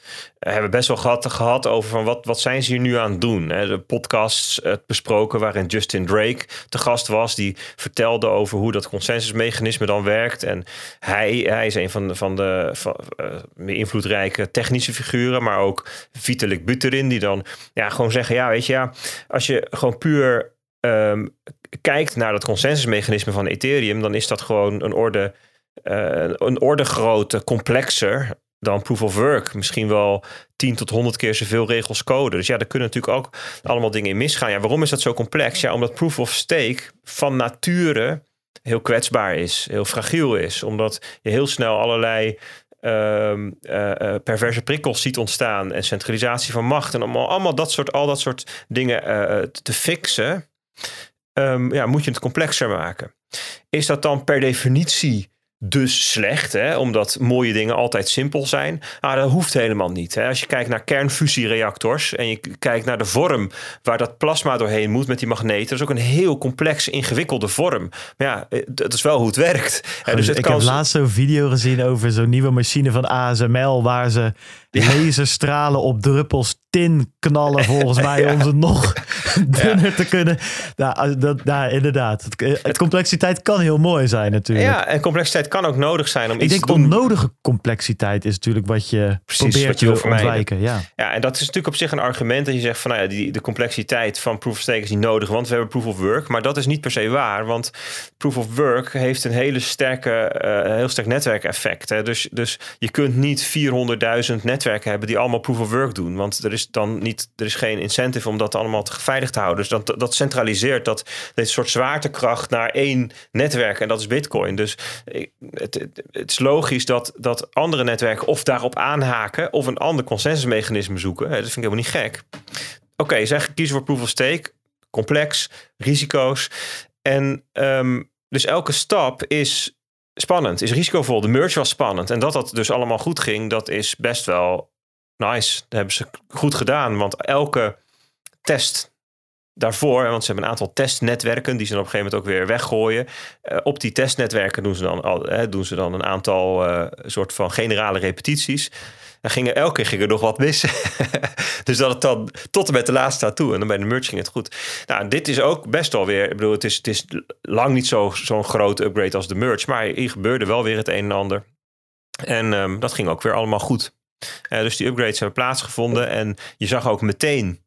uh, hebben best wel gehad, gehad over van wat, wat zijn ze hier nu aan het doen. Hè? De podcasts uh, besproken waarin Justin Drake te gast was. Die vertelde over hoe dat consensusmechanisme dan werkt. En hij, hij is een van de, van de van, uh, meer invloedrijke technische figuren. Maar ook Vitalik Buterin die dan ja, gewoon zeggen... ja, weet je, ja, als je gewoon puur um, kijkt naar dat consensusmechanisme van Ethereum... dan is dat gewoon een orde... Uh, een orde grootte, complexer dan proof of work. Misschien wel tien tot honderd keer zoveel regels code. Dus ja, daar kunnen natuurlijk ook allemaal dingen in misgaan. Ja, waarom is dat zo complex? Ja, omdat proof of stake van nature heel kwetsbaar is, heel fragiel is. Omdat je heel snel allerlei uh, uh, perverse prikkels ziet ontstaan en centralisatie van macht en allemaal, allemaal dat soort, al dat soort dingen uh, te fixen. Um, ja, moet je het complexer maken. Is dat dan per definitie dus slecht, hè? Omdat mooie dingen altijd simpel zijn? Ah, dat hoeft helemaal niet. Hè? Als je kijkt naar kernfusiereactors en je kijkt naar de vorm waar dat plasma doorheen moet met die magneten, dat is ook een heel complex, ingewikkelde vorm. Maar ja, dat is wel hoe het werkt. Goed, dus het ik kan... heb laatst zo'n video gezien over zo'n nieuwe machine van A S M L waar ze ja. laserstralen op druppels tin knallen volgens mij ja. om ze nog dunner ja. te kunnen. Nou, dat, nou inderdaad. Het, het complexiteit kan heel mooi zijn natuurlijk. Ja, en complexiteit kan ook nodig zijn om ik iets denk te doen. Onnodige complexiteit is natuurlijk wat je Precies, probeert wat je wil te ontwijken. Ja. ja, en dat is natuurlijk op zich een argument dat je zegt van nou ja, die, de complexiteit van proof of stake is niet nodig, want we hebben proof of work. Maar dat is niet per se waar, want proof of work heeft een hele sterke, uh, heel sterk netwerkeffect. Hè. Dus, dus je kunt niet vierhonderdduizend netwerken hebben die allemaal proof of work doen, want er is dan niet, er is geen incentive om dat allemaal te veilig te houden. Dus dat, dat centraliseert dat deze soort zwaartekracht naar één netwerk en dat is Bitcoin. Dus het, het, het is logisch dat, dat andere netwerken of daarop aanhaken of een ander consensusmechanisme zoeken. Dat vind ik helemaal niet gek. Oké, okay, zeg kiezen voor proof of stake, complex, risico's en um, dus elke stap is spannend, is risicovol. De merge was spannend en dat dat dus allemaal goed ging, dat is best wel nice. Dat hebben ze goed gedaan, want elke test daarvoor, want ze hebben een aantal testnetwerken die ze dan op een gegeven moment ook weer weggooien. Uh, op die testnetwerken doen ze dan, al, uh, doen ze dan een aantal uh, soort van generale repetities. En gingen, elke keer ging er nog wat mis. Dus dat het dan tot en met de laatste toe. En dan bij de merge ging het goed. Nou, dit is ook best wel weer... Ik bedoel, het is, het is lang niet zo, zo'n grote upgrade als de merge. Maar hier gebeurde wel weer het een en ander. En um, dat ging ook weer allemaal goed. Uh, dus die upgrades hebben plaatsgevonden. En je zag ook meteen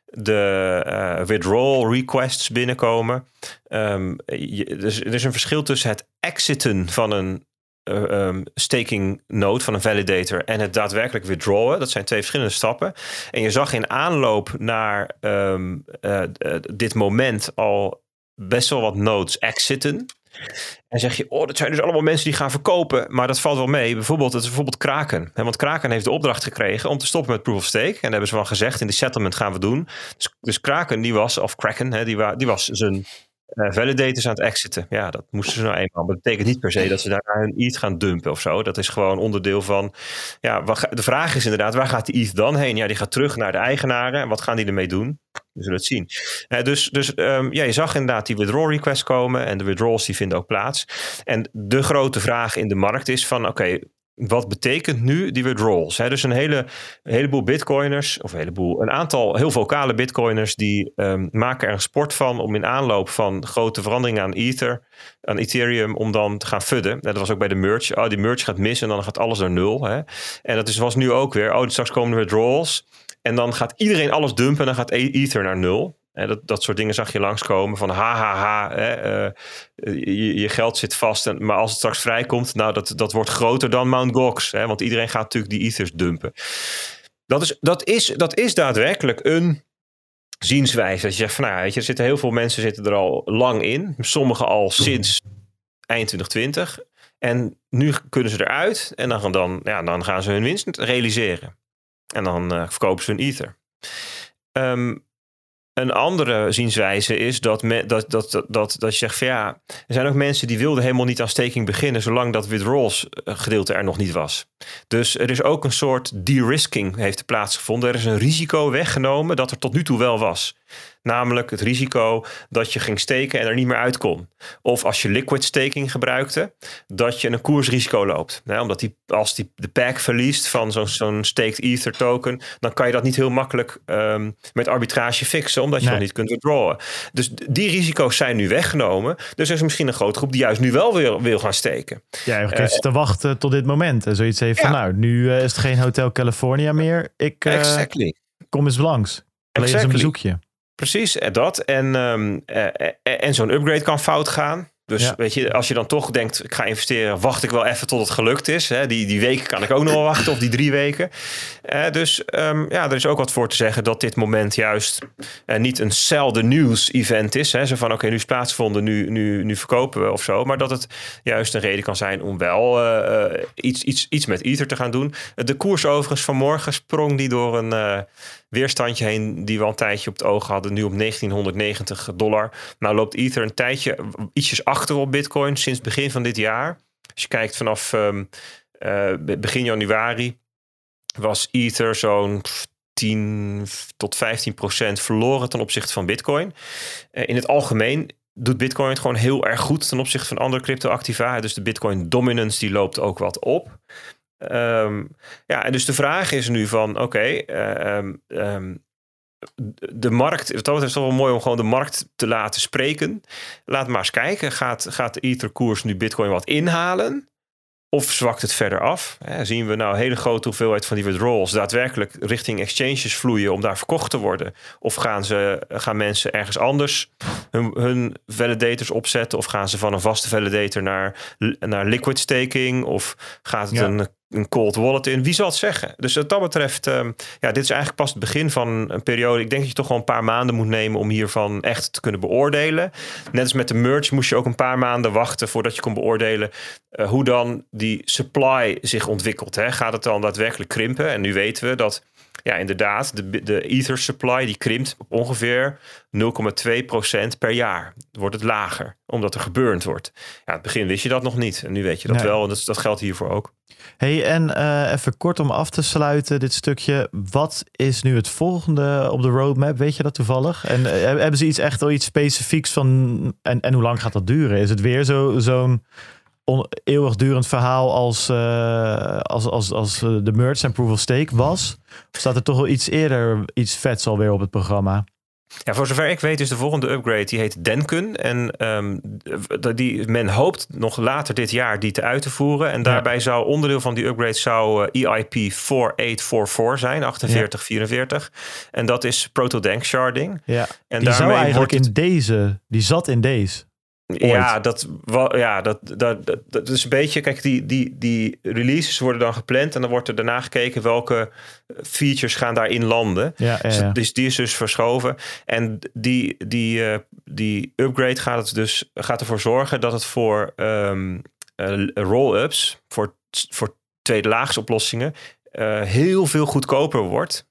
de uh, withdrawal requests binnenkomen. Um, je, dus, er is een verschil tussen het exiten van een uh, um, staking node, van een validator, en het daadwerkelijk withdrawen. Dat zijn twee verschillende stappen. En je zag in aanloop naar um, uh, uh, dit moment al best wel wat nodes exiten. En zeg je, oh, dat zijn dus allemaal mensen die gaan verkopen. Maar dat valt wel mee. Bijvoorbeeld, het is bijvoorbeeld Kraken. Want Kraken heeft de opdracht gekregen om te stoppen met proof of stake. En daar hebben ze van gezegd, in die settlement gaan we doen. Dus, dus Kraken, die was, of Kraken, hè, die, wa, die was zijn uh, validators aan het exiten. Ja, dat moesten ze nou eenmaal. Maar dat betekent niet per se dat ze daar hun E T H gaan dumpen of zo. Dat is gewoon onderdeel van... Ja, wat, de vraag is inderdaad, waar gaat die E T H dan heen? Ja, die gaat terug naar de eigenaren. En wat gaan die ermee doen? We zullen het zien. Uh, dus dus um, ja, je zag inderdaad die withdrawal requests komen. En de withdrawals die vinden ook plaats. En de grote vraag in de markt is van... Oké, okay, wat betekent nu die withdrawals? He, dus een, hele, een heleboel bitcoiners... Of een heleboel... Een aantal heel vocale bitcoiners... Die um, maken er een sport van... Om in aanloop van grote veranderingen aan Ether... Aan Ethereum... Om dan te gaan fudden. Dat was ook bij de merge. Oh, die merge gaat mis en dan gaat alles naar nul. Hè? En dat is, was nu ook weer... Oh, straks komen de withdrawals... En dan gaat iedereen alles dumpen en dan gaat Ether naar nul. En dat, dat soort dingen zag je langskomen van ha, ha, ha. Hè, uh, je, je geld zit vast. En, maar als het straks vrijkomt, nou dat, dat wordt groter dan Mount Gox. Hè, want iedereen gaat natuurlijk die Ethers dumpen. Dat is, dat is, dat is daadwerkelijk een zienswijze. Dat je zegt van nou, weet je, er zitten heel veel mensen zitten er al lang in. Sommigen al sinds eind twintig twintig. En nu kunnen ze eruit. En dan, dan, ja, dan gaan ze hun winst realiseren. En dan uh, verkopen ze hun Ether. Um, een andere zienswijze is dat, me, dat, dat, dat, dat, dat je zegt van ja, er zijn ook mensen die wilden helemaal niet aan staking beginnen zolang dat withdrawals gedeelte er nog niet was. Dus er is ook een soort de-risking heeft plaatsgevonden. Er is een risico weggenomen dat er tot nu toe wel was. Namelijk het risico dat je ging steken en er niet meer uit kon. Of als je liquid staking gebruikte, dat je een koersrisico loopt. Nou, omdat die, als die de pack verliest van zo'n, zo'n staked Ether token, dan kan je dat niet heel makkelijk um, met arbitrage fixen, omdat je nee. dat niet kunt withdrawen. Dus die risico's zijn nu weggenomen. Dus er is misschien een grote groep die juist nu wel wil, wil gaan steken. Ja, je uh, te wachten tot dit moment. En zoiets heeft van, ja. nou, nu uh, is het geen Hotel California meer. Ik uh, exactly. kom eens langs. Alleen exactly. een bezoekje. Precies, en dat. En, um, uh, en zo'n upgrade kan fout gaan. Dus ja. weet je, als je dan toch denkt, ik ga investeren, wacht ik wel even tot het gelukt is. Hè? Die, die weken kan ik ook nog wel wachten, of die drie weken. Uh, dus um, ja, er is ook wat voor te zeggen dat dit moment juist uh, niet een sell the news event is. Hè? Zo van, oké, okay, nu is plaatsgevonden, nu, nu, nu verkopen we of zo. Maar dat het juist een reden kan zijn om wel uh, uh, iets, iets, iets met Ether te gaan doen. De koers overigens vanmorgen sprong die door een uh, weerstandje heen die we al een tijdje op het oog hadden. Nu op negentienhonderdnegentig dollar. Nou loopt Ether een tijdje ietsjes achter op Bitcoin sinds het begin van dit jaar. Als je kijkt vanaf um, uh, begin januari was Ether zo'n tien tot vijftien procent verloren ten opzichte van Bitcoin. Uh, in het algemeen doet Bitcoin het gewoon heel erg goed ten opzichte van andere cryptoactiva. Dus de Bitcoin dominance die loopt ook wat op. Um, ja, en dus de vraag is nu van, oké, okay, uh, um, um, de markt, het is toch wel mooi om gewoon de markt te laten spreken. Laat maar eens kijken, gaat, gaat de Ether-koers nu Bitcoin wat inhalen? Of zwakt het verder af? He, zien we nou een hele grote hoeveelheid van die withdrawals daadwerkelijk richting exchanges vloeien om daar verkocht te worden? Of gaan, ze, gaan mensen ergens anders hun, hun validators opzetten? Of gaan ze van een vaste validator naar, naar liquid staking? Of gaat het ja. een, een cold wallet in? Wie zal het zeggen? Dus wat dat betreft, um, ja, dit is eigenlijk pas het begin van een periode. Ik denk dat je toch wel een paar maanden moet nemen om hiervan echt te kunnen beoordelen. Net als met de merge moest je ook een paar maanden wachten voordat je kon beoordelen uh, hoe dan die supply zich ontwikkelt. Hè? Gaat het dan daadwerkelijk krimpen? En nu weten we dat, ja, inderdaad, de, de Ether supply die krimpt op ongeveer nul komma twee procent per jaar. Wordt het lager, omdat er geburnt wordt. Ja, in het begin wist je dat nog niet. En nu weet je dat nee. wel. En dat, dat geldt hiervoor ook. Hey, en uh, even kort om af te sluiten dit stukje. Wat is nu het volgende op de roadmap? Weet je dat toevallig? En uh, hebben ze iets echt al iets specifieks van... En, en hoe lang gaat dat duren? Is het weer zo, zo'n on, eeuwigdurend verhaal als, uh, als, als, als de merge en proof of stake was? Of staat er toch wel iets eerder iets vets alweer op het programma? Ja, voor zover ik weet is de volgende upgrade, die heet Denken. En um, die, men hoopt nog later dit jaar die te uit te voeren. En daarbij ja. zou onderdeel van die upgrade zou uh, E I P achttienhonderdvierenveertig zijn, achtenveertig vierenveertig. Ja. En dat is proto-dank sharding. Ja. En die zou eigenlijk in het... deze, die zat in deze. Ooit. Ja, dat, ja dat, dat, dat, dat is een beetje... Kijk, die, die, die releases worden dan gepland en dan wordt er daarna gekeken welke features gaan daarin landen. Ja, ja, ja. Dus die is dus verschoven. En die, die, uh, die upgrade gaat, het dus, gaat ervoor zorgen dat het voor um, uh, roll-ups, voor, voor tweede laags oplossingen, uh, heel veel goedkoper wordt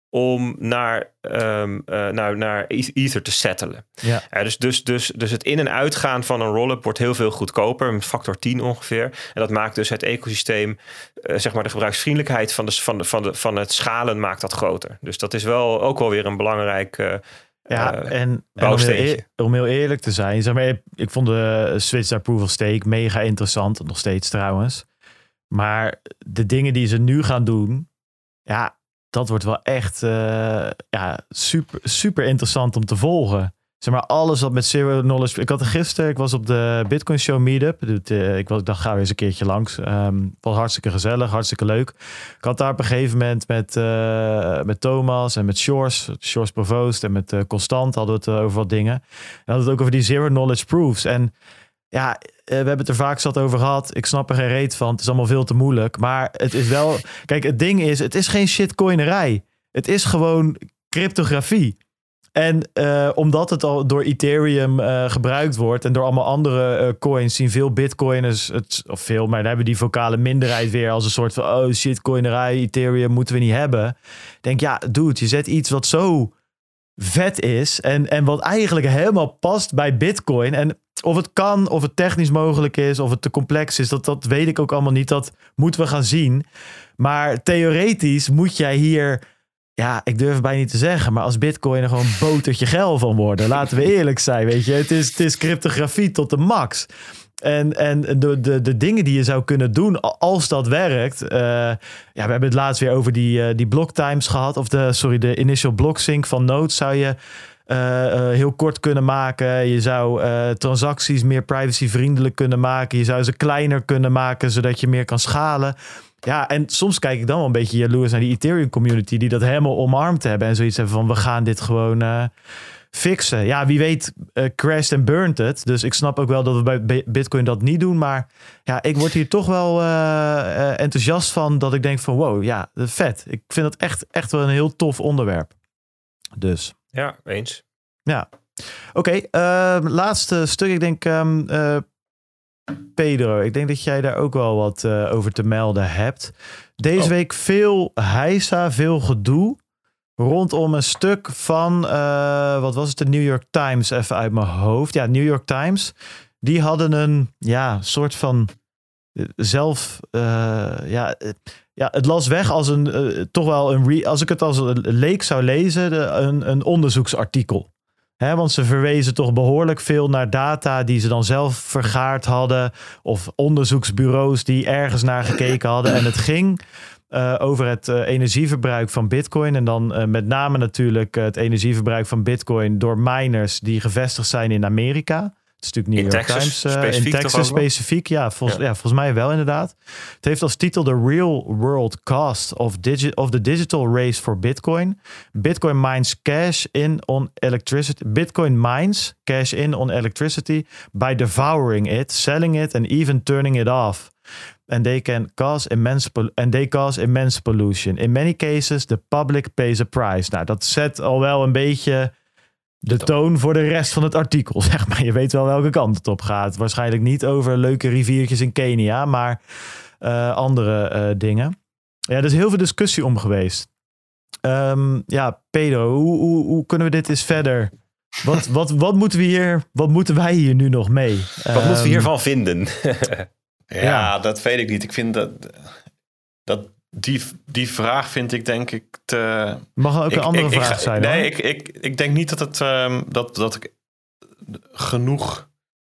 om naar, um, uh, naar, naar Ether te settelen. Ja. Uh, dus, dus, dus, dus het in- en uitgaan van een roll-up wordt heel veel goedkoper, een factor tien ongeveer. En dat maakt dus het ecosysteem, uh, zeg maar de gebruiksvriendelijkheid van, de, van, de, van, de, van het schalen maakt dat groter. Dus dat is wel ook wel weer een belangrijk uh, ja, uh, en, en om, heel eer, om heel eerlijk te zijn, zeg maar, ik vond de switch naar proof of stake mega interessant, nog steeds trouwens. Maar de dingen die ze nu gaan doen, ja, dat wordt wel echt uh, ja, super, super interessant om te volgen. Zeg maar, alles wat met zero knowledge... Ik had er gisteren, ik was op de Bitcoin Show meetup. Ik, was, ik dacht, ga weer eens een keertje langs. Um, het was hartstikke gezellig, hartstikke leuk. Ik had daar op een gegeven moment met, uh, met Thomas en met Shores, Shores Provoost en met uh, Constant hadden we het over wat dingen. En hadden het ook over die zero knowledge proofs. En ja, we hebben het er vaak zat over gehad. Ik snap er geen reet van. Het is allemaal veel te moeilijk. Maar het is wel... Kijk, het ding is, het is geen shitcoinerij. Het is gewoon cryptografie. En uh, omdat het al door Ethereum uh, gebruikt wordt en door allemaal andere uh, coins zien veel bitcoiners het, of veel, maar dan hebben die vocale minderheid weer als een soort van oh shitcoinerij, Ethereum moeten we niet hebben. Ik denk, ja, dude, je zet iets wat zo vet is en, en wat eigenlijk helemaal past bij Bitcoin. En of het kan, of het technisch mogelijk is, of het te complex is, dat, dat weet ik ook allemaal niet. Dat moeten we gaan zien. Maar theoretisch moet jij hier Ja, ik durf het bijna niet te zeggen, maar als bitcoin er gewoon botertje geil van worden, laten we eerlijk zijn, weet je. Het is, het is cryptografie tot de max. En, en de, de, de dingen die je zou kunnen doen als dat werkt. Uh, ja, we hebben het laatst weer over die, uh, die block times gehad. Of de, sorry, de initial block sync van nodes zou je uh, uh, heel kort kunnen maken. Je zou uh, transacties meer privacyvriendelijk kunnen maken. Je zou ze kleiner kunnen maken, zodat je meer kan schalen. Ja, en soms kijk ik dan wel een beetje jaloers naar die Ethereum community die dat helemaal omarmd hebben. En zoiets hebben van, we gaan dit gewoon uh, fixen. Ja, wie weet uh, crashed en burned het. Dus ik snap ook wel dat we bij Bitcoin dat niet doen. Maar ja, ik word hier toch wel uh, uh, enthousiast van dat ik denk van wow, ja, vet. Ik vind dat echt, echt wel een heel tof onderwerp. Dus. Ja, eens. Ja. Oké, okay, uh, laatste stuk. Ik denk... Um, uh, Pedro, ik denk dat jij daar ook wel wat uh, over te melden hebt. Deze oh. week veel heisa, veel gedoe rondom een stuk van, uh, wat was het, de New York Times, even uit mijn hoofd. Ja, New York Times, die hadden een ja, soort van zelf, uh, ja, ja, het las weg als een, uh, toch wel een, re- als ik het als een leek zou lezen, de, een, een onderzoeksartikel. He, want ze verwezen toch behoorlijk veel naar data die ze dan zelf vergaard hadden. Of onderzoeksbureaus die ergens naar gekeken hadden. En het ging uh, over het uh, energieverbruik van Bitcoin. En dan uh, met name natuurlijk uh, het energieverbruik van Bitcoin door miners die gevestigd zijn in Amerika. Het is natuurlijk New York Times. Uh, in Texas specifiek. Ja, volgens, ja. ja, volgens mij wel inderdaad. Het heeft als titel The Real World Cost of, digi- of the Digital Race for Bitcoin. Bitcoin mines cash in on electricity. Bitcoin mines cash in on electricity by devouring it, selling it and even turning it off. And they can cause immense pol- and they cause immense pollution. In many cases, the public pays a price. Nou, dat zet al wel een beetje de toon voor de rest van het artikel, zeg maar. Je weet wel welke kant het op gaat. Waarschijnlijk niet over leuke riviertjes in Kenia, maar uh, andere uh, dingen. Ja, er is heel veel discussie om geweest. Um, ja, Pedro, hoe, hoe, hoe kunnen we dit eens verder? Wat, wat, wat, moeten we hier, wat moeten wij hier nu nog mee? Wat um, moeten we hiervan vinden? ja, ja, dat weet ik niet. Ik vind dat... dat Die, die vraag vind ik denk ik te... Mag ook een ik, andere ik, vraag ik, zijn. Nee, hoor. ik, ik, ik denk niet dat, het, um, dat, dat ik genoeg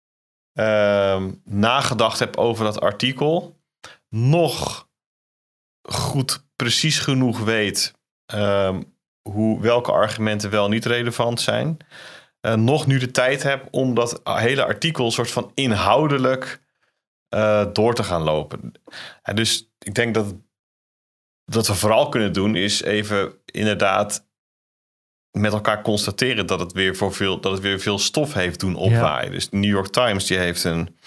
um, nagedacht heb over dat artikel. Nog goed, precies genoeg weet um, hoe, welke argumenten wel niet relevant zijn. Uh, nog nu de tijd heb om dat hele artikel soort van inhoudelijk uh, door te gaan lopen. En dus ik denk dat Wat we vooral kunnen doen is even inderdaad met elkaar constateren dat het weer voor veel, dat het weer veel stof heeft doen opwaaien. Ja. Dus de New York Times die heeft een,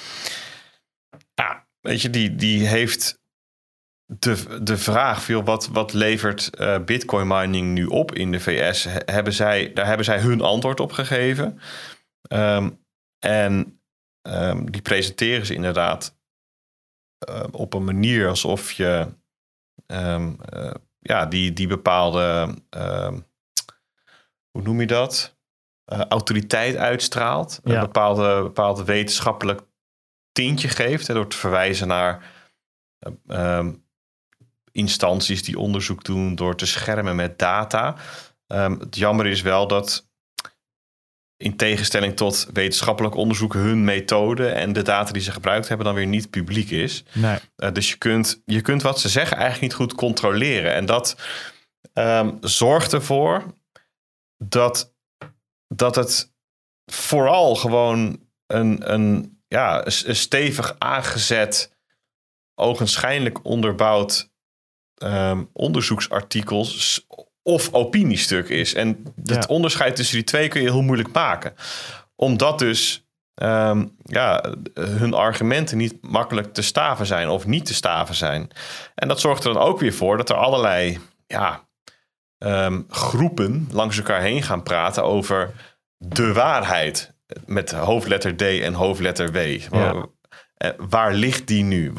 ja, weet je, die, die heeft de, de vraag veel wat, wat levert uh, Bitcoin mining nu op in de V S? Hebben zij, daar hebben zij hun antwoord op gegeven. Um, en um, die presenteren ze inderdaad uh, op een manier alsof je Um, uh, ja, die, die bepaalde, uh, hoe noem je dat? Uh, autoriteit uitstraalt. Ja. Een bepaalde, bepaalde wetenschappelijk tintje geeft. Hè, door te verwijzen naar uh, um, instanties die onderzoek doen. Door te schermen met data. Um, het jammer is wel dat in tegenstelling tot wetenschappelijk onderzoek hun methode en de data die ze gebruikt hebben dan weer niet publiek is. Nee. Uh, dus je kunt, je kunt wat ze zeggen eigenlijk niet goed controleren. En dat um, zorgt ervoor dat, dat het vooral gewoon een, een, ja, een stevig aangezet, ogenschijnlijk onderbouwd um, onderzoeksartikels of opiniestuk is. En het ja. onderscheid tussen die twee kun je heel moeilijk maken. Omdat dus um, ja, hun argumenten niet makkelijk te staven zijn of niet te staven zijn. En dat zorgt er dan ook weer voor dat er allerlei ja, um, groepen langs elkaar heen gaan praten over de waarheid. Met hoofdletter D en hoofdletter W. Ja. Waar ligt die nu?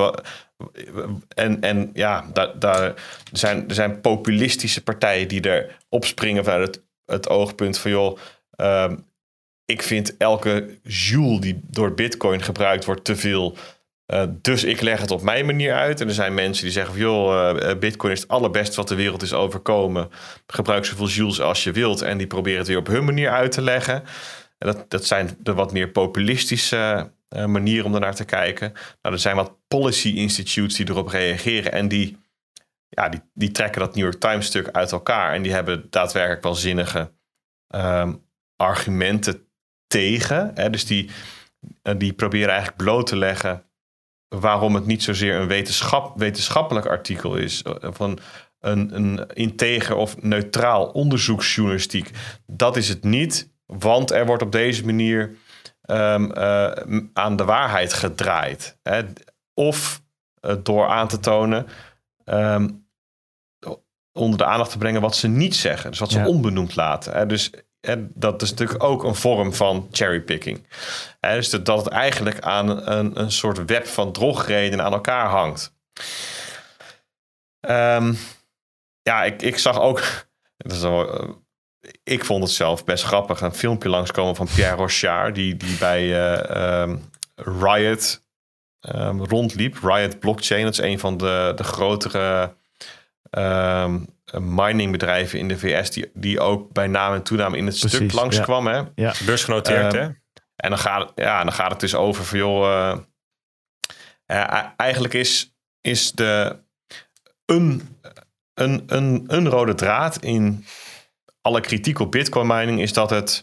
En, en ja, daar, daar zijn, er zijn populistische partijen die er opspringen vanuit het, het oogpunt van joh, um, ik vind elke joule die door Bitcoin gebruikt wordt te veel Uh, dus ik leg het op mijn manier uit. En er zijn mensen die zeggen van... joh, uh, Bitcoin is het allerbeste wat de wereld is overkomen. Gebruik zoveel joules als je wilt. En die proberen het weer op hun manier uit te leggen. En dat, dat zijn de wat meer populistische uh, manieren om ernaar te kijken. Nou, er zijn wat policy institutes die erop reageren. En die, ja, die, die trekken dat New York Times stuk uit elkaar. En die hebben daadwerkelijk wel zinnige um, argumenten tegen. Hè? Dus die, uh, die proberen eigenlijk bloot te leggen... waarom het niet zozeer een wetenschap, wetenschappelijk artikel is... van een, een integer of neutraal onderzoeksjournalistiek. Dat is het niet, want er wordt op deze manier um, uh, aan de waarheid gedraaid. Hè? Of uh, door aan te tonen, um, onder de aandacht te brengen wat ze niet zeggen. Dus wat ze ja. onbenoemd laten. Hè? Dus en dat is natuurlijk ook een vorm van cherrypicking. He, dus dat het eigenlijk aan een, een soort web van drogredenen aan elkaar hangt. Um, ja, ik, ik zag ook... Dat is wel, uh, ik vond het zelf best grappig. Een filmpje langskomen van Pierre Rochard... die, die bij uh, um, Riot um, rondliep. Riot Blockchain, dat is een van de, de grotere... Um, miningbedrijven in de V S... die, die ook bij naam en toename in het Precies, stuk langskwam. Ja. Hè? Ja. Beursgenoteerd, uh, hè? En dan gaat, ja, dan gaat het dus over van... joh, uh, uh, eigenlijk is, is de een, een, een, een rode draad... in alle kritiek op Bitcoin mining... is dat het,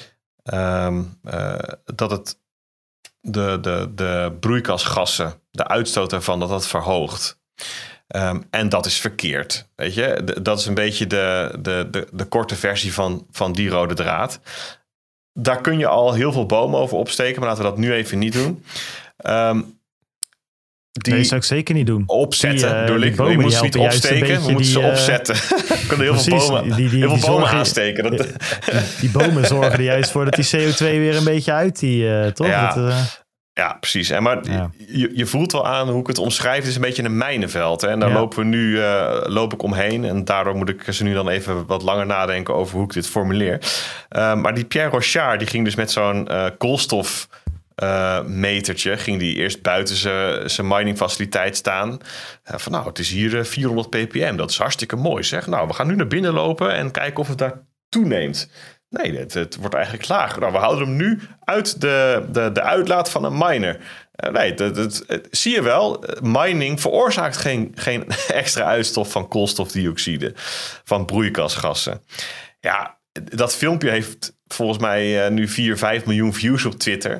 um, uh, dat het de, de, de broeikasgassen... de uitstoot ervan, dat dat verhoogt... Um, en dat is verkeerd, weet je. D- dat is een beetje de, de, de, de korte versie van, van die rode draad. Daar kun je al heel veel bomen over opsteken, maar laten we dat nu even niet doen. Um, die nee, dat zou ik zeker niet doen. Opzetten, die, uh, bedoel ik. Je moet ze niet opsteken, we moeten die, ze uh, opzetten. We kunnen heel precies, veel bomen, die, die, heel die veel bomen zorgen, aansteken. Dat... Die, die bomen zorgen er juist voor dat die C O twee weer een beetje uit, die, uh, toch? Ja. Dat, uh... Ja, precies. En maar ja. je, je voelt wel aan hoe ik het omschrijf. Het is een beetje een mijnenveld. Hè? En daar ja. lopen we nu uh, loop ik omheen. En daardoor moet ik ze nu dan even wat langer nadenken over hoe ik dit formuleer. Uh, maar die Pierre Rochard, die ging dus met zo'n uh, koolstof uh, metertje. Ging die eerst buiten zijn miningfaciliteit staan. Uh, van nou, het is hier uh, vierhonderd ppm. Dat is hartstikke mooi, zeg. Nou, we gaan nu naar binnen lopen en kijken of het daar toeneemt. Nee, het, het wordt eigenlijk lager. Nou, we houden hem nu uit de, de, de uitlaat van een miner. Uh, nee, het, het, het, zie je wel, mining veroorzaakt geen, geen extra uitstoot van koolstofdioxide, van broeikasgassen. Ja, dat filmpje heeft volgens mij uh, nu vier, vijf miljoen views op Twitter.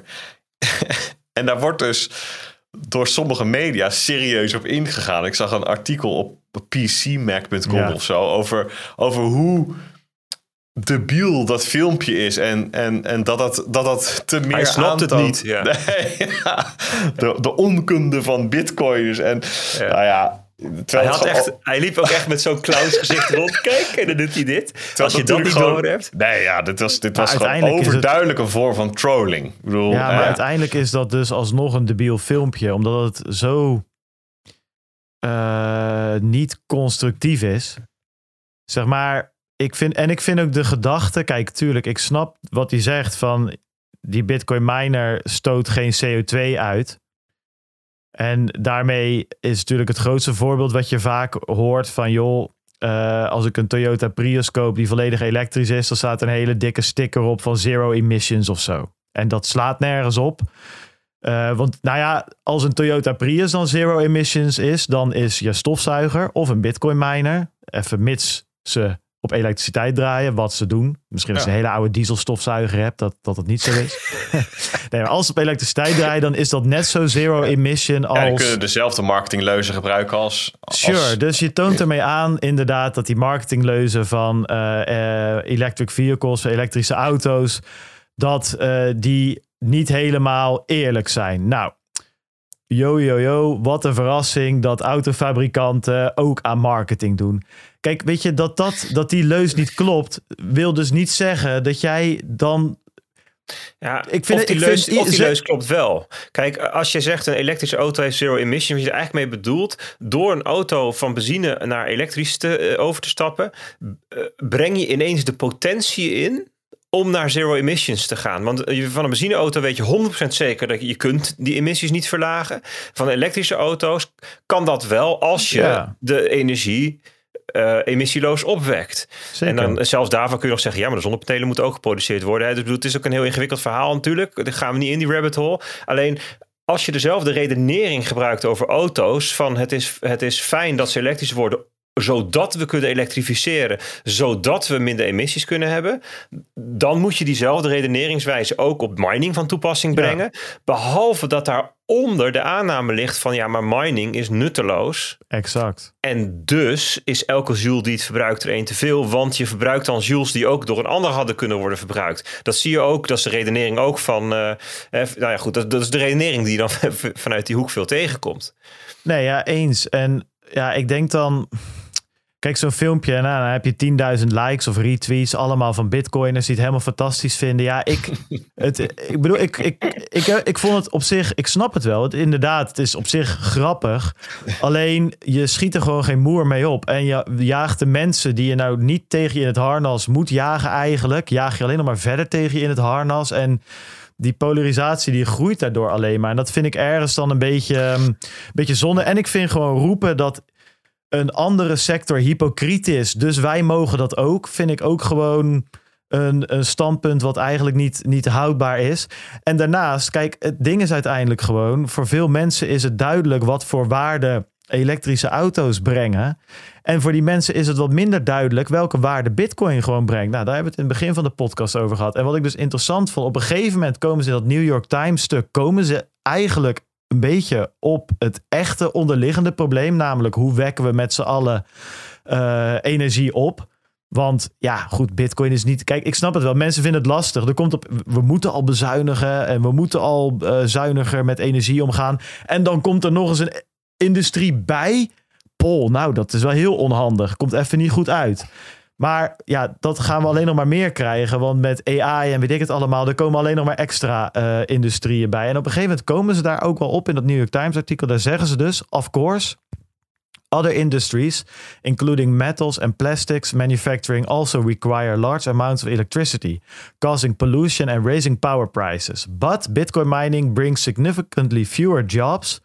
En daar wordt dus door sommige media serieus op ingegaan. Ik zag een artikel op p c mac punt com ja. of zo over, over hoe debiel dat filmpje is en, en, en dat, dat, dat dat te meer Hij snapt aantoont. het niet. Ja. Nee, ja, de, de onkunde van bitcoiners. En ja. nou ja, hij, had echt, al... hij liep ook echt met zo'n clownsgezicht rond. Kijk, en dan doet hij dit. Als je dat niet gewoon, door hebt. Nee, ja, dit was, dit was gewoon overduidelijk het... een vorm van trolling. Ik bedoel, ja, maar uh, uiteindelijk is dat dus alsnog een debiel filmpje. Omdat het zo uh, niet constructief is. Zeg maar... Ik vind, en ik vind ook de gedachte... Kijk, tuurlijk, ik snap wat hij zegt van... die Bitcoin miner stoot geen C O twee uit. En daarmee is natuurlijk het grootste voorbeeld... wat je vaak hoort van... joh, uh, als ik een Toyota Prius koop... die volledig elektrisch is... dan staat een hele dikke sticker op van zero emissions of zo. En dat slaat nergens op. Uh, want nou ja, als een Toyota Prius dan zero emissions is... dan is je stofzuiger of een Bitcoin miner... even mits ze... op elektriciteit draaien, wat ze doen. Misschien als je ja. een hele oude dieselstofzuiger hebt, dat, dat het niet zo is. Nee, maar als ze op elektriciteit draaien, dan is dat net zo zero emission als... Ja, die kunnen dezelfde marketingleuzen gebruiken als... als... Sure, dus je toont ermee aan inderdaad dat die marketingleuzen van uh, uh, electric vehicles, elektrische auto's, dat uh, die niet helemaal eerlijk zijn. Nou, yo, yo, yo, wat een verrassing dat autofabrikanten ook aan marketing doen. Kijk, weet je, dat, dat, dat die leus niet klopt, wil dus niet zeggen dat jij dan... Ja, ik vind of die, ik leus, vind, of die leus klopt wel. Kijk, als je zegt een elektrische auto heeft zero emission, wat je er eigenlijk mee bedoelt, door een auto van benzine naar elektrisch te, uh, over te stappen, uh, breng je ineens de potentie in om naar zero emissions te gaan. Want van een benzineauto weet je honderd procent zeker dat je kunt die emissies niet verlagen. Van elektrische auto's kan dat wel als je ja. de energie uh, emissieloos opwekt. Zeker. En dan zelfs daarvan kun je nog zeggen, ja, maar de zonnepanelen moeten ook geproduceerd worden. Hè? Dus het is ook een heel ingewikkeld verhaal natuurlijk. Daar gaan we niet in die rabbit hole. Alleen als je dezelfde redenering gebruikt over auto's, van het is, het is fijn dat ze elektrisch worden, zodat we kunnen elektrificeren, zodat we minder emissies kunnen hebben, dan moet je diezelfde redeneringswijze ook op mining van toepassing brengen. Ja. Behalve dat daaronder de aanname ligt van, ja, maar mining is nutteloos. Exact. En dus is elke joule die het verbruikt er één te veel, want je verbruikt dan joules die ook door een ander hadden kunnen worden verbruikt. Dat zie je ook, dat is de redenering ook van, uh, eh, nou ja goed, dat, dat is de redenering die je dan vanuit die hoek veel tegenkomt. Nee, ja, eens. En ja, ik denk dan, kijk, zo'n filmpje, nou, dan heb je tienduizend likes of retweets, allemaal van bitcoiners die het helemaal fantastisch vinden. Ja, ik, het, ik bedoel, ik, ik, ik, ik, ik vond het op zich, ik snap het wel. Het, inderdaad, het is op zich grappig. Alleen, je schiet er gewoon geen moer mee op. En je jaagt de mensen die je nou niet tegen je in het harnas moet jagen eigenlijk, jaag je alleen nog maar verder tegen je in het harnas. En die polarisatie die groeit daardoor alleen maar. En dat vind ik ergens dan een beetje, een beetje zonde. En ik vind gewoon roepen dat een andere sector hypocriet is, dus wij mogen dat ook, vind ik ook gewoon een, een standpunt wat eigenlijk niet, niet houdbaar is. En daarnaast, kijk, het ding is uiteindelijk gewoon, voor veel mensen is het duidelijk wat voor waarde elektrische auto's brengen. En voor die mensen is het wat minder duidelijk welke waarde Bitcoin gewoon brengt. Nou, daar hebben we het in het begin van de podcast over gehad. En wat ik dus interessant vond, op een gegeven moment komen ze in dat New York Times stuk, komen ze eigenlijk een beetje op het echte onderliggende probleem. Namelijk, hoe wekken we met z'n allen uh, energie op? Want ja, goed, Bitcoin is niet... Kijk, ik snap het wel. Mensen vinden het lastig. Er komt op, we moeten al bezuinigen en we moeten al uh, zuiniger met energie omgaan. En dan komt er nog eens een industrie bij. Pol, nou, dat is wel heel onhandig. Komt even niet goed uit. Maar ja, dat gaan we alleen nog maar meer krijgen. Want met A I en weet ik het allemaal, er komen alleen nog maar extra uh, industrieën bij. En op een gegeven moment komen ze daar ook wel op in dat New York Times artikel. Daar zeggen ze dus, of course, other industries, including metals and plastics manufacturing, also require large amounts of electricity, causing pollution and raising power prices. But Bitcoin mining brings significantly fewer jobs,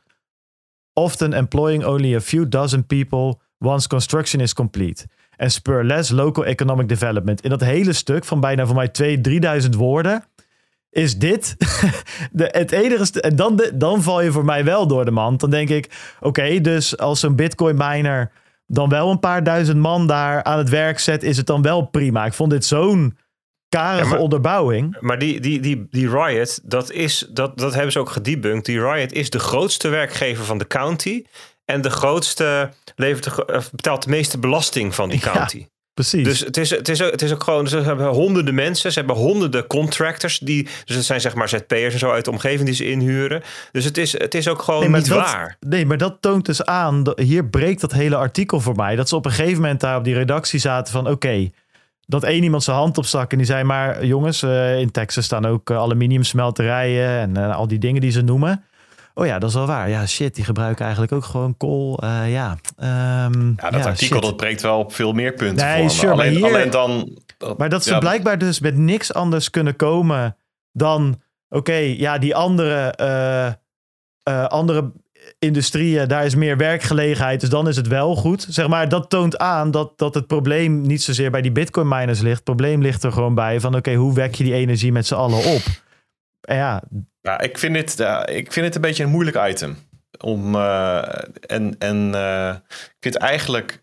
often employing only a few dozen people once construction is complete. En spur less local economic development. In dat hele stuk van bijna voor mij tweeduizend, drieduizend woorden is dit de, het enige. En dan, de, dan val je voor mij wel door de mand. Dan denk ik, oké, okay, dus als zo'n Bitcoin miner dan wel een paar duizend man daar aan het werk zet, is het dan wel prima. Ik vond dit zo'n karige ja, maar, onderbouwing. Maar die, die, die, die Riot, dat, is, dat, dat hebben ze ook gedebunked. Die Riot is de grootste werkgever van de county en de grootste levert de, betaalt de meeste belasting van die county. Ja, precies. Dus het is, het, is, het is ook gewoon, ze hebben honderden mensen, ze hebben honderden contractors, die, dus het zijn zeg maar Z P'ers en zo uit de omgeving die ze inhuren. Dus het is, het is ook gewoon nee, niet dat, waar. Nee, maar dat toont dus aan, hier breekt dat hele artikel voor mij, dat ze op een gegeven moment daar op die redactie zaten van oké, okay, dat één iemand zijn hand opstak en die zei, maar jongens, uh, in Texas staan ook uh, aluminiumsmelterijen en uh, al die dingen die ze noemen. Oh ja, dat is wel waar. Ja, shit, die gebruiken eigenlijk ook gewoon kool. Uh, ja, um, ja, dat ja, artikel shit. dat breekt wel op veel meer punten nee, voor sure, alleen, hier, alleen dan... Dat, maar dat ze ja, blijkbaar dus met niks anders kunnen komen dan... Oké, okay, ja, die andere, uh, uh, andere industrieën, daar is meer werkgelegenheid, dus dan is het wel goed. Zeg maar, dat toont aan dat, dat het probleem niet zozeer bij die Bitcoin miners ligt. Het probleem ligt er gewoon bij van, oké, okay, hoe wek je die energie met z'n allen op? En ja... Ja, ik vind dit, uh, ik vind het een beetje een moeilijk item. Om, uh, en en uh, ik vind eigenlijk,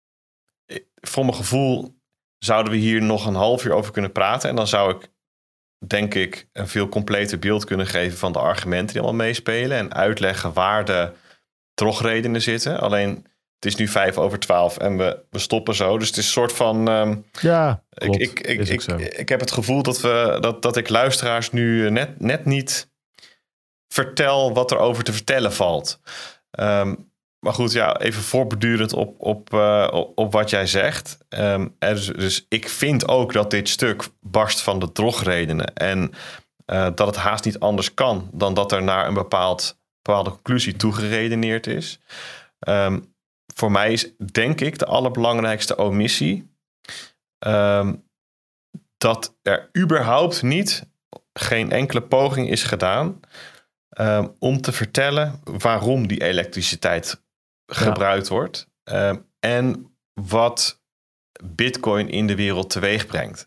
voor mijn gevoel, zouden we hier nog een half uur over kunnen praten. En dan zou ik, denk ik, een veel completer beeld kunnen geven van de argumenten die allemaal meespelen. En uitleggen waar de drogredenen zitten. Alleen, het is nu vijf over twaalf en we, we stoppen zo. Dus het is een soort van... Um, ja, klopt. Ik, ik, ik, ik, ik heb het gevoel dat, we, dat, dat ik luisteraars nu net, net niet vertel wat er over te vertellen valt. Um, maar goed, ja, even voortbedurend op, op, uh, op, op wat jij zegt. Um, dus, dus ik vind ook dat dit stuk barst van de drogredenen. En uh, dat het haast niet anders kan dan dat er naar een bepaald, bepaalde conclusie toegeredeneerd is. Um, Voor mij is, denk ik, de allerbelangrijkste omissie Um, dat er überhaupt niet, geen enkele poging is gedaan um, om te vertellen waarom die elektriciteit gebruikt ja. wordt. Um, en wat Bitcoin in de wereld teweeg brengt.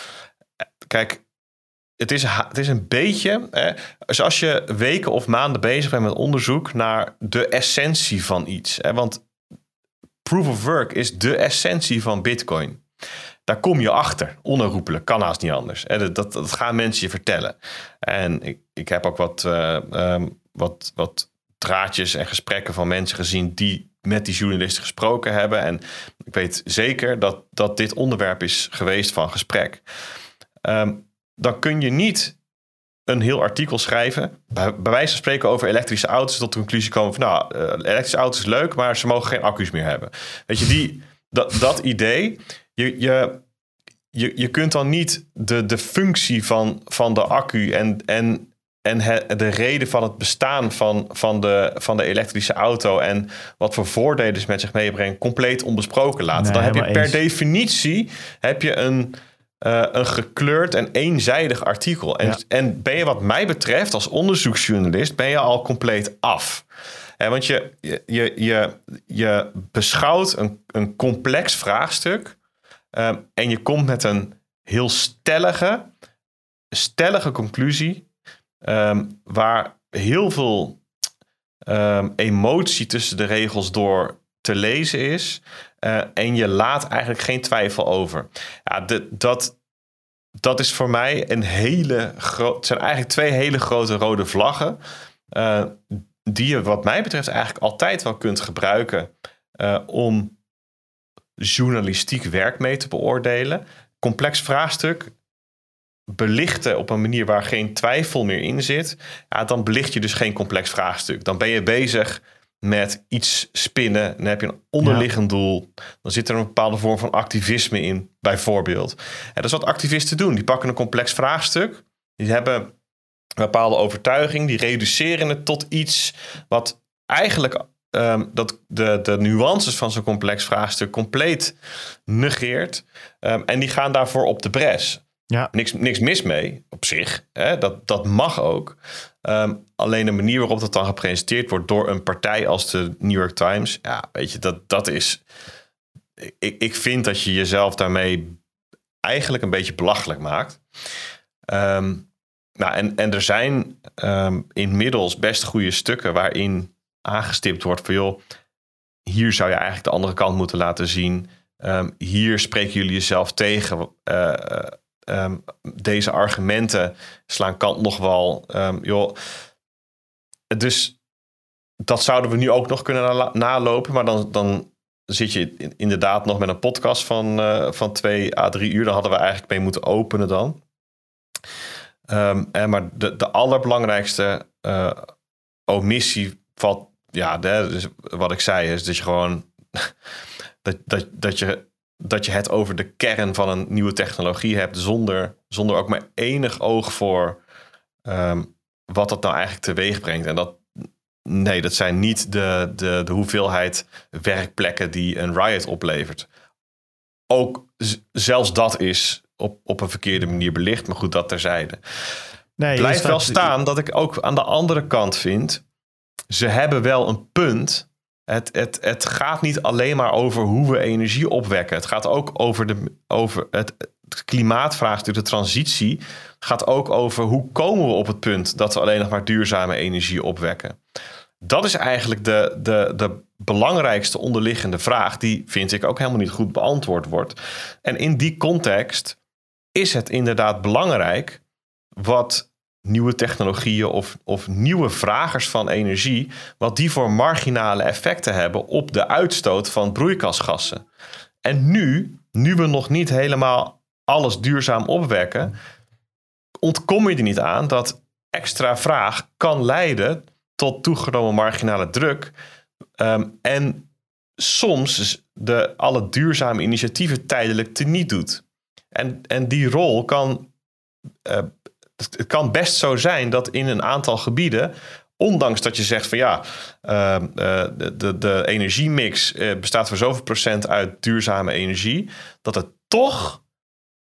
Kijk, het is, het is een beetje... Eh, dus als je weken of maanden bezig bent met onderzoek naar de essentie van iets. Hè, want proof of work is de essentie van Bitcoin. Daar kom je achter, onherroepelijk, kan haast niet anders. Dat, dat, dat gaan mensen je vertellen. En ik, ik heb ook wat, uh, um, wat, wat draadjes en gesprekken van mensen gezien die met die journalisten gesproken hebben. En ik weet zeker dat, dat dit onderwerp is geweest van gesprek. Um, dan kun je niet een heel artikel schrijven, bij, bij wijze van spreken over elektrische auto's, tot de conclusie komen van, nou, uh, elektrische auto's is leuk, maar ze mogen geen accu's meer hebben. Weet je, die, dat, dat idee... Je, je, je, je kunt dan niet de, de functie van, van de accu en, en, en he, de reden van het bestaan van, van, de, van de elektrische auto en wat voor voordelen ze met zich meebrengen compleet onbesproken laten. Nee, dan heb je per eens. definitie heb je een, uh, een gekleurd en eenzijdig artikel. En, ja. en ben je wat mij betreft als onderzoeksjournalist ben je al compleet af. He, want je, je, je, je, je beschouwt een, een complex vraagstuk. Um, en je komt met een heel stellige, stellige conclusie. Um, waar heel veel um, emotie tussen de regels door te lezen is. Uh, en je laat eigenlijk geen twijfel over. Ja, de, dat, dat is voor mij een hele grote. Het zijn eigenlijk twee hele grote rode vlaggen. Uh, die je, wat mij betreft, eigenlijk altijd wel kunt gebruiken. Uh, om journalistiek werk mee te beoordelen. Complex vraagstuk belichten op een manier waar geen twijfel meer in zit. Ja, dan belicht je dus geen complex vraagstuk. Dan ben je bezig met iets spinnen. Dan heb je een onderliggend ja. doel. Dan zit er een bepaalde vorm van activisme in, bijvoorbeeld. En dat is wat activisten doen. Die pakken een complex vraagstuk. Die hebben een bepaalde overtuiging. Die reduceren het tot iets wat eigenlijk Um, dat de, de nuances van zo'n complex vraagstuk compleet negeert. Um, en die gaan daarvoor op de bres. Ja. Niks, niks mis mee op zich. Hè? Dat, dat mag ook. Um, alleen de manier waarop dat dan gepresenteerd wordt door een partij als de New York Times. Ja, weet je, dat, dat is... Ik, ik vind dat je jezelf daarmee eigenlijk een beetje belachelijk maakt. Um, nou, en, en er zijn um, inmiddels best goede stukken waarin aangestipt wordt van, joh, hier zou je eigenlijk de andere kant moeten laten zien. Um, hier spreken jullie jezelf tegen. Uh, um, deze argumenten slaan kant nog wel. Um, joh. Dus dat zouden we nu ook nog kunnen nala- nalopen. Maar dan, dan zit je inderdaad nog met een podcast van, uh, van twee à drie uur. Dan hadden we eigenlijk mee moeten openen dan. Um, en maar de, de allerbelangrijkste uh, omissie valt. Ja, de, dus wat ik zei is dat je gewoon dat, dat, dat, je, dat je het over de kern van een nieuwe technologie hebt zonder, zonder ook maar enig oog voor um, wat dat nou eigenlijk teweeg brengt. En dat, nee, dat zijn niet de, de, de hoeveelheid werkplekken die een Riot oplevert. Ook z- zelfs dat is op, op een verkeerde manier belicht, maar goed, dat terzijde. Nee, blijft staat... wel staan dat ik ook aan de andere kant vind, ze hebben wel een punt. Het, het, het gaat niet alleen maar over hoe we energie opwekken. Het gaat ook over, de, over het, het klimaatvraagstuk, de transitie. Het gaat ook over hoe komen we op het punt dat we alleen nog maar duurzame energie opwekken. Dat is eigenlijk de, de, de belangrijkste onderliggende vraag, die vind ik ook helemaal niet goed beantwoord wordt. En in die context is het inderdaad belangrijk wat nieuwe technologieën of, of nieuwe vragers van energie, wat die voor marginale effecten hebben op de uitstoot van broeikasgassen. En nu, nu we nog niet helemaal alles duurzaam opwekken, ontkom je er niet aan dat extra vraag kan leiden tot toegenomen marginale druk. Um, en soms de alle duurzame initiatieven tijdelijk teniet doet. En, en die rol kan... Uh, Het kan best zo zijn dat in een aantal gebieden, ondanks dat je zegt van ja, uh, uh, de, de, de energiemix uh, bestaat voor zoveel procent uit duurzame energie, dat het toch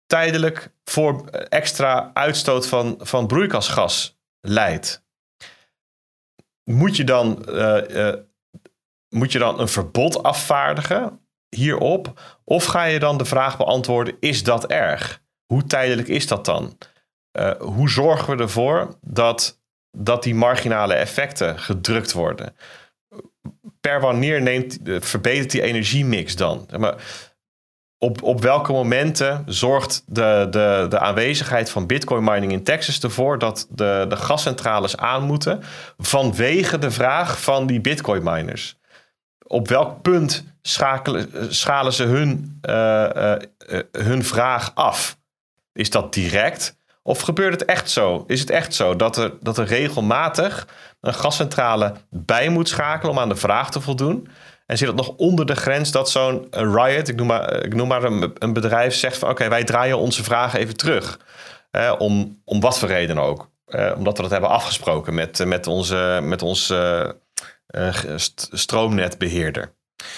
tijdelijk voor extra uitstoot van, van broeikasgas leidt. Moet je dan, uh, uh, moet je dan een verbod afvaardigen hierop? Of ga je dan de vraag beantwoorden, is dat erg? Hoe tijdelijk is dat dan? Uh, hoe zorgen we ervoor dat, dat die marginale effecten gedrukt worden? Per wanneer neemt, verbetert die energiemix dan? Maar op, op welke momenten zorgt de, de, de aanwezigheid van Bitcoin mining in Texas ervoor dat de, de gascentrales aan moeten vanwege de vraag van die Bitcoin miners? Op welk punt schakelen, schalen ze hun, uh, uh, uh, hun vraag af? Is dat direct? Of gebeurt het echt zo? Is het echt zo dat er, dat er regelmatig een gascentrale bij moet schakelen om aan de vraag te voldoen? En zit het nog onder de grens dat zo'n Riot, ik noem maar, ik noem maar een, een bedrijf, zegt van oké, okay, wij draaien onze vragen even terug. Eh, om, om wat voor reden ook. Eh, omdat we dat hebben afgesproken met, met onze met ons, uh, uh, stroomnetbeheerder.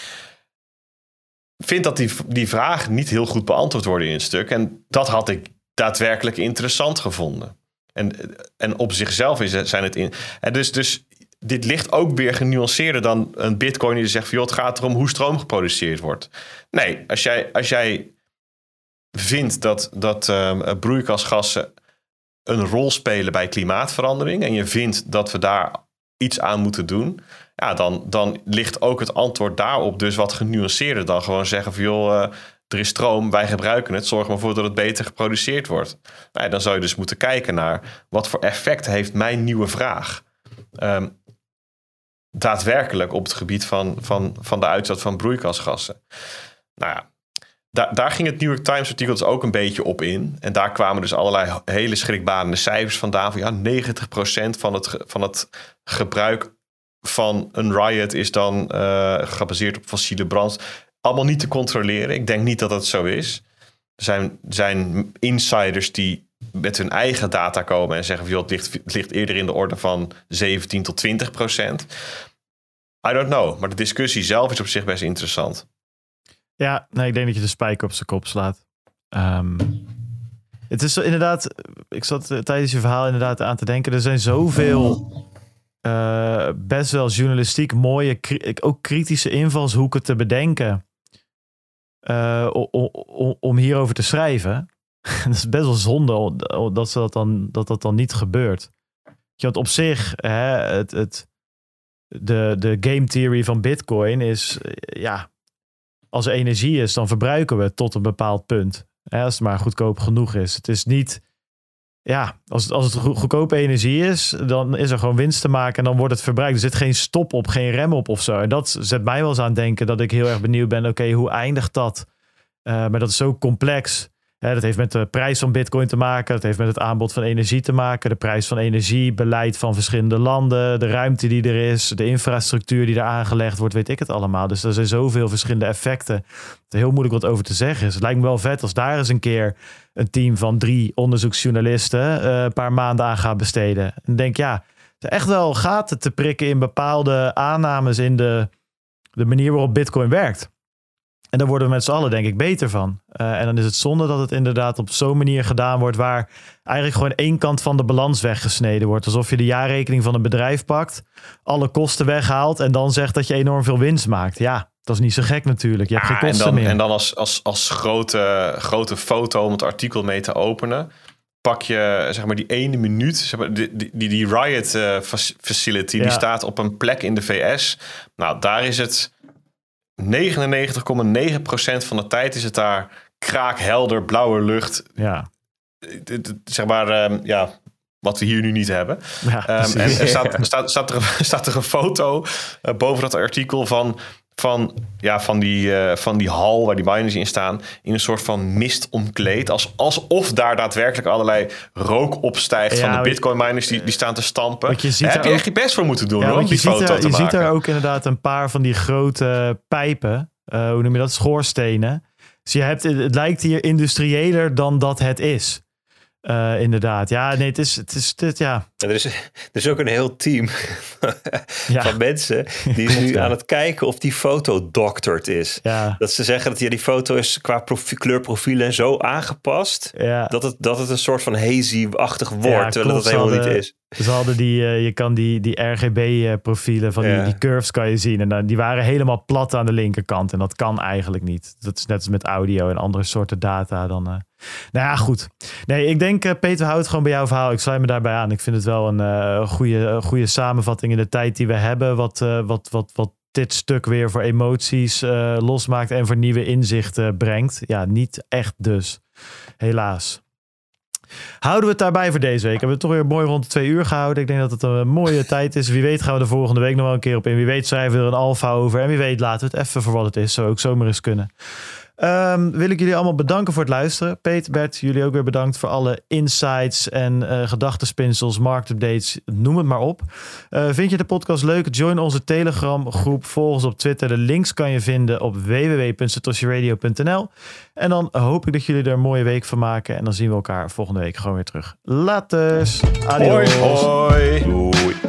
Ik vind dat die, die vragen niet heel goed beantwoord worden in het stuk. En dat had ik daadwerkelijk interessant gevonden. En, en op zichzelf is, zijn het in. En dus, dus dit ligt ook weer genuanceerder dan een Bitcoin die zegt van joh, het gaat erom hoe stroom geproduceerd wordt. Nee, als jij, als jij vindt dat, dat uh, broeikasgassen een rol spelen bij klimaatverandering en je vindt dat we daar iets aan moeten doen, ja, dan, dan ligt ook het antwoord daarop dus wat genuanceerder dan gewoon zeggen van joh, uh, er is stroom, wij gebruiken het, zorg maar voor dat het beter geproduceerd wordt. Nou, dan zou je dus moeten kijken naar wat voor effect heeft mijn nieuwe vraag um, daadwerkelijk op het gebied van, van, van de uitstoot van broeikasgassen. Nou ja, da- daar ging het New York Times artikel dus ook een beetje op in. En daar kwamen dus allerlei hele schrikbarende cijfers vandaan van ja, negentig procent van het, ge- van het gebruik van een Riot is dan uh, gebaseerd op fossiele brandstof. Allemaal niet te controleren. Ik denk niet dat dat zo is. Er zijn, zijn insiders die met hun eigen data komen en zeggen van joh, het ligt, het ligt eerder in de orde van zeventien tot twintig procent. I don't know. Maar de discussie zelf is op zich best interessant. Ja, nee, ik denk dat je de spijker op zijn kop slaat. Um, het is inderdaad, ik zat tijdens je verhaal inderdaad aan te denken. Er zijn zoveel uh, best wel journalistiek mooie, ook kritische invalshoeken te bedenken. Uh, om, om, om hierover te schrijven. Dat is best wel zonde dat ze dat dan, dat, dat dan niet gebeurt. Want op zich, hè, het, het, de, de game theory van Bitcoin is, ja, als er energie is, dan verbruiken we het tot een bepaald punt. Hè, als het maar goedkoop genoeg is. Het is niet, ja, als het, als het goedkope energie is, dan is er gewoon winst te maken en dan wordt het verbruikt. Er zit geen stop op, geen rem op of zo. En dat zet mij wel eens aan het denken dat ik heel erg benieuwd ben, oké, okay, hoe eindigt dat? Uh, maar dat is zo complex. Hè, dat heeft met de prijs van Bitcoin te maken. Dat heeft met het aanbod van energie te maken. De prijs van energie, beleid van verschillende landen, de ruimte die er is, de infrastructuur die er aangelegd wordt, weet ik het allemaal. Dus er zijn zoveel verschillende effecten. Dat er heel moeilijk wat over te zeggen is. Het lijkt me wel vet als daar eens een keer een team van drie onderzoeksjournalisten uh, een paar maanden aan gaat besteden. En denk, ja, er echt wel gaten te prikken in bepaalde aannames in de, de manier waarop Bitcoin werkt. En daar worden we met z'n allen denk ik beter van. Uh, en dan is het zonde dat het inderdaad op zo'n manier gedaan wordt waar eigenlijk gewoon één kant van de balans weggesneden wordt. Alsof je de jaarrekening van een bedrijf pakt, alle kosten weghaalt en dan zegt dat je enorm veel winst maakt. Ja, dat is niet zo gek natuurlijk. Je hebt ah, geen kosten en dan, meer. En dan als, als, als grote, grote foto om het artikel mee te openen, pak je zeg maar die ene minuut, zeg maar, die, die, die Riot uh, facility, ja. Die staat op een plek in de V S. Nou, daar is het negenennegentig komma negen procent van de tijd is het daar kraakhelder, blauwe lucht. Ja. Zeg maar, um, ja, wat we hier nu niet hebben. Ja, um, en er staat, staat, staat, er, staat er een foto uh, boven dat artikel van, van, ja, van, die, uh, van die hal waar die miners in staan, in een soort van mist omkleed. Als, alsof daar daadwerkelijk allerlei rook opstijgt ja, van de Bitcoin miners die, die staan te stampen. Daar heb je ook echt je best voor moeten doen, ja, hoor, om die foto er, te je maken. Je ziet er ook inderdaad een paar van die grote pijpen. Uh, hoe noem je dat? Schoorstenen. Dus je hebt, het lijkt hier industriëler dan dat het is. Uh, inderdaad. Ja, nee, het is, het is dit, ja. Er is, er is ook een heel team ja. van mensen die is nu ja. aan het kijken of die foto doctored is. Ja. Dat ze zeggen dat ja, die foto is qua profi- kleurprofielen zo aangepast ja. dat, het, dat het een soort van hazy-achtig wordt, ja, terwijl het helemaal hadden, niet is. Ze hadden die, uh, je kan die, die R G B-profielen van ja. die, die curves kan je zien. En dan, die waren helemaal plat aan de linkerkant. En dat kan eigenlijk niet. Dat is net als met audio en andere soorten data. Dan, uh... Nou ja, goed. Nee, ik denk, uh, Peter, houd het gewoon bij jouw verhaal. Ik sluit me daarbij aan. Ik vind het wel een uh, goede, goede samenvatting in de tijd die we hebben. Wat, uh, wat, wat, wat dit stuk weer voor emoties uh, losmaakt en voor nieuwe inzichten brengt. Ja, niet echt dus. Helaas. Houden we het daarbij voor deze week. We hebben het toch weer mooi rond de twee uur gehouden. Ik denk dat het een mooie tijd is. Wie weet gaan we de volgende week nog wel een keer op in. Wie weet schrijven we er een alfa over. En wie weet laten we het even voor wat het is. Zou ook zomaar eens kunnen. Um, wil ik jullie allemaal bedanken voor het luisteren. Peet, Bert, jullie ook weer bedankt voor alle insights en uh, gedachtenspinsels, marktupdates, noem het maar op. Uh, vind je de podcast leuk? Join onze Telegram groep. Volg ons op Twitter. De links kan je vinden op w w w punt satoshi radio punt n l. En dan hoop ik dat jullie er een mooie week van maken. En dan zien we elkaar volgende week gewoon weer terug. Laters. Adios. Hoi. Hoi. Doei.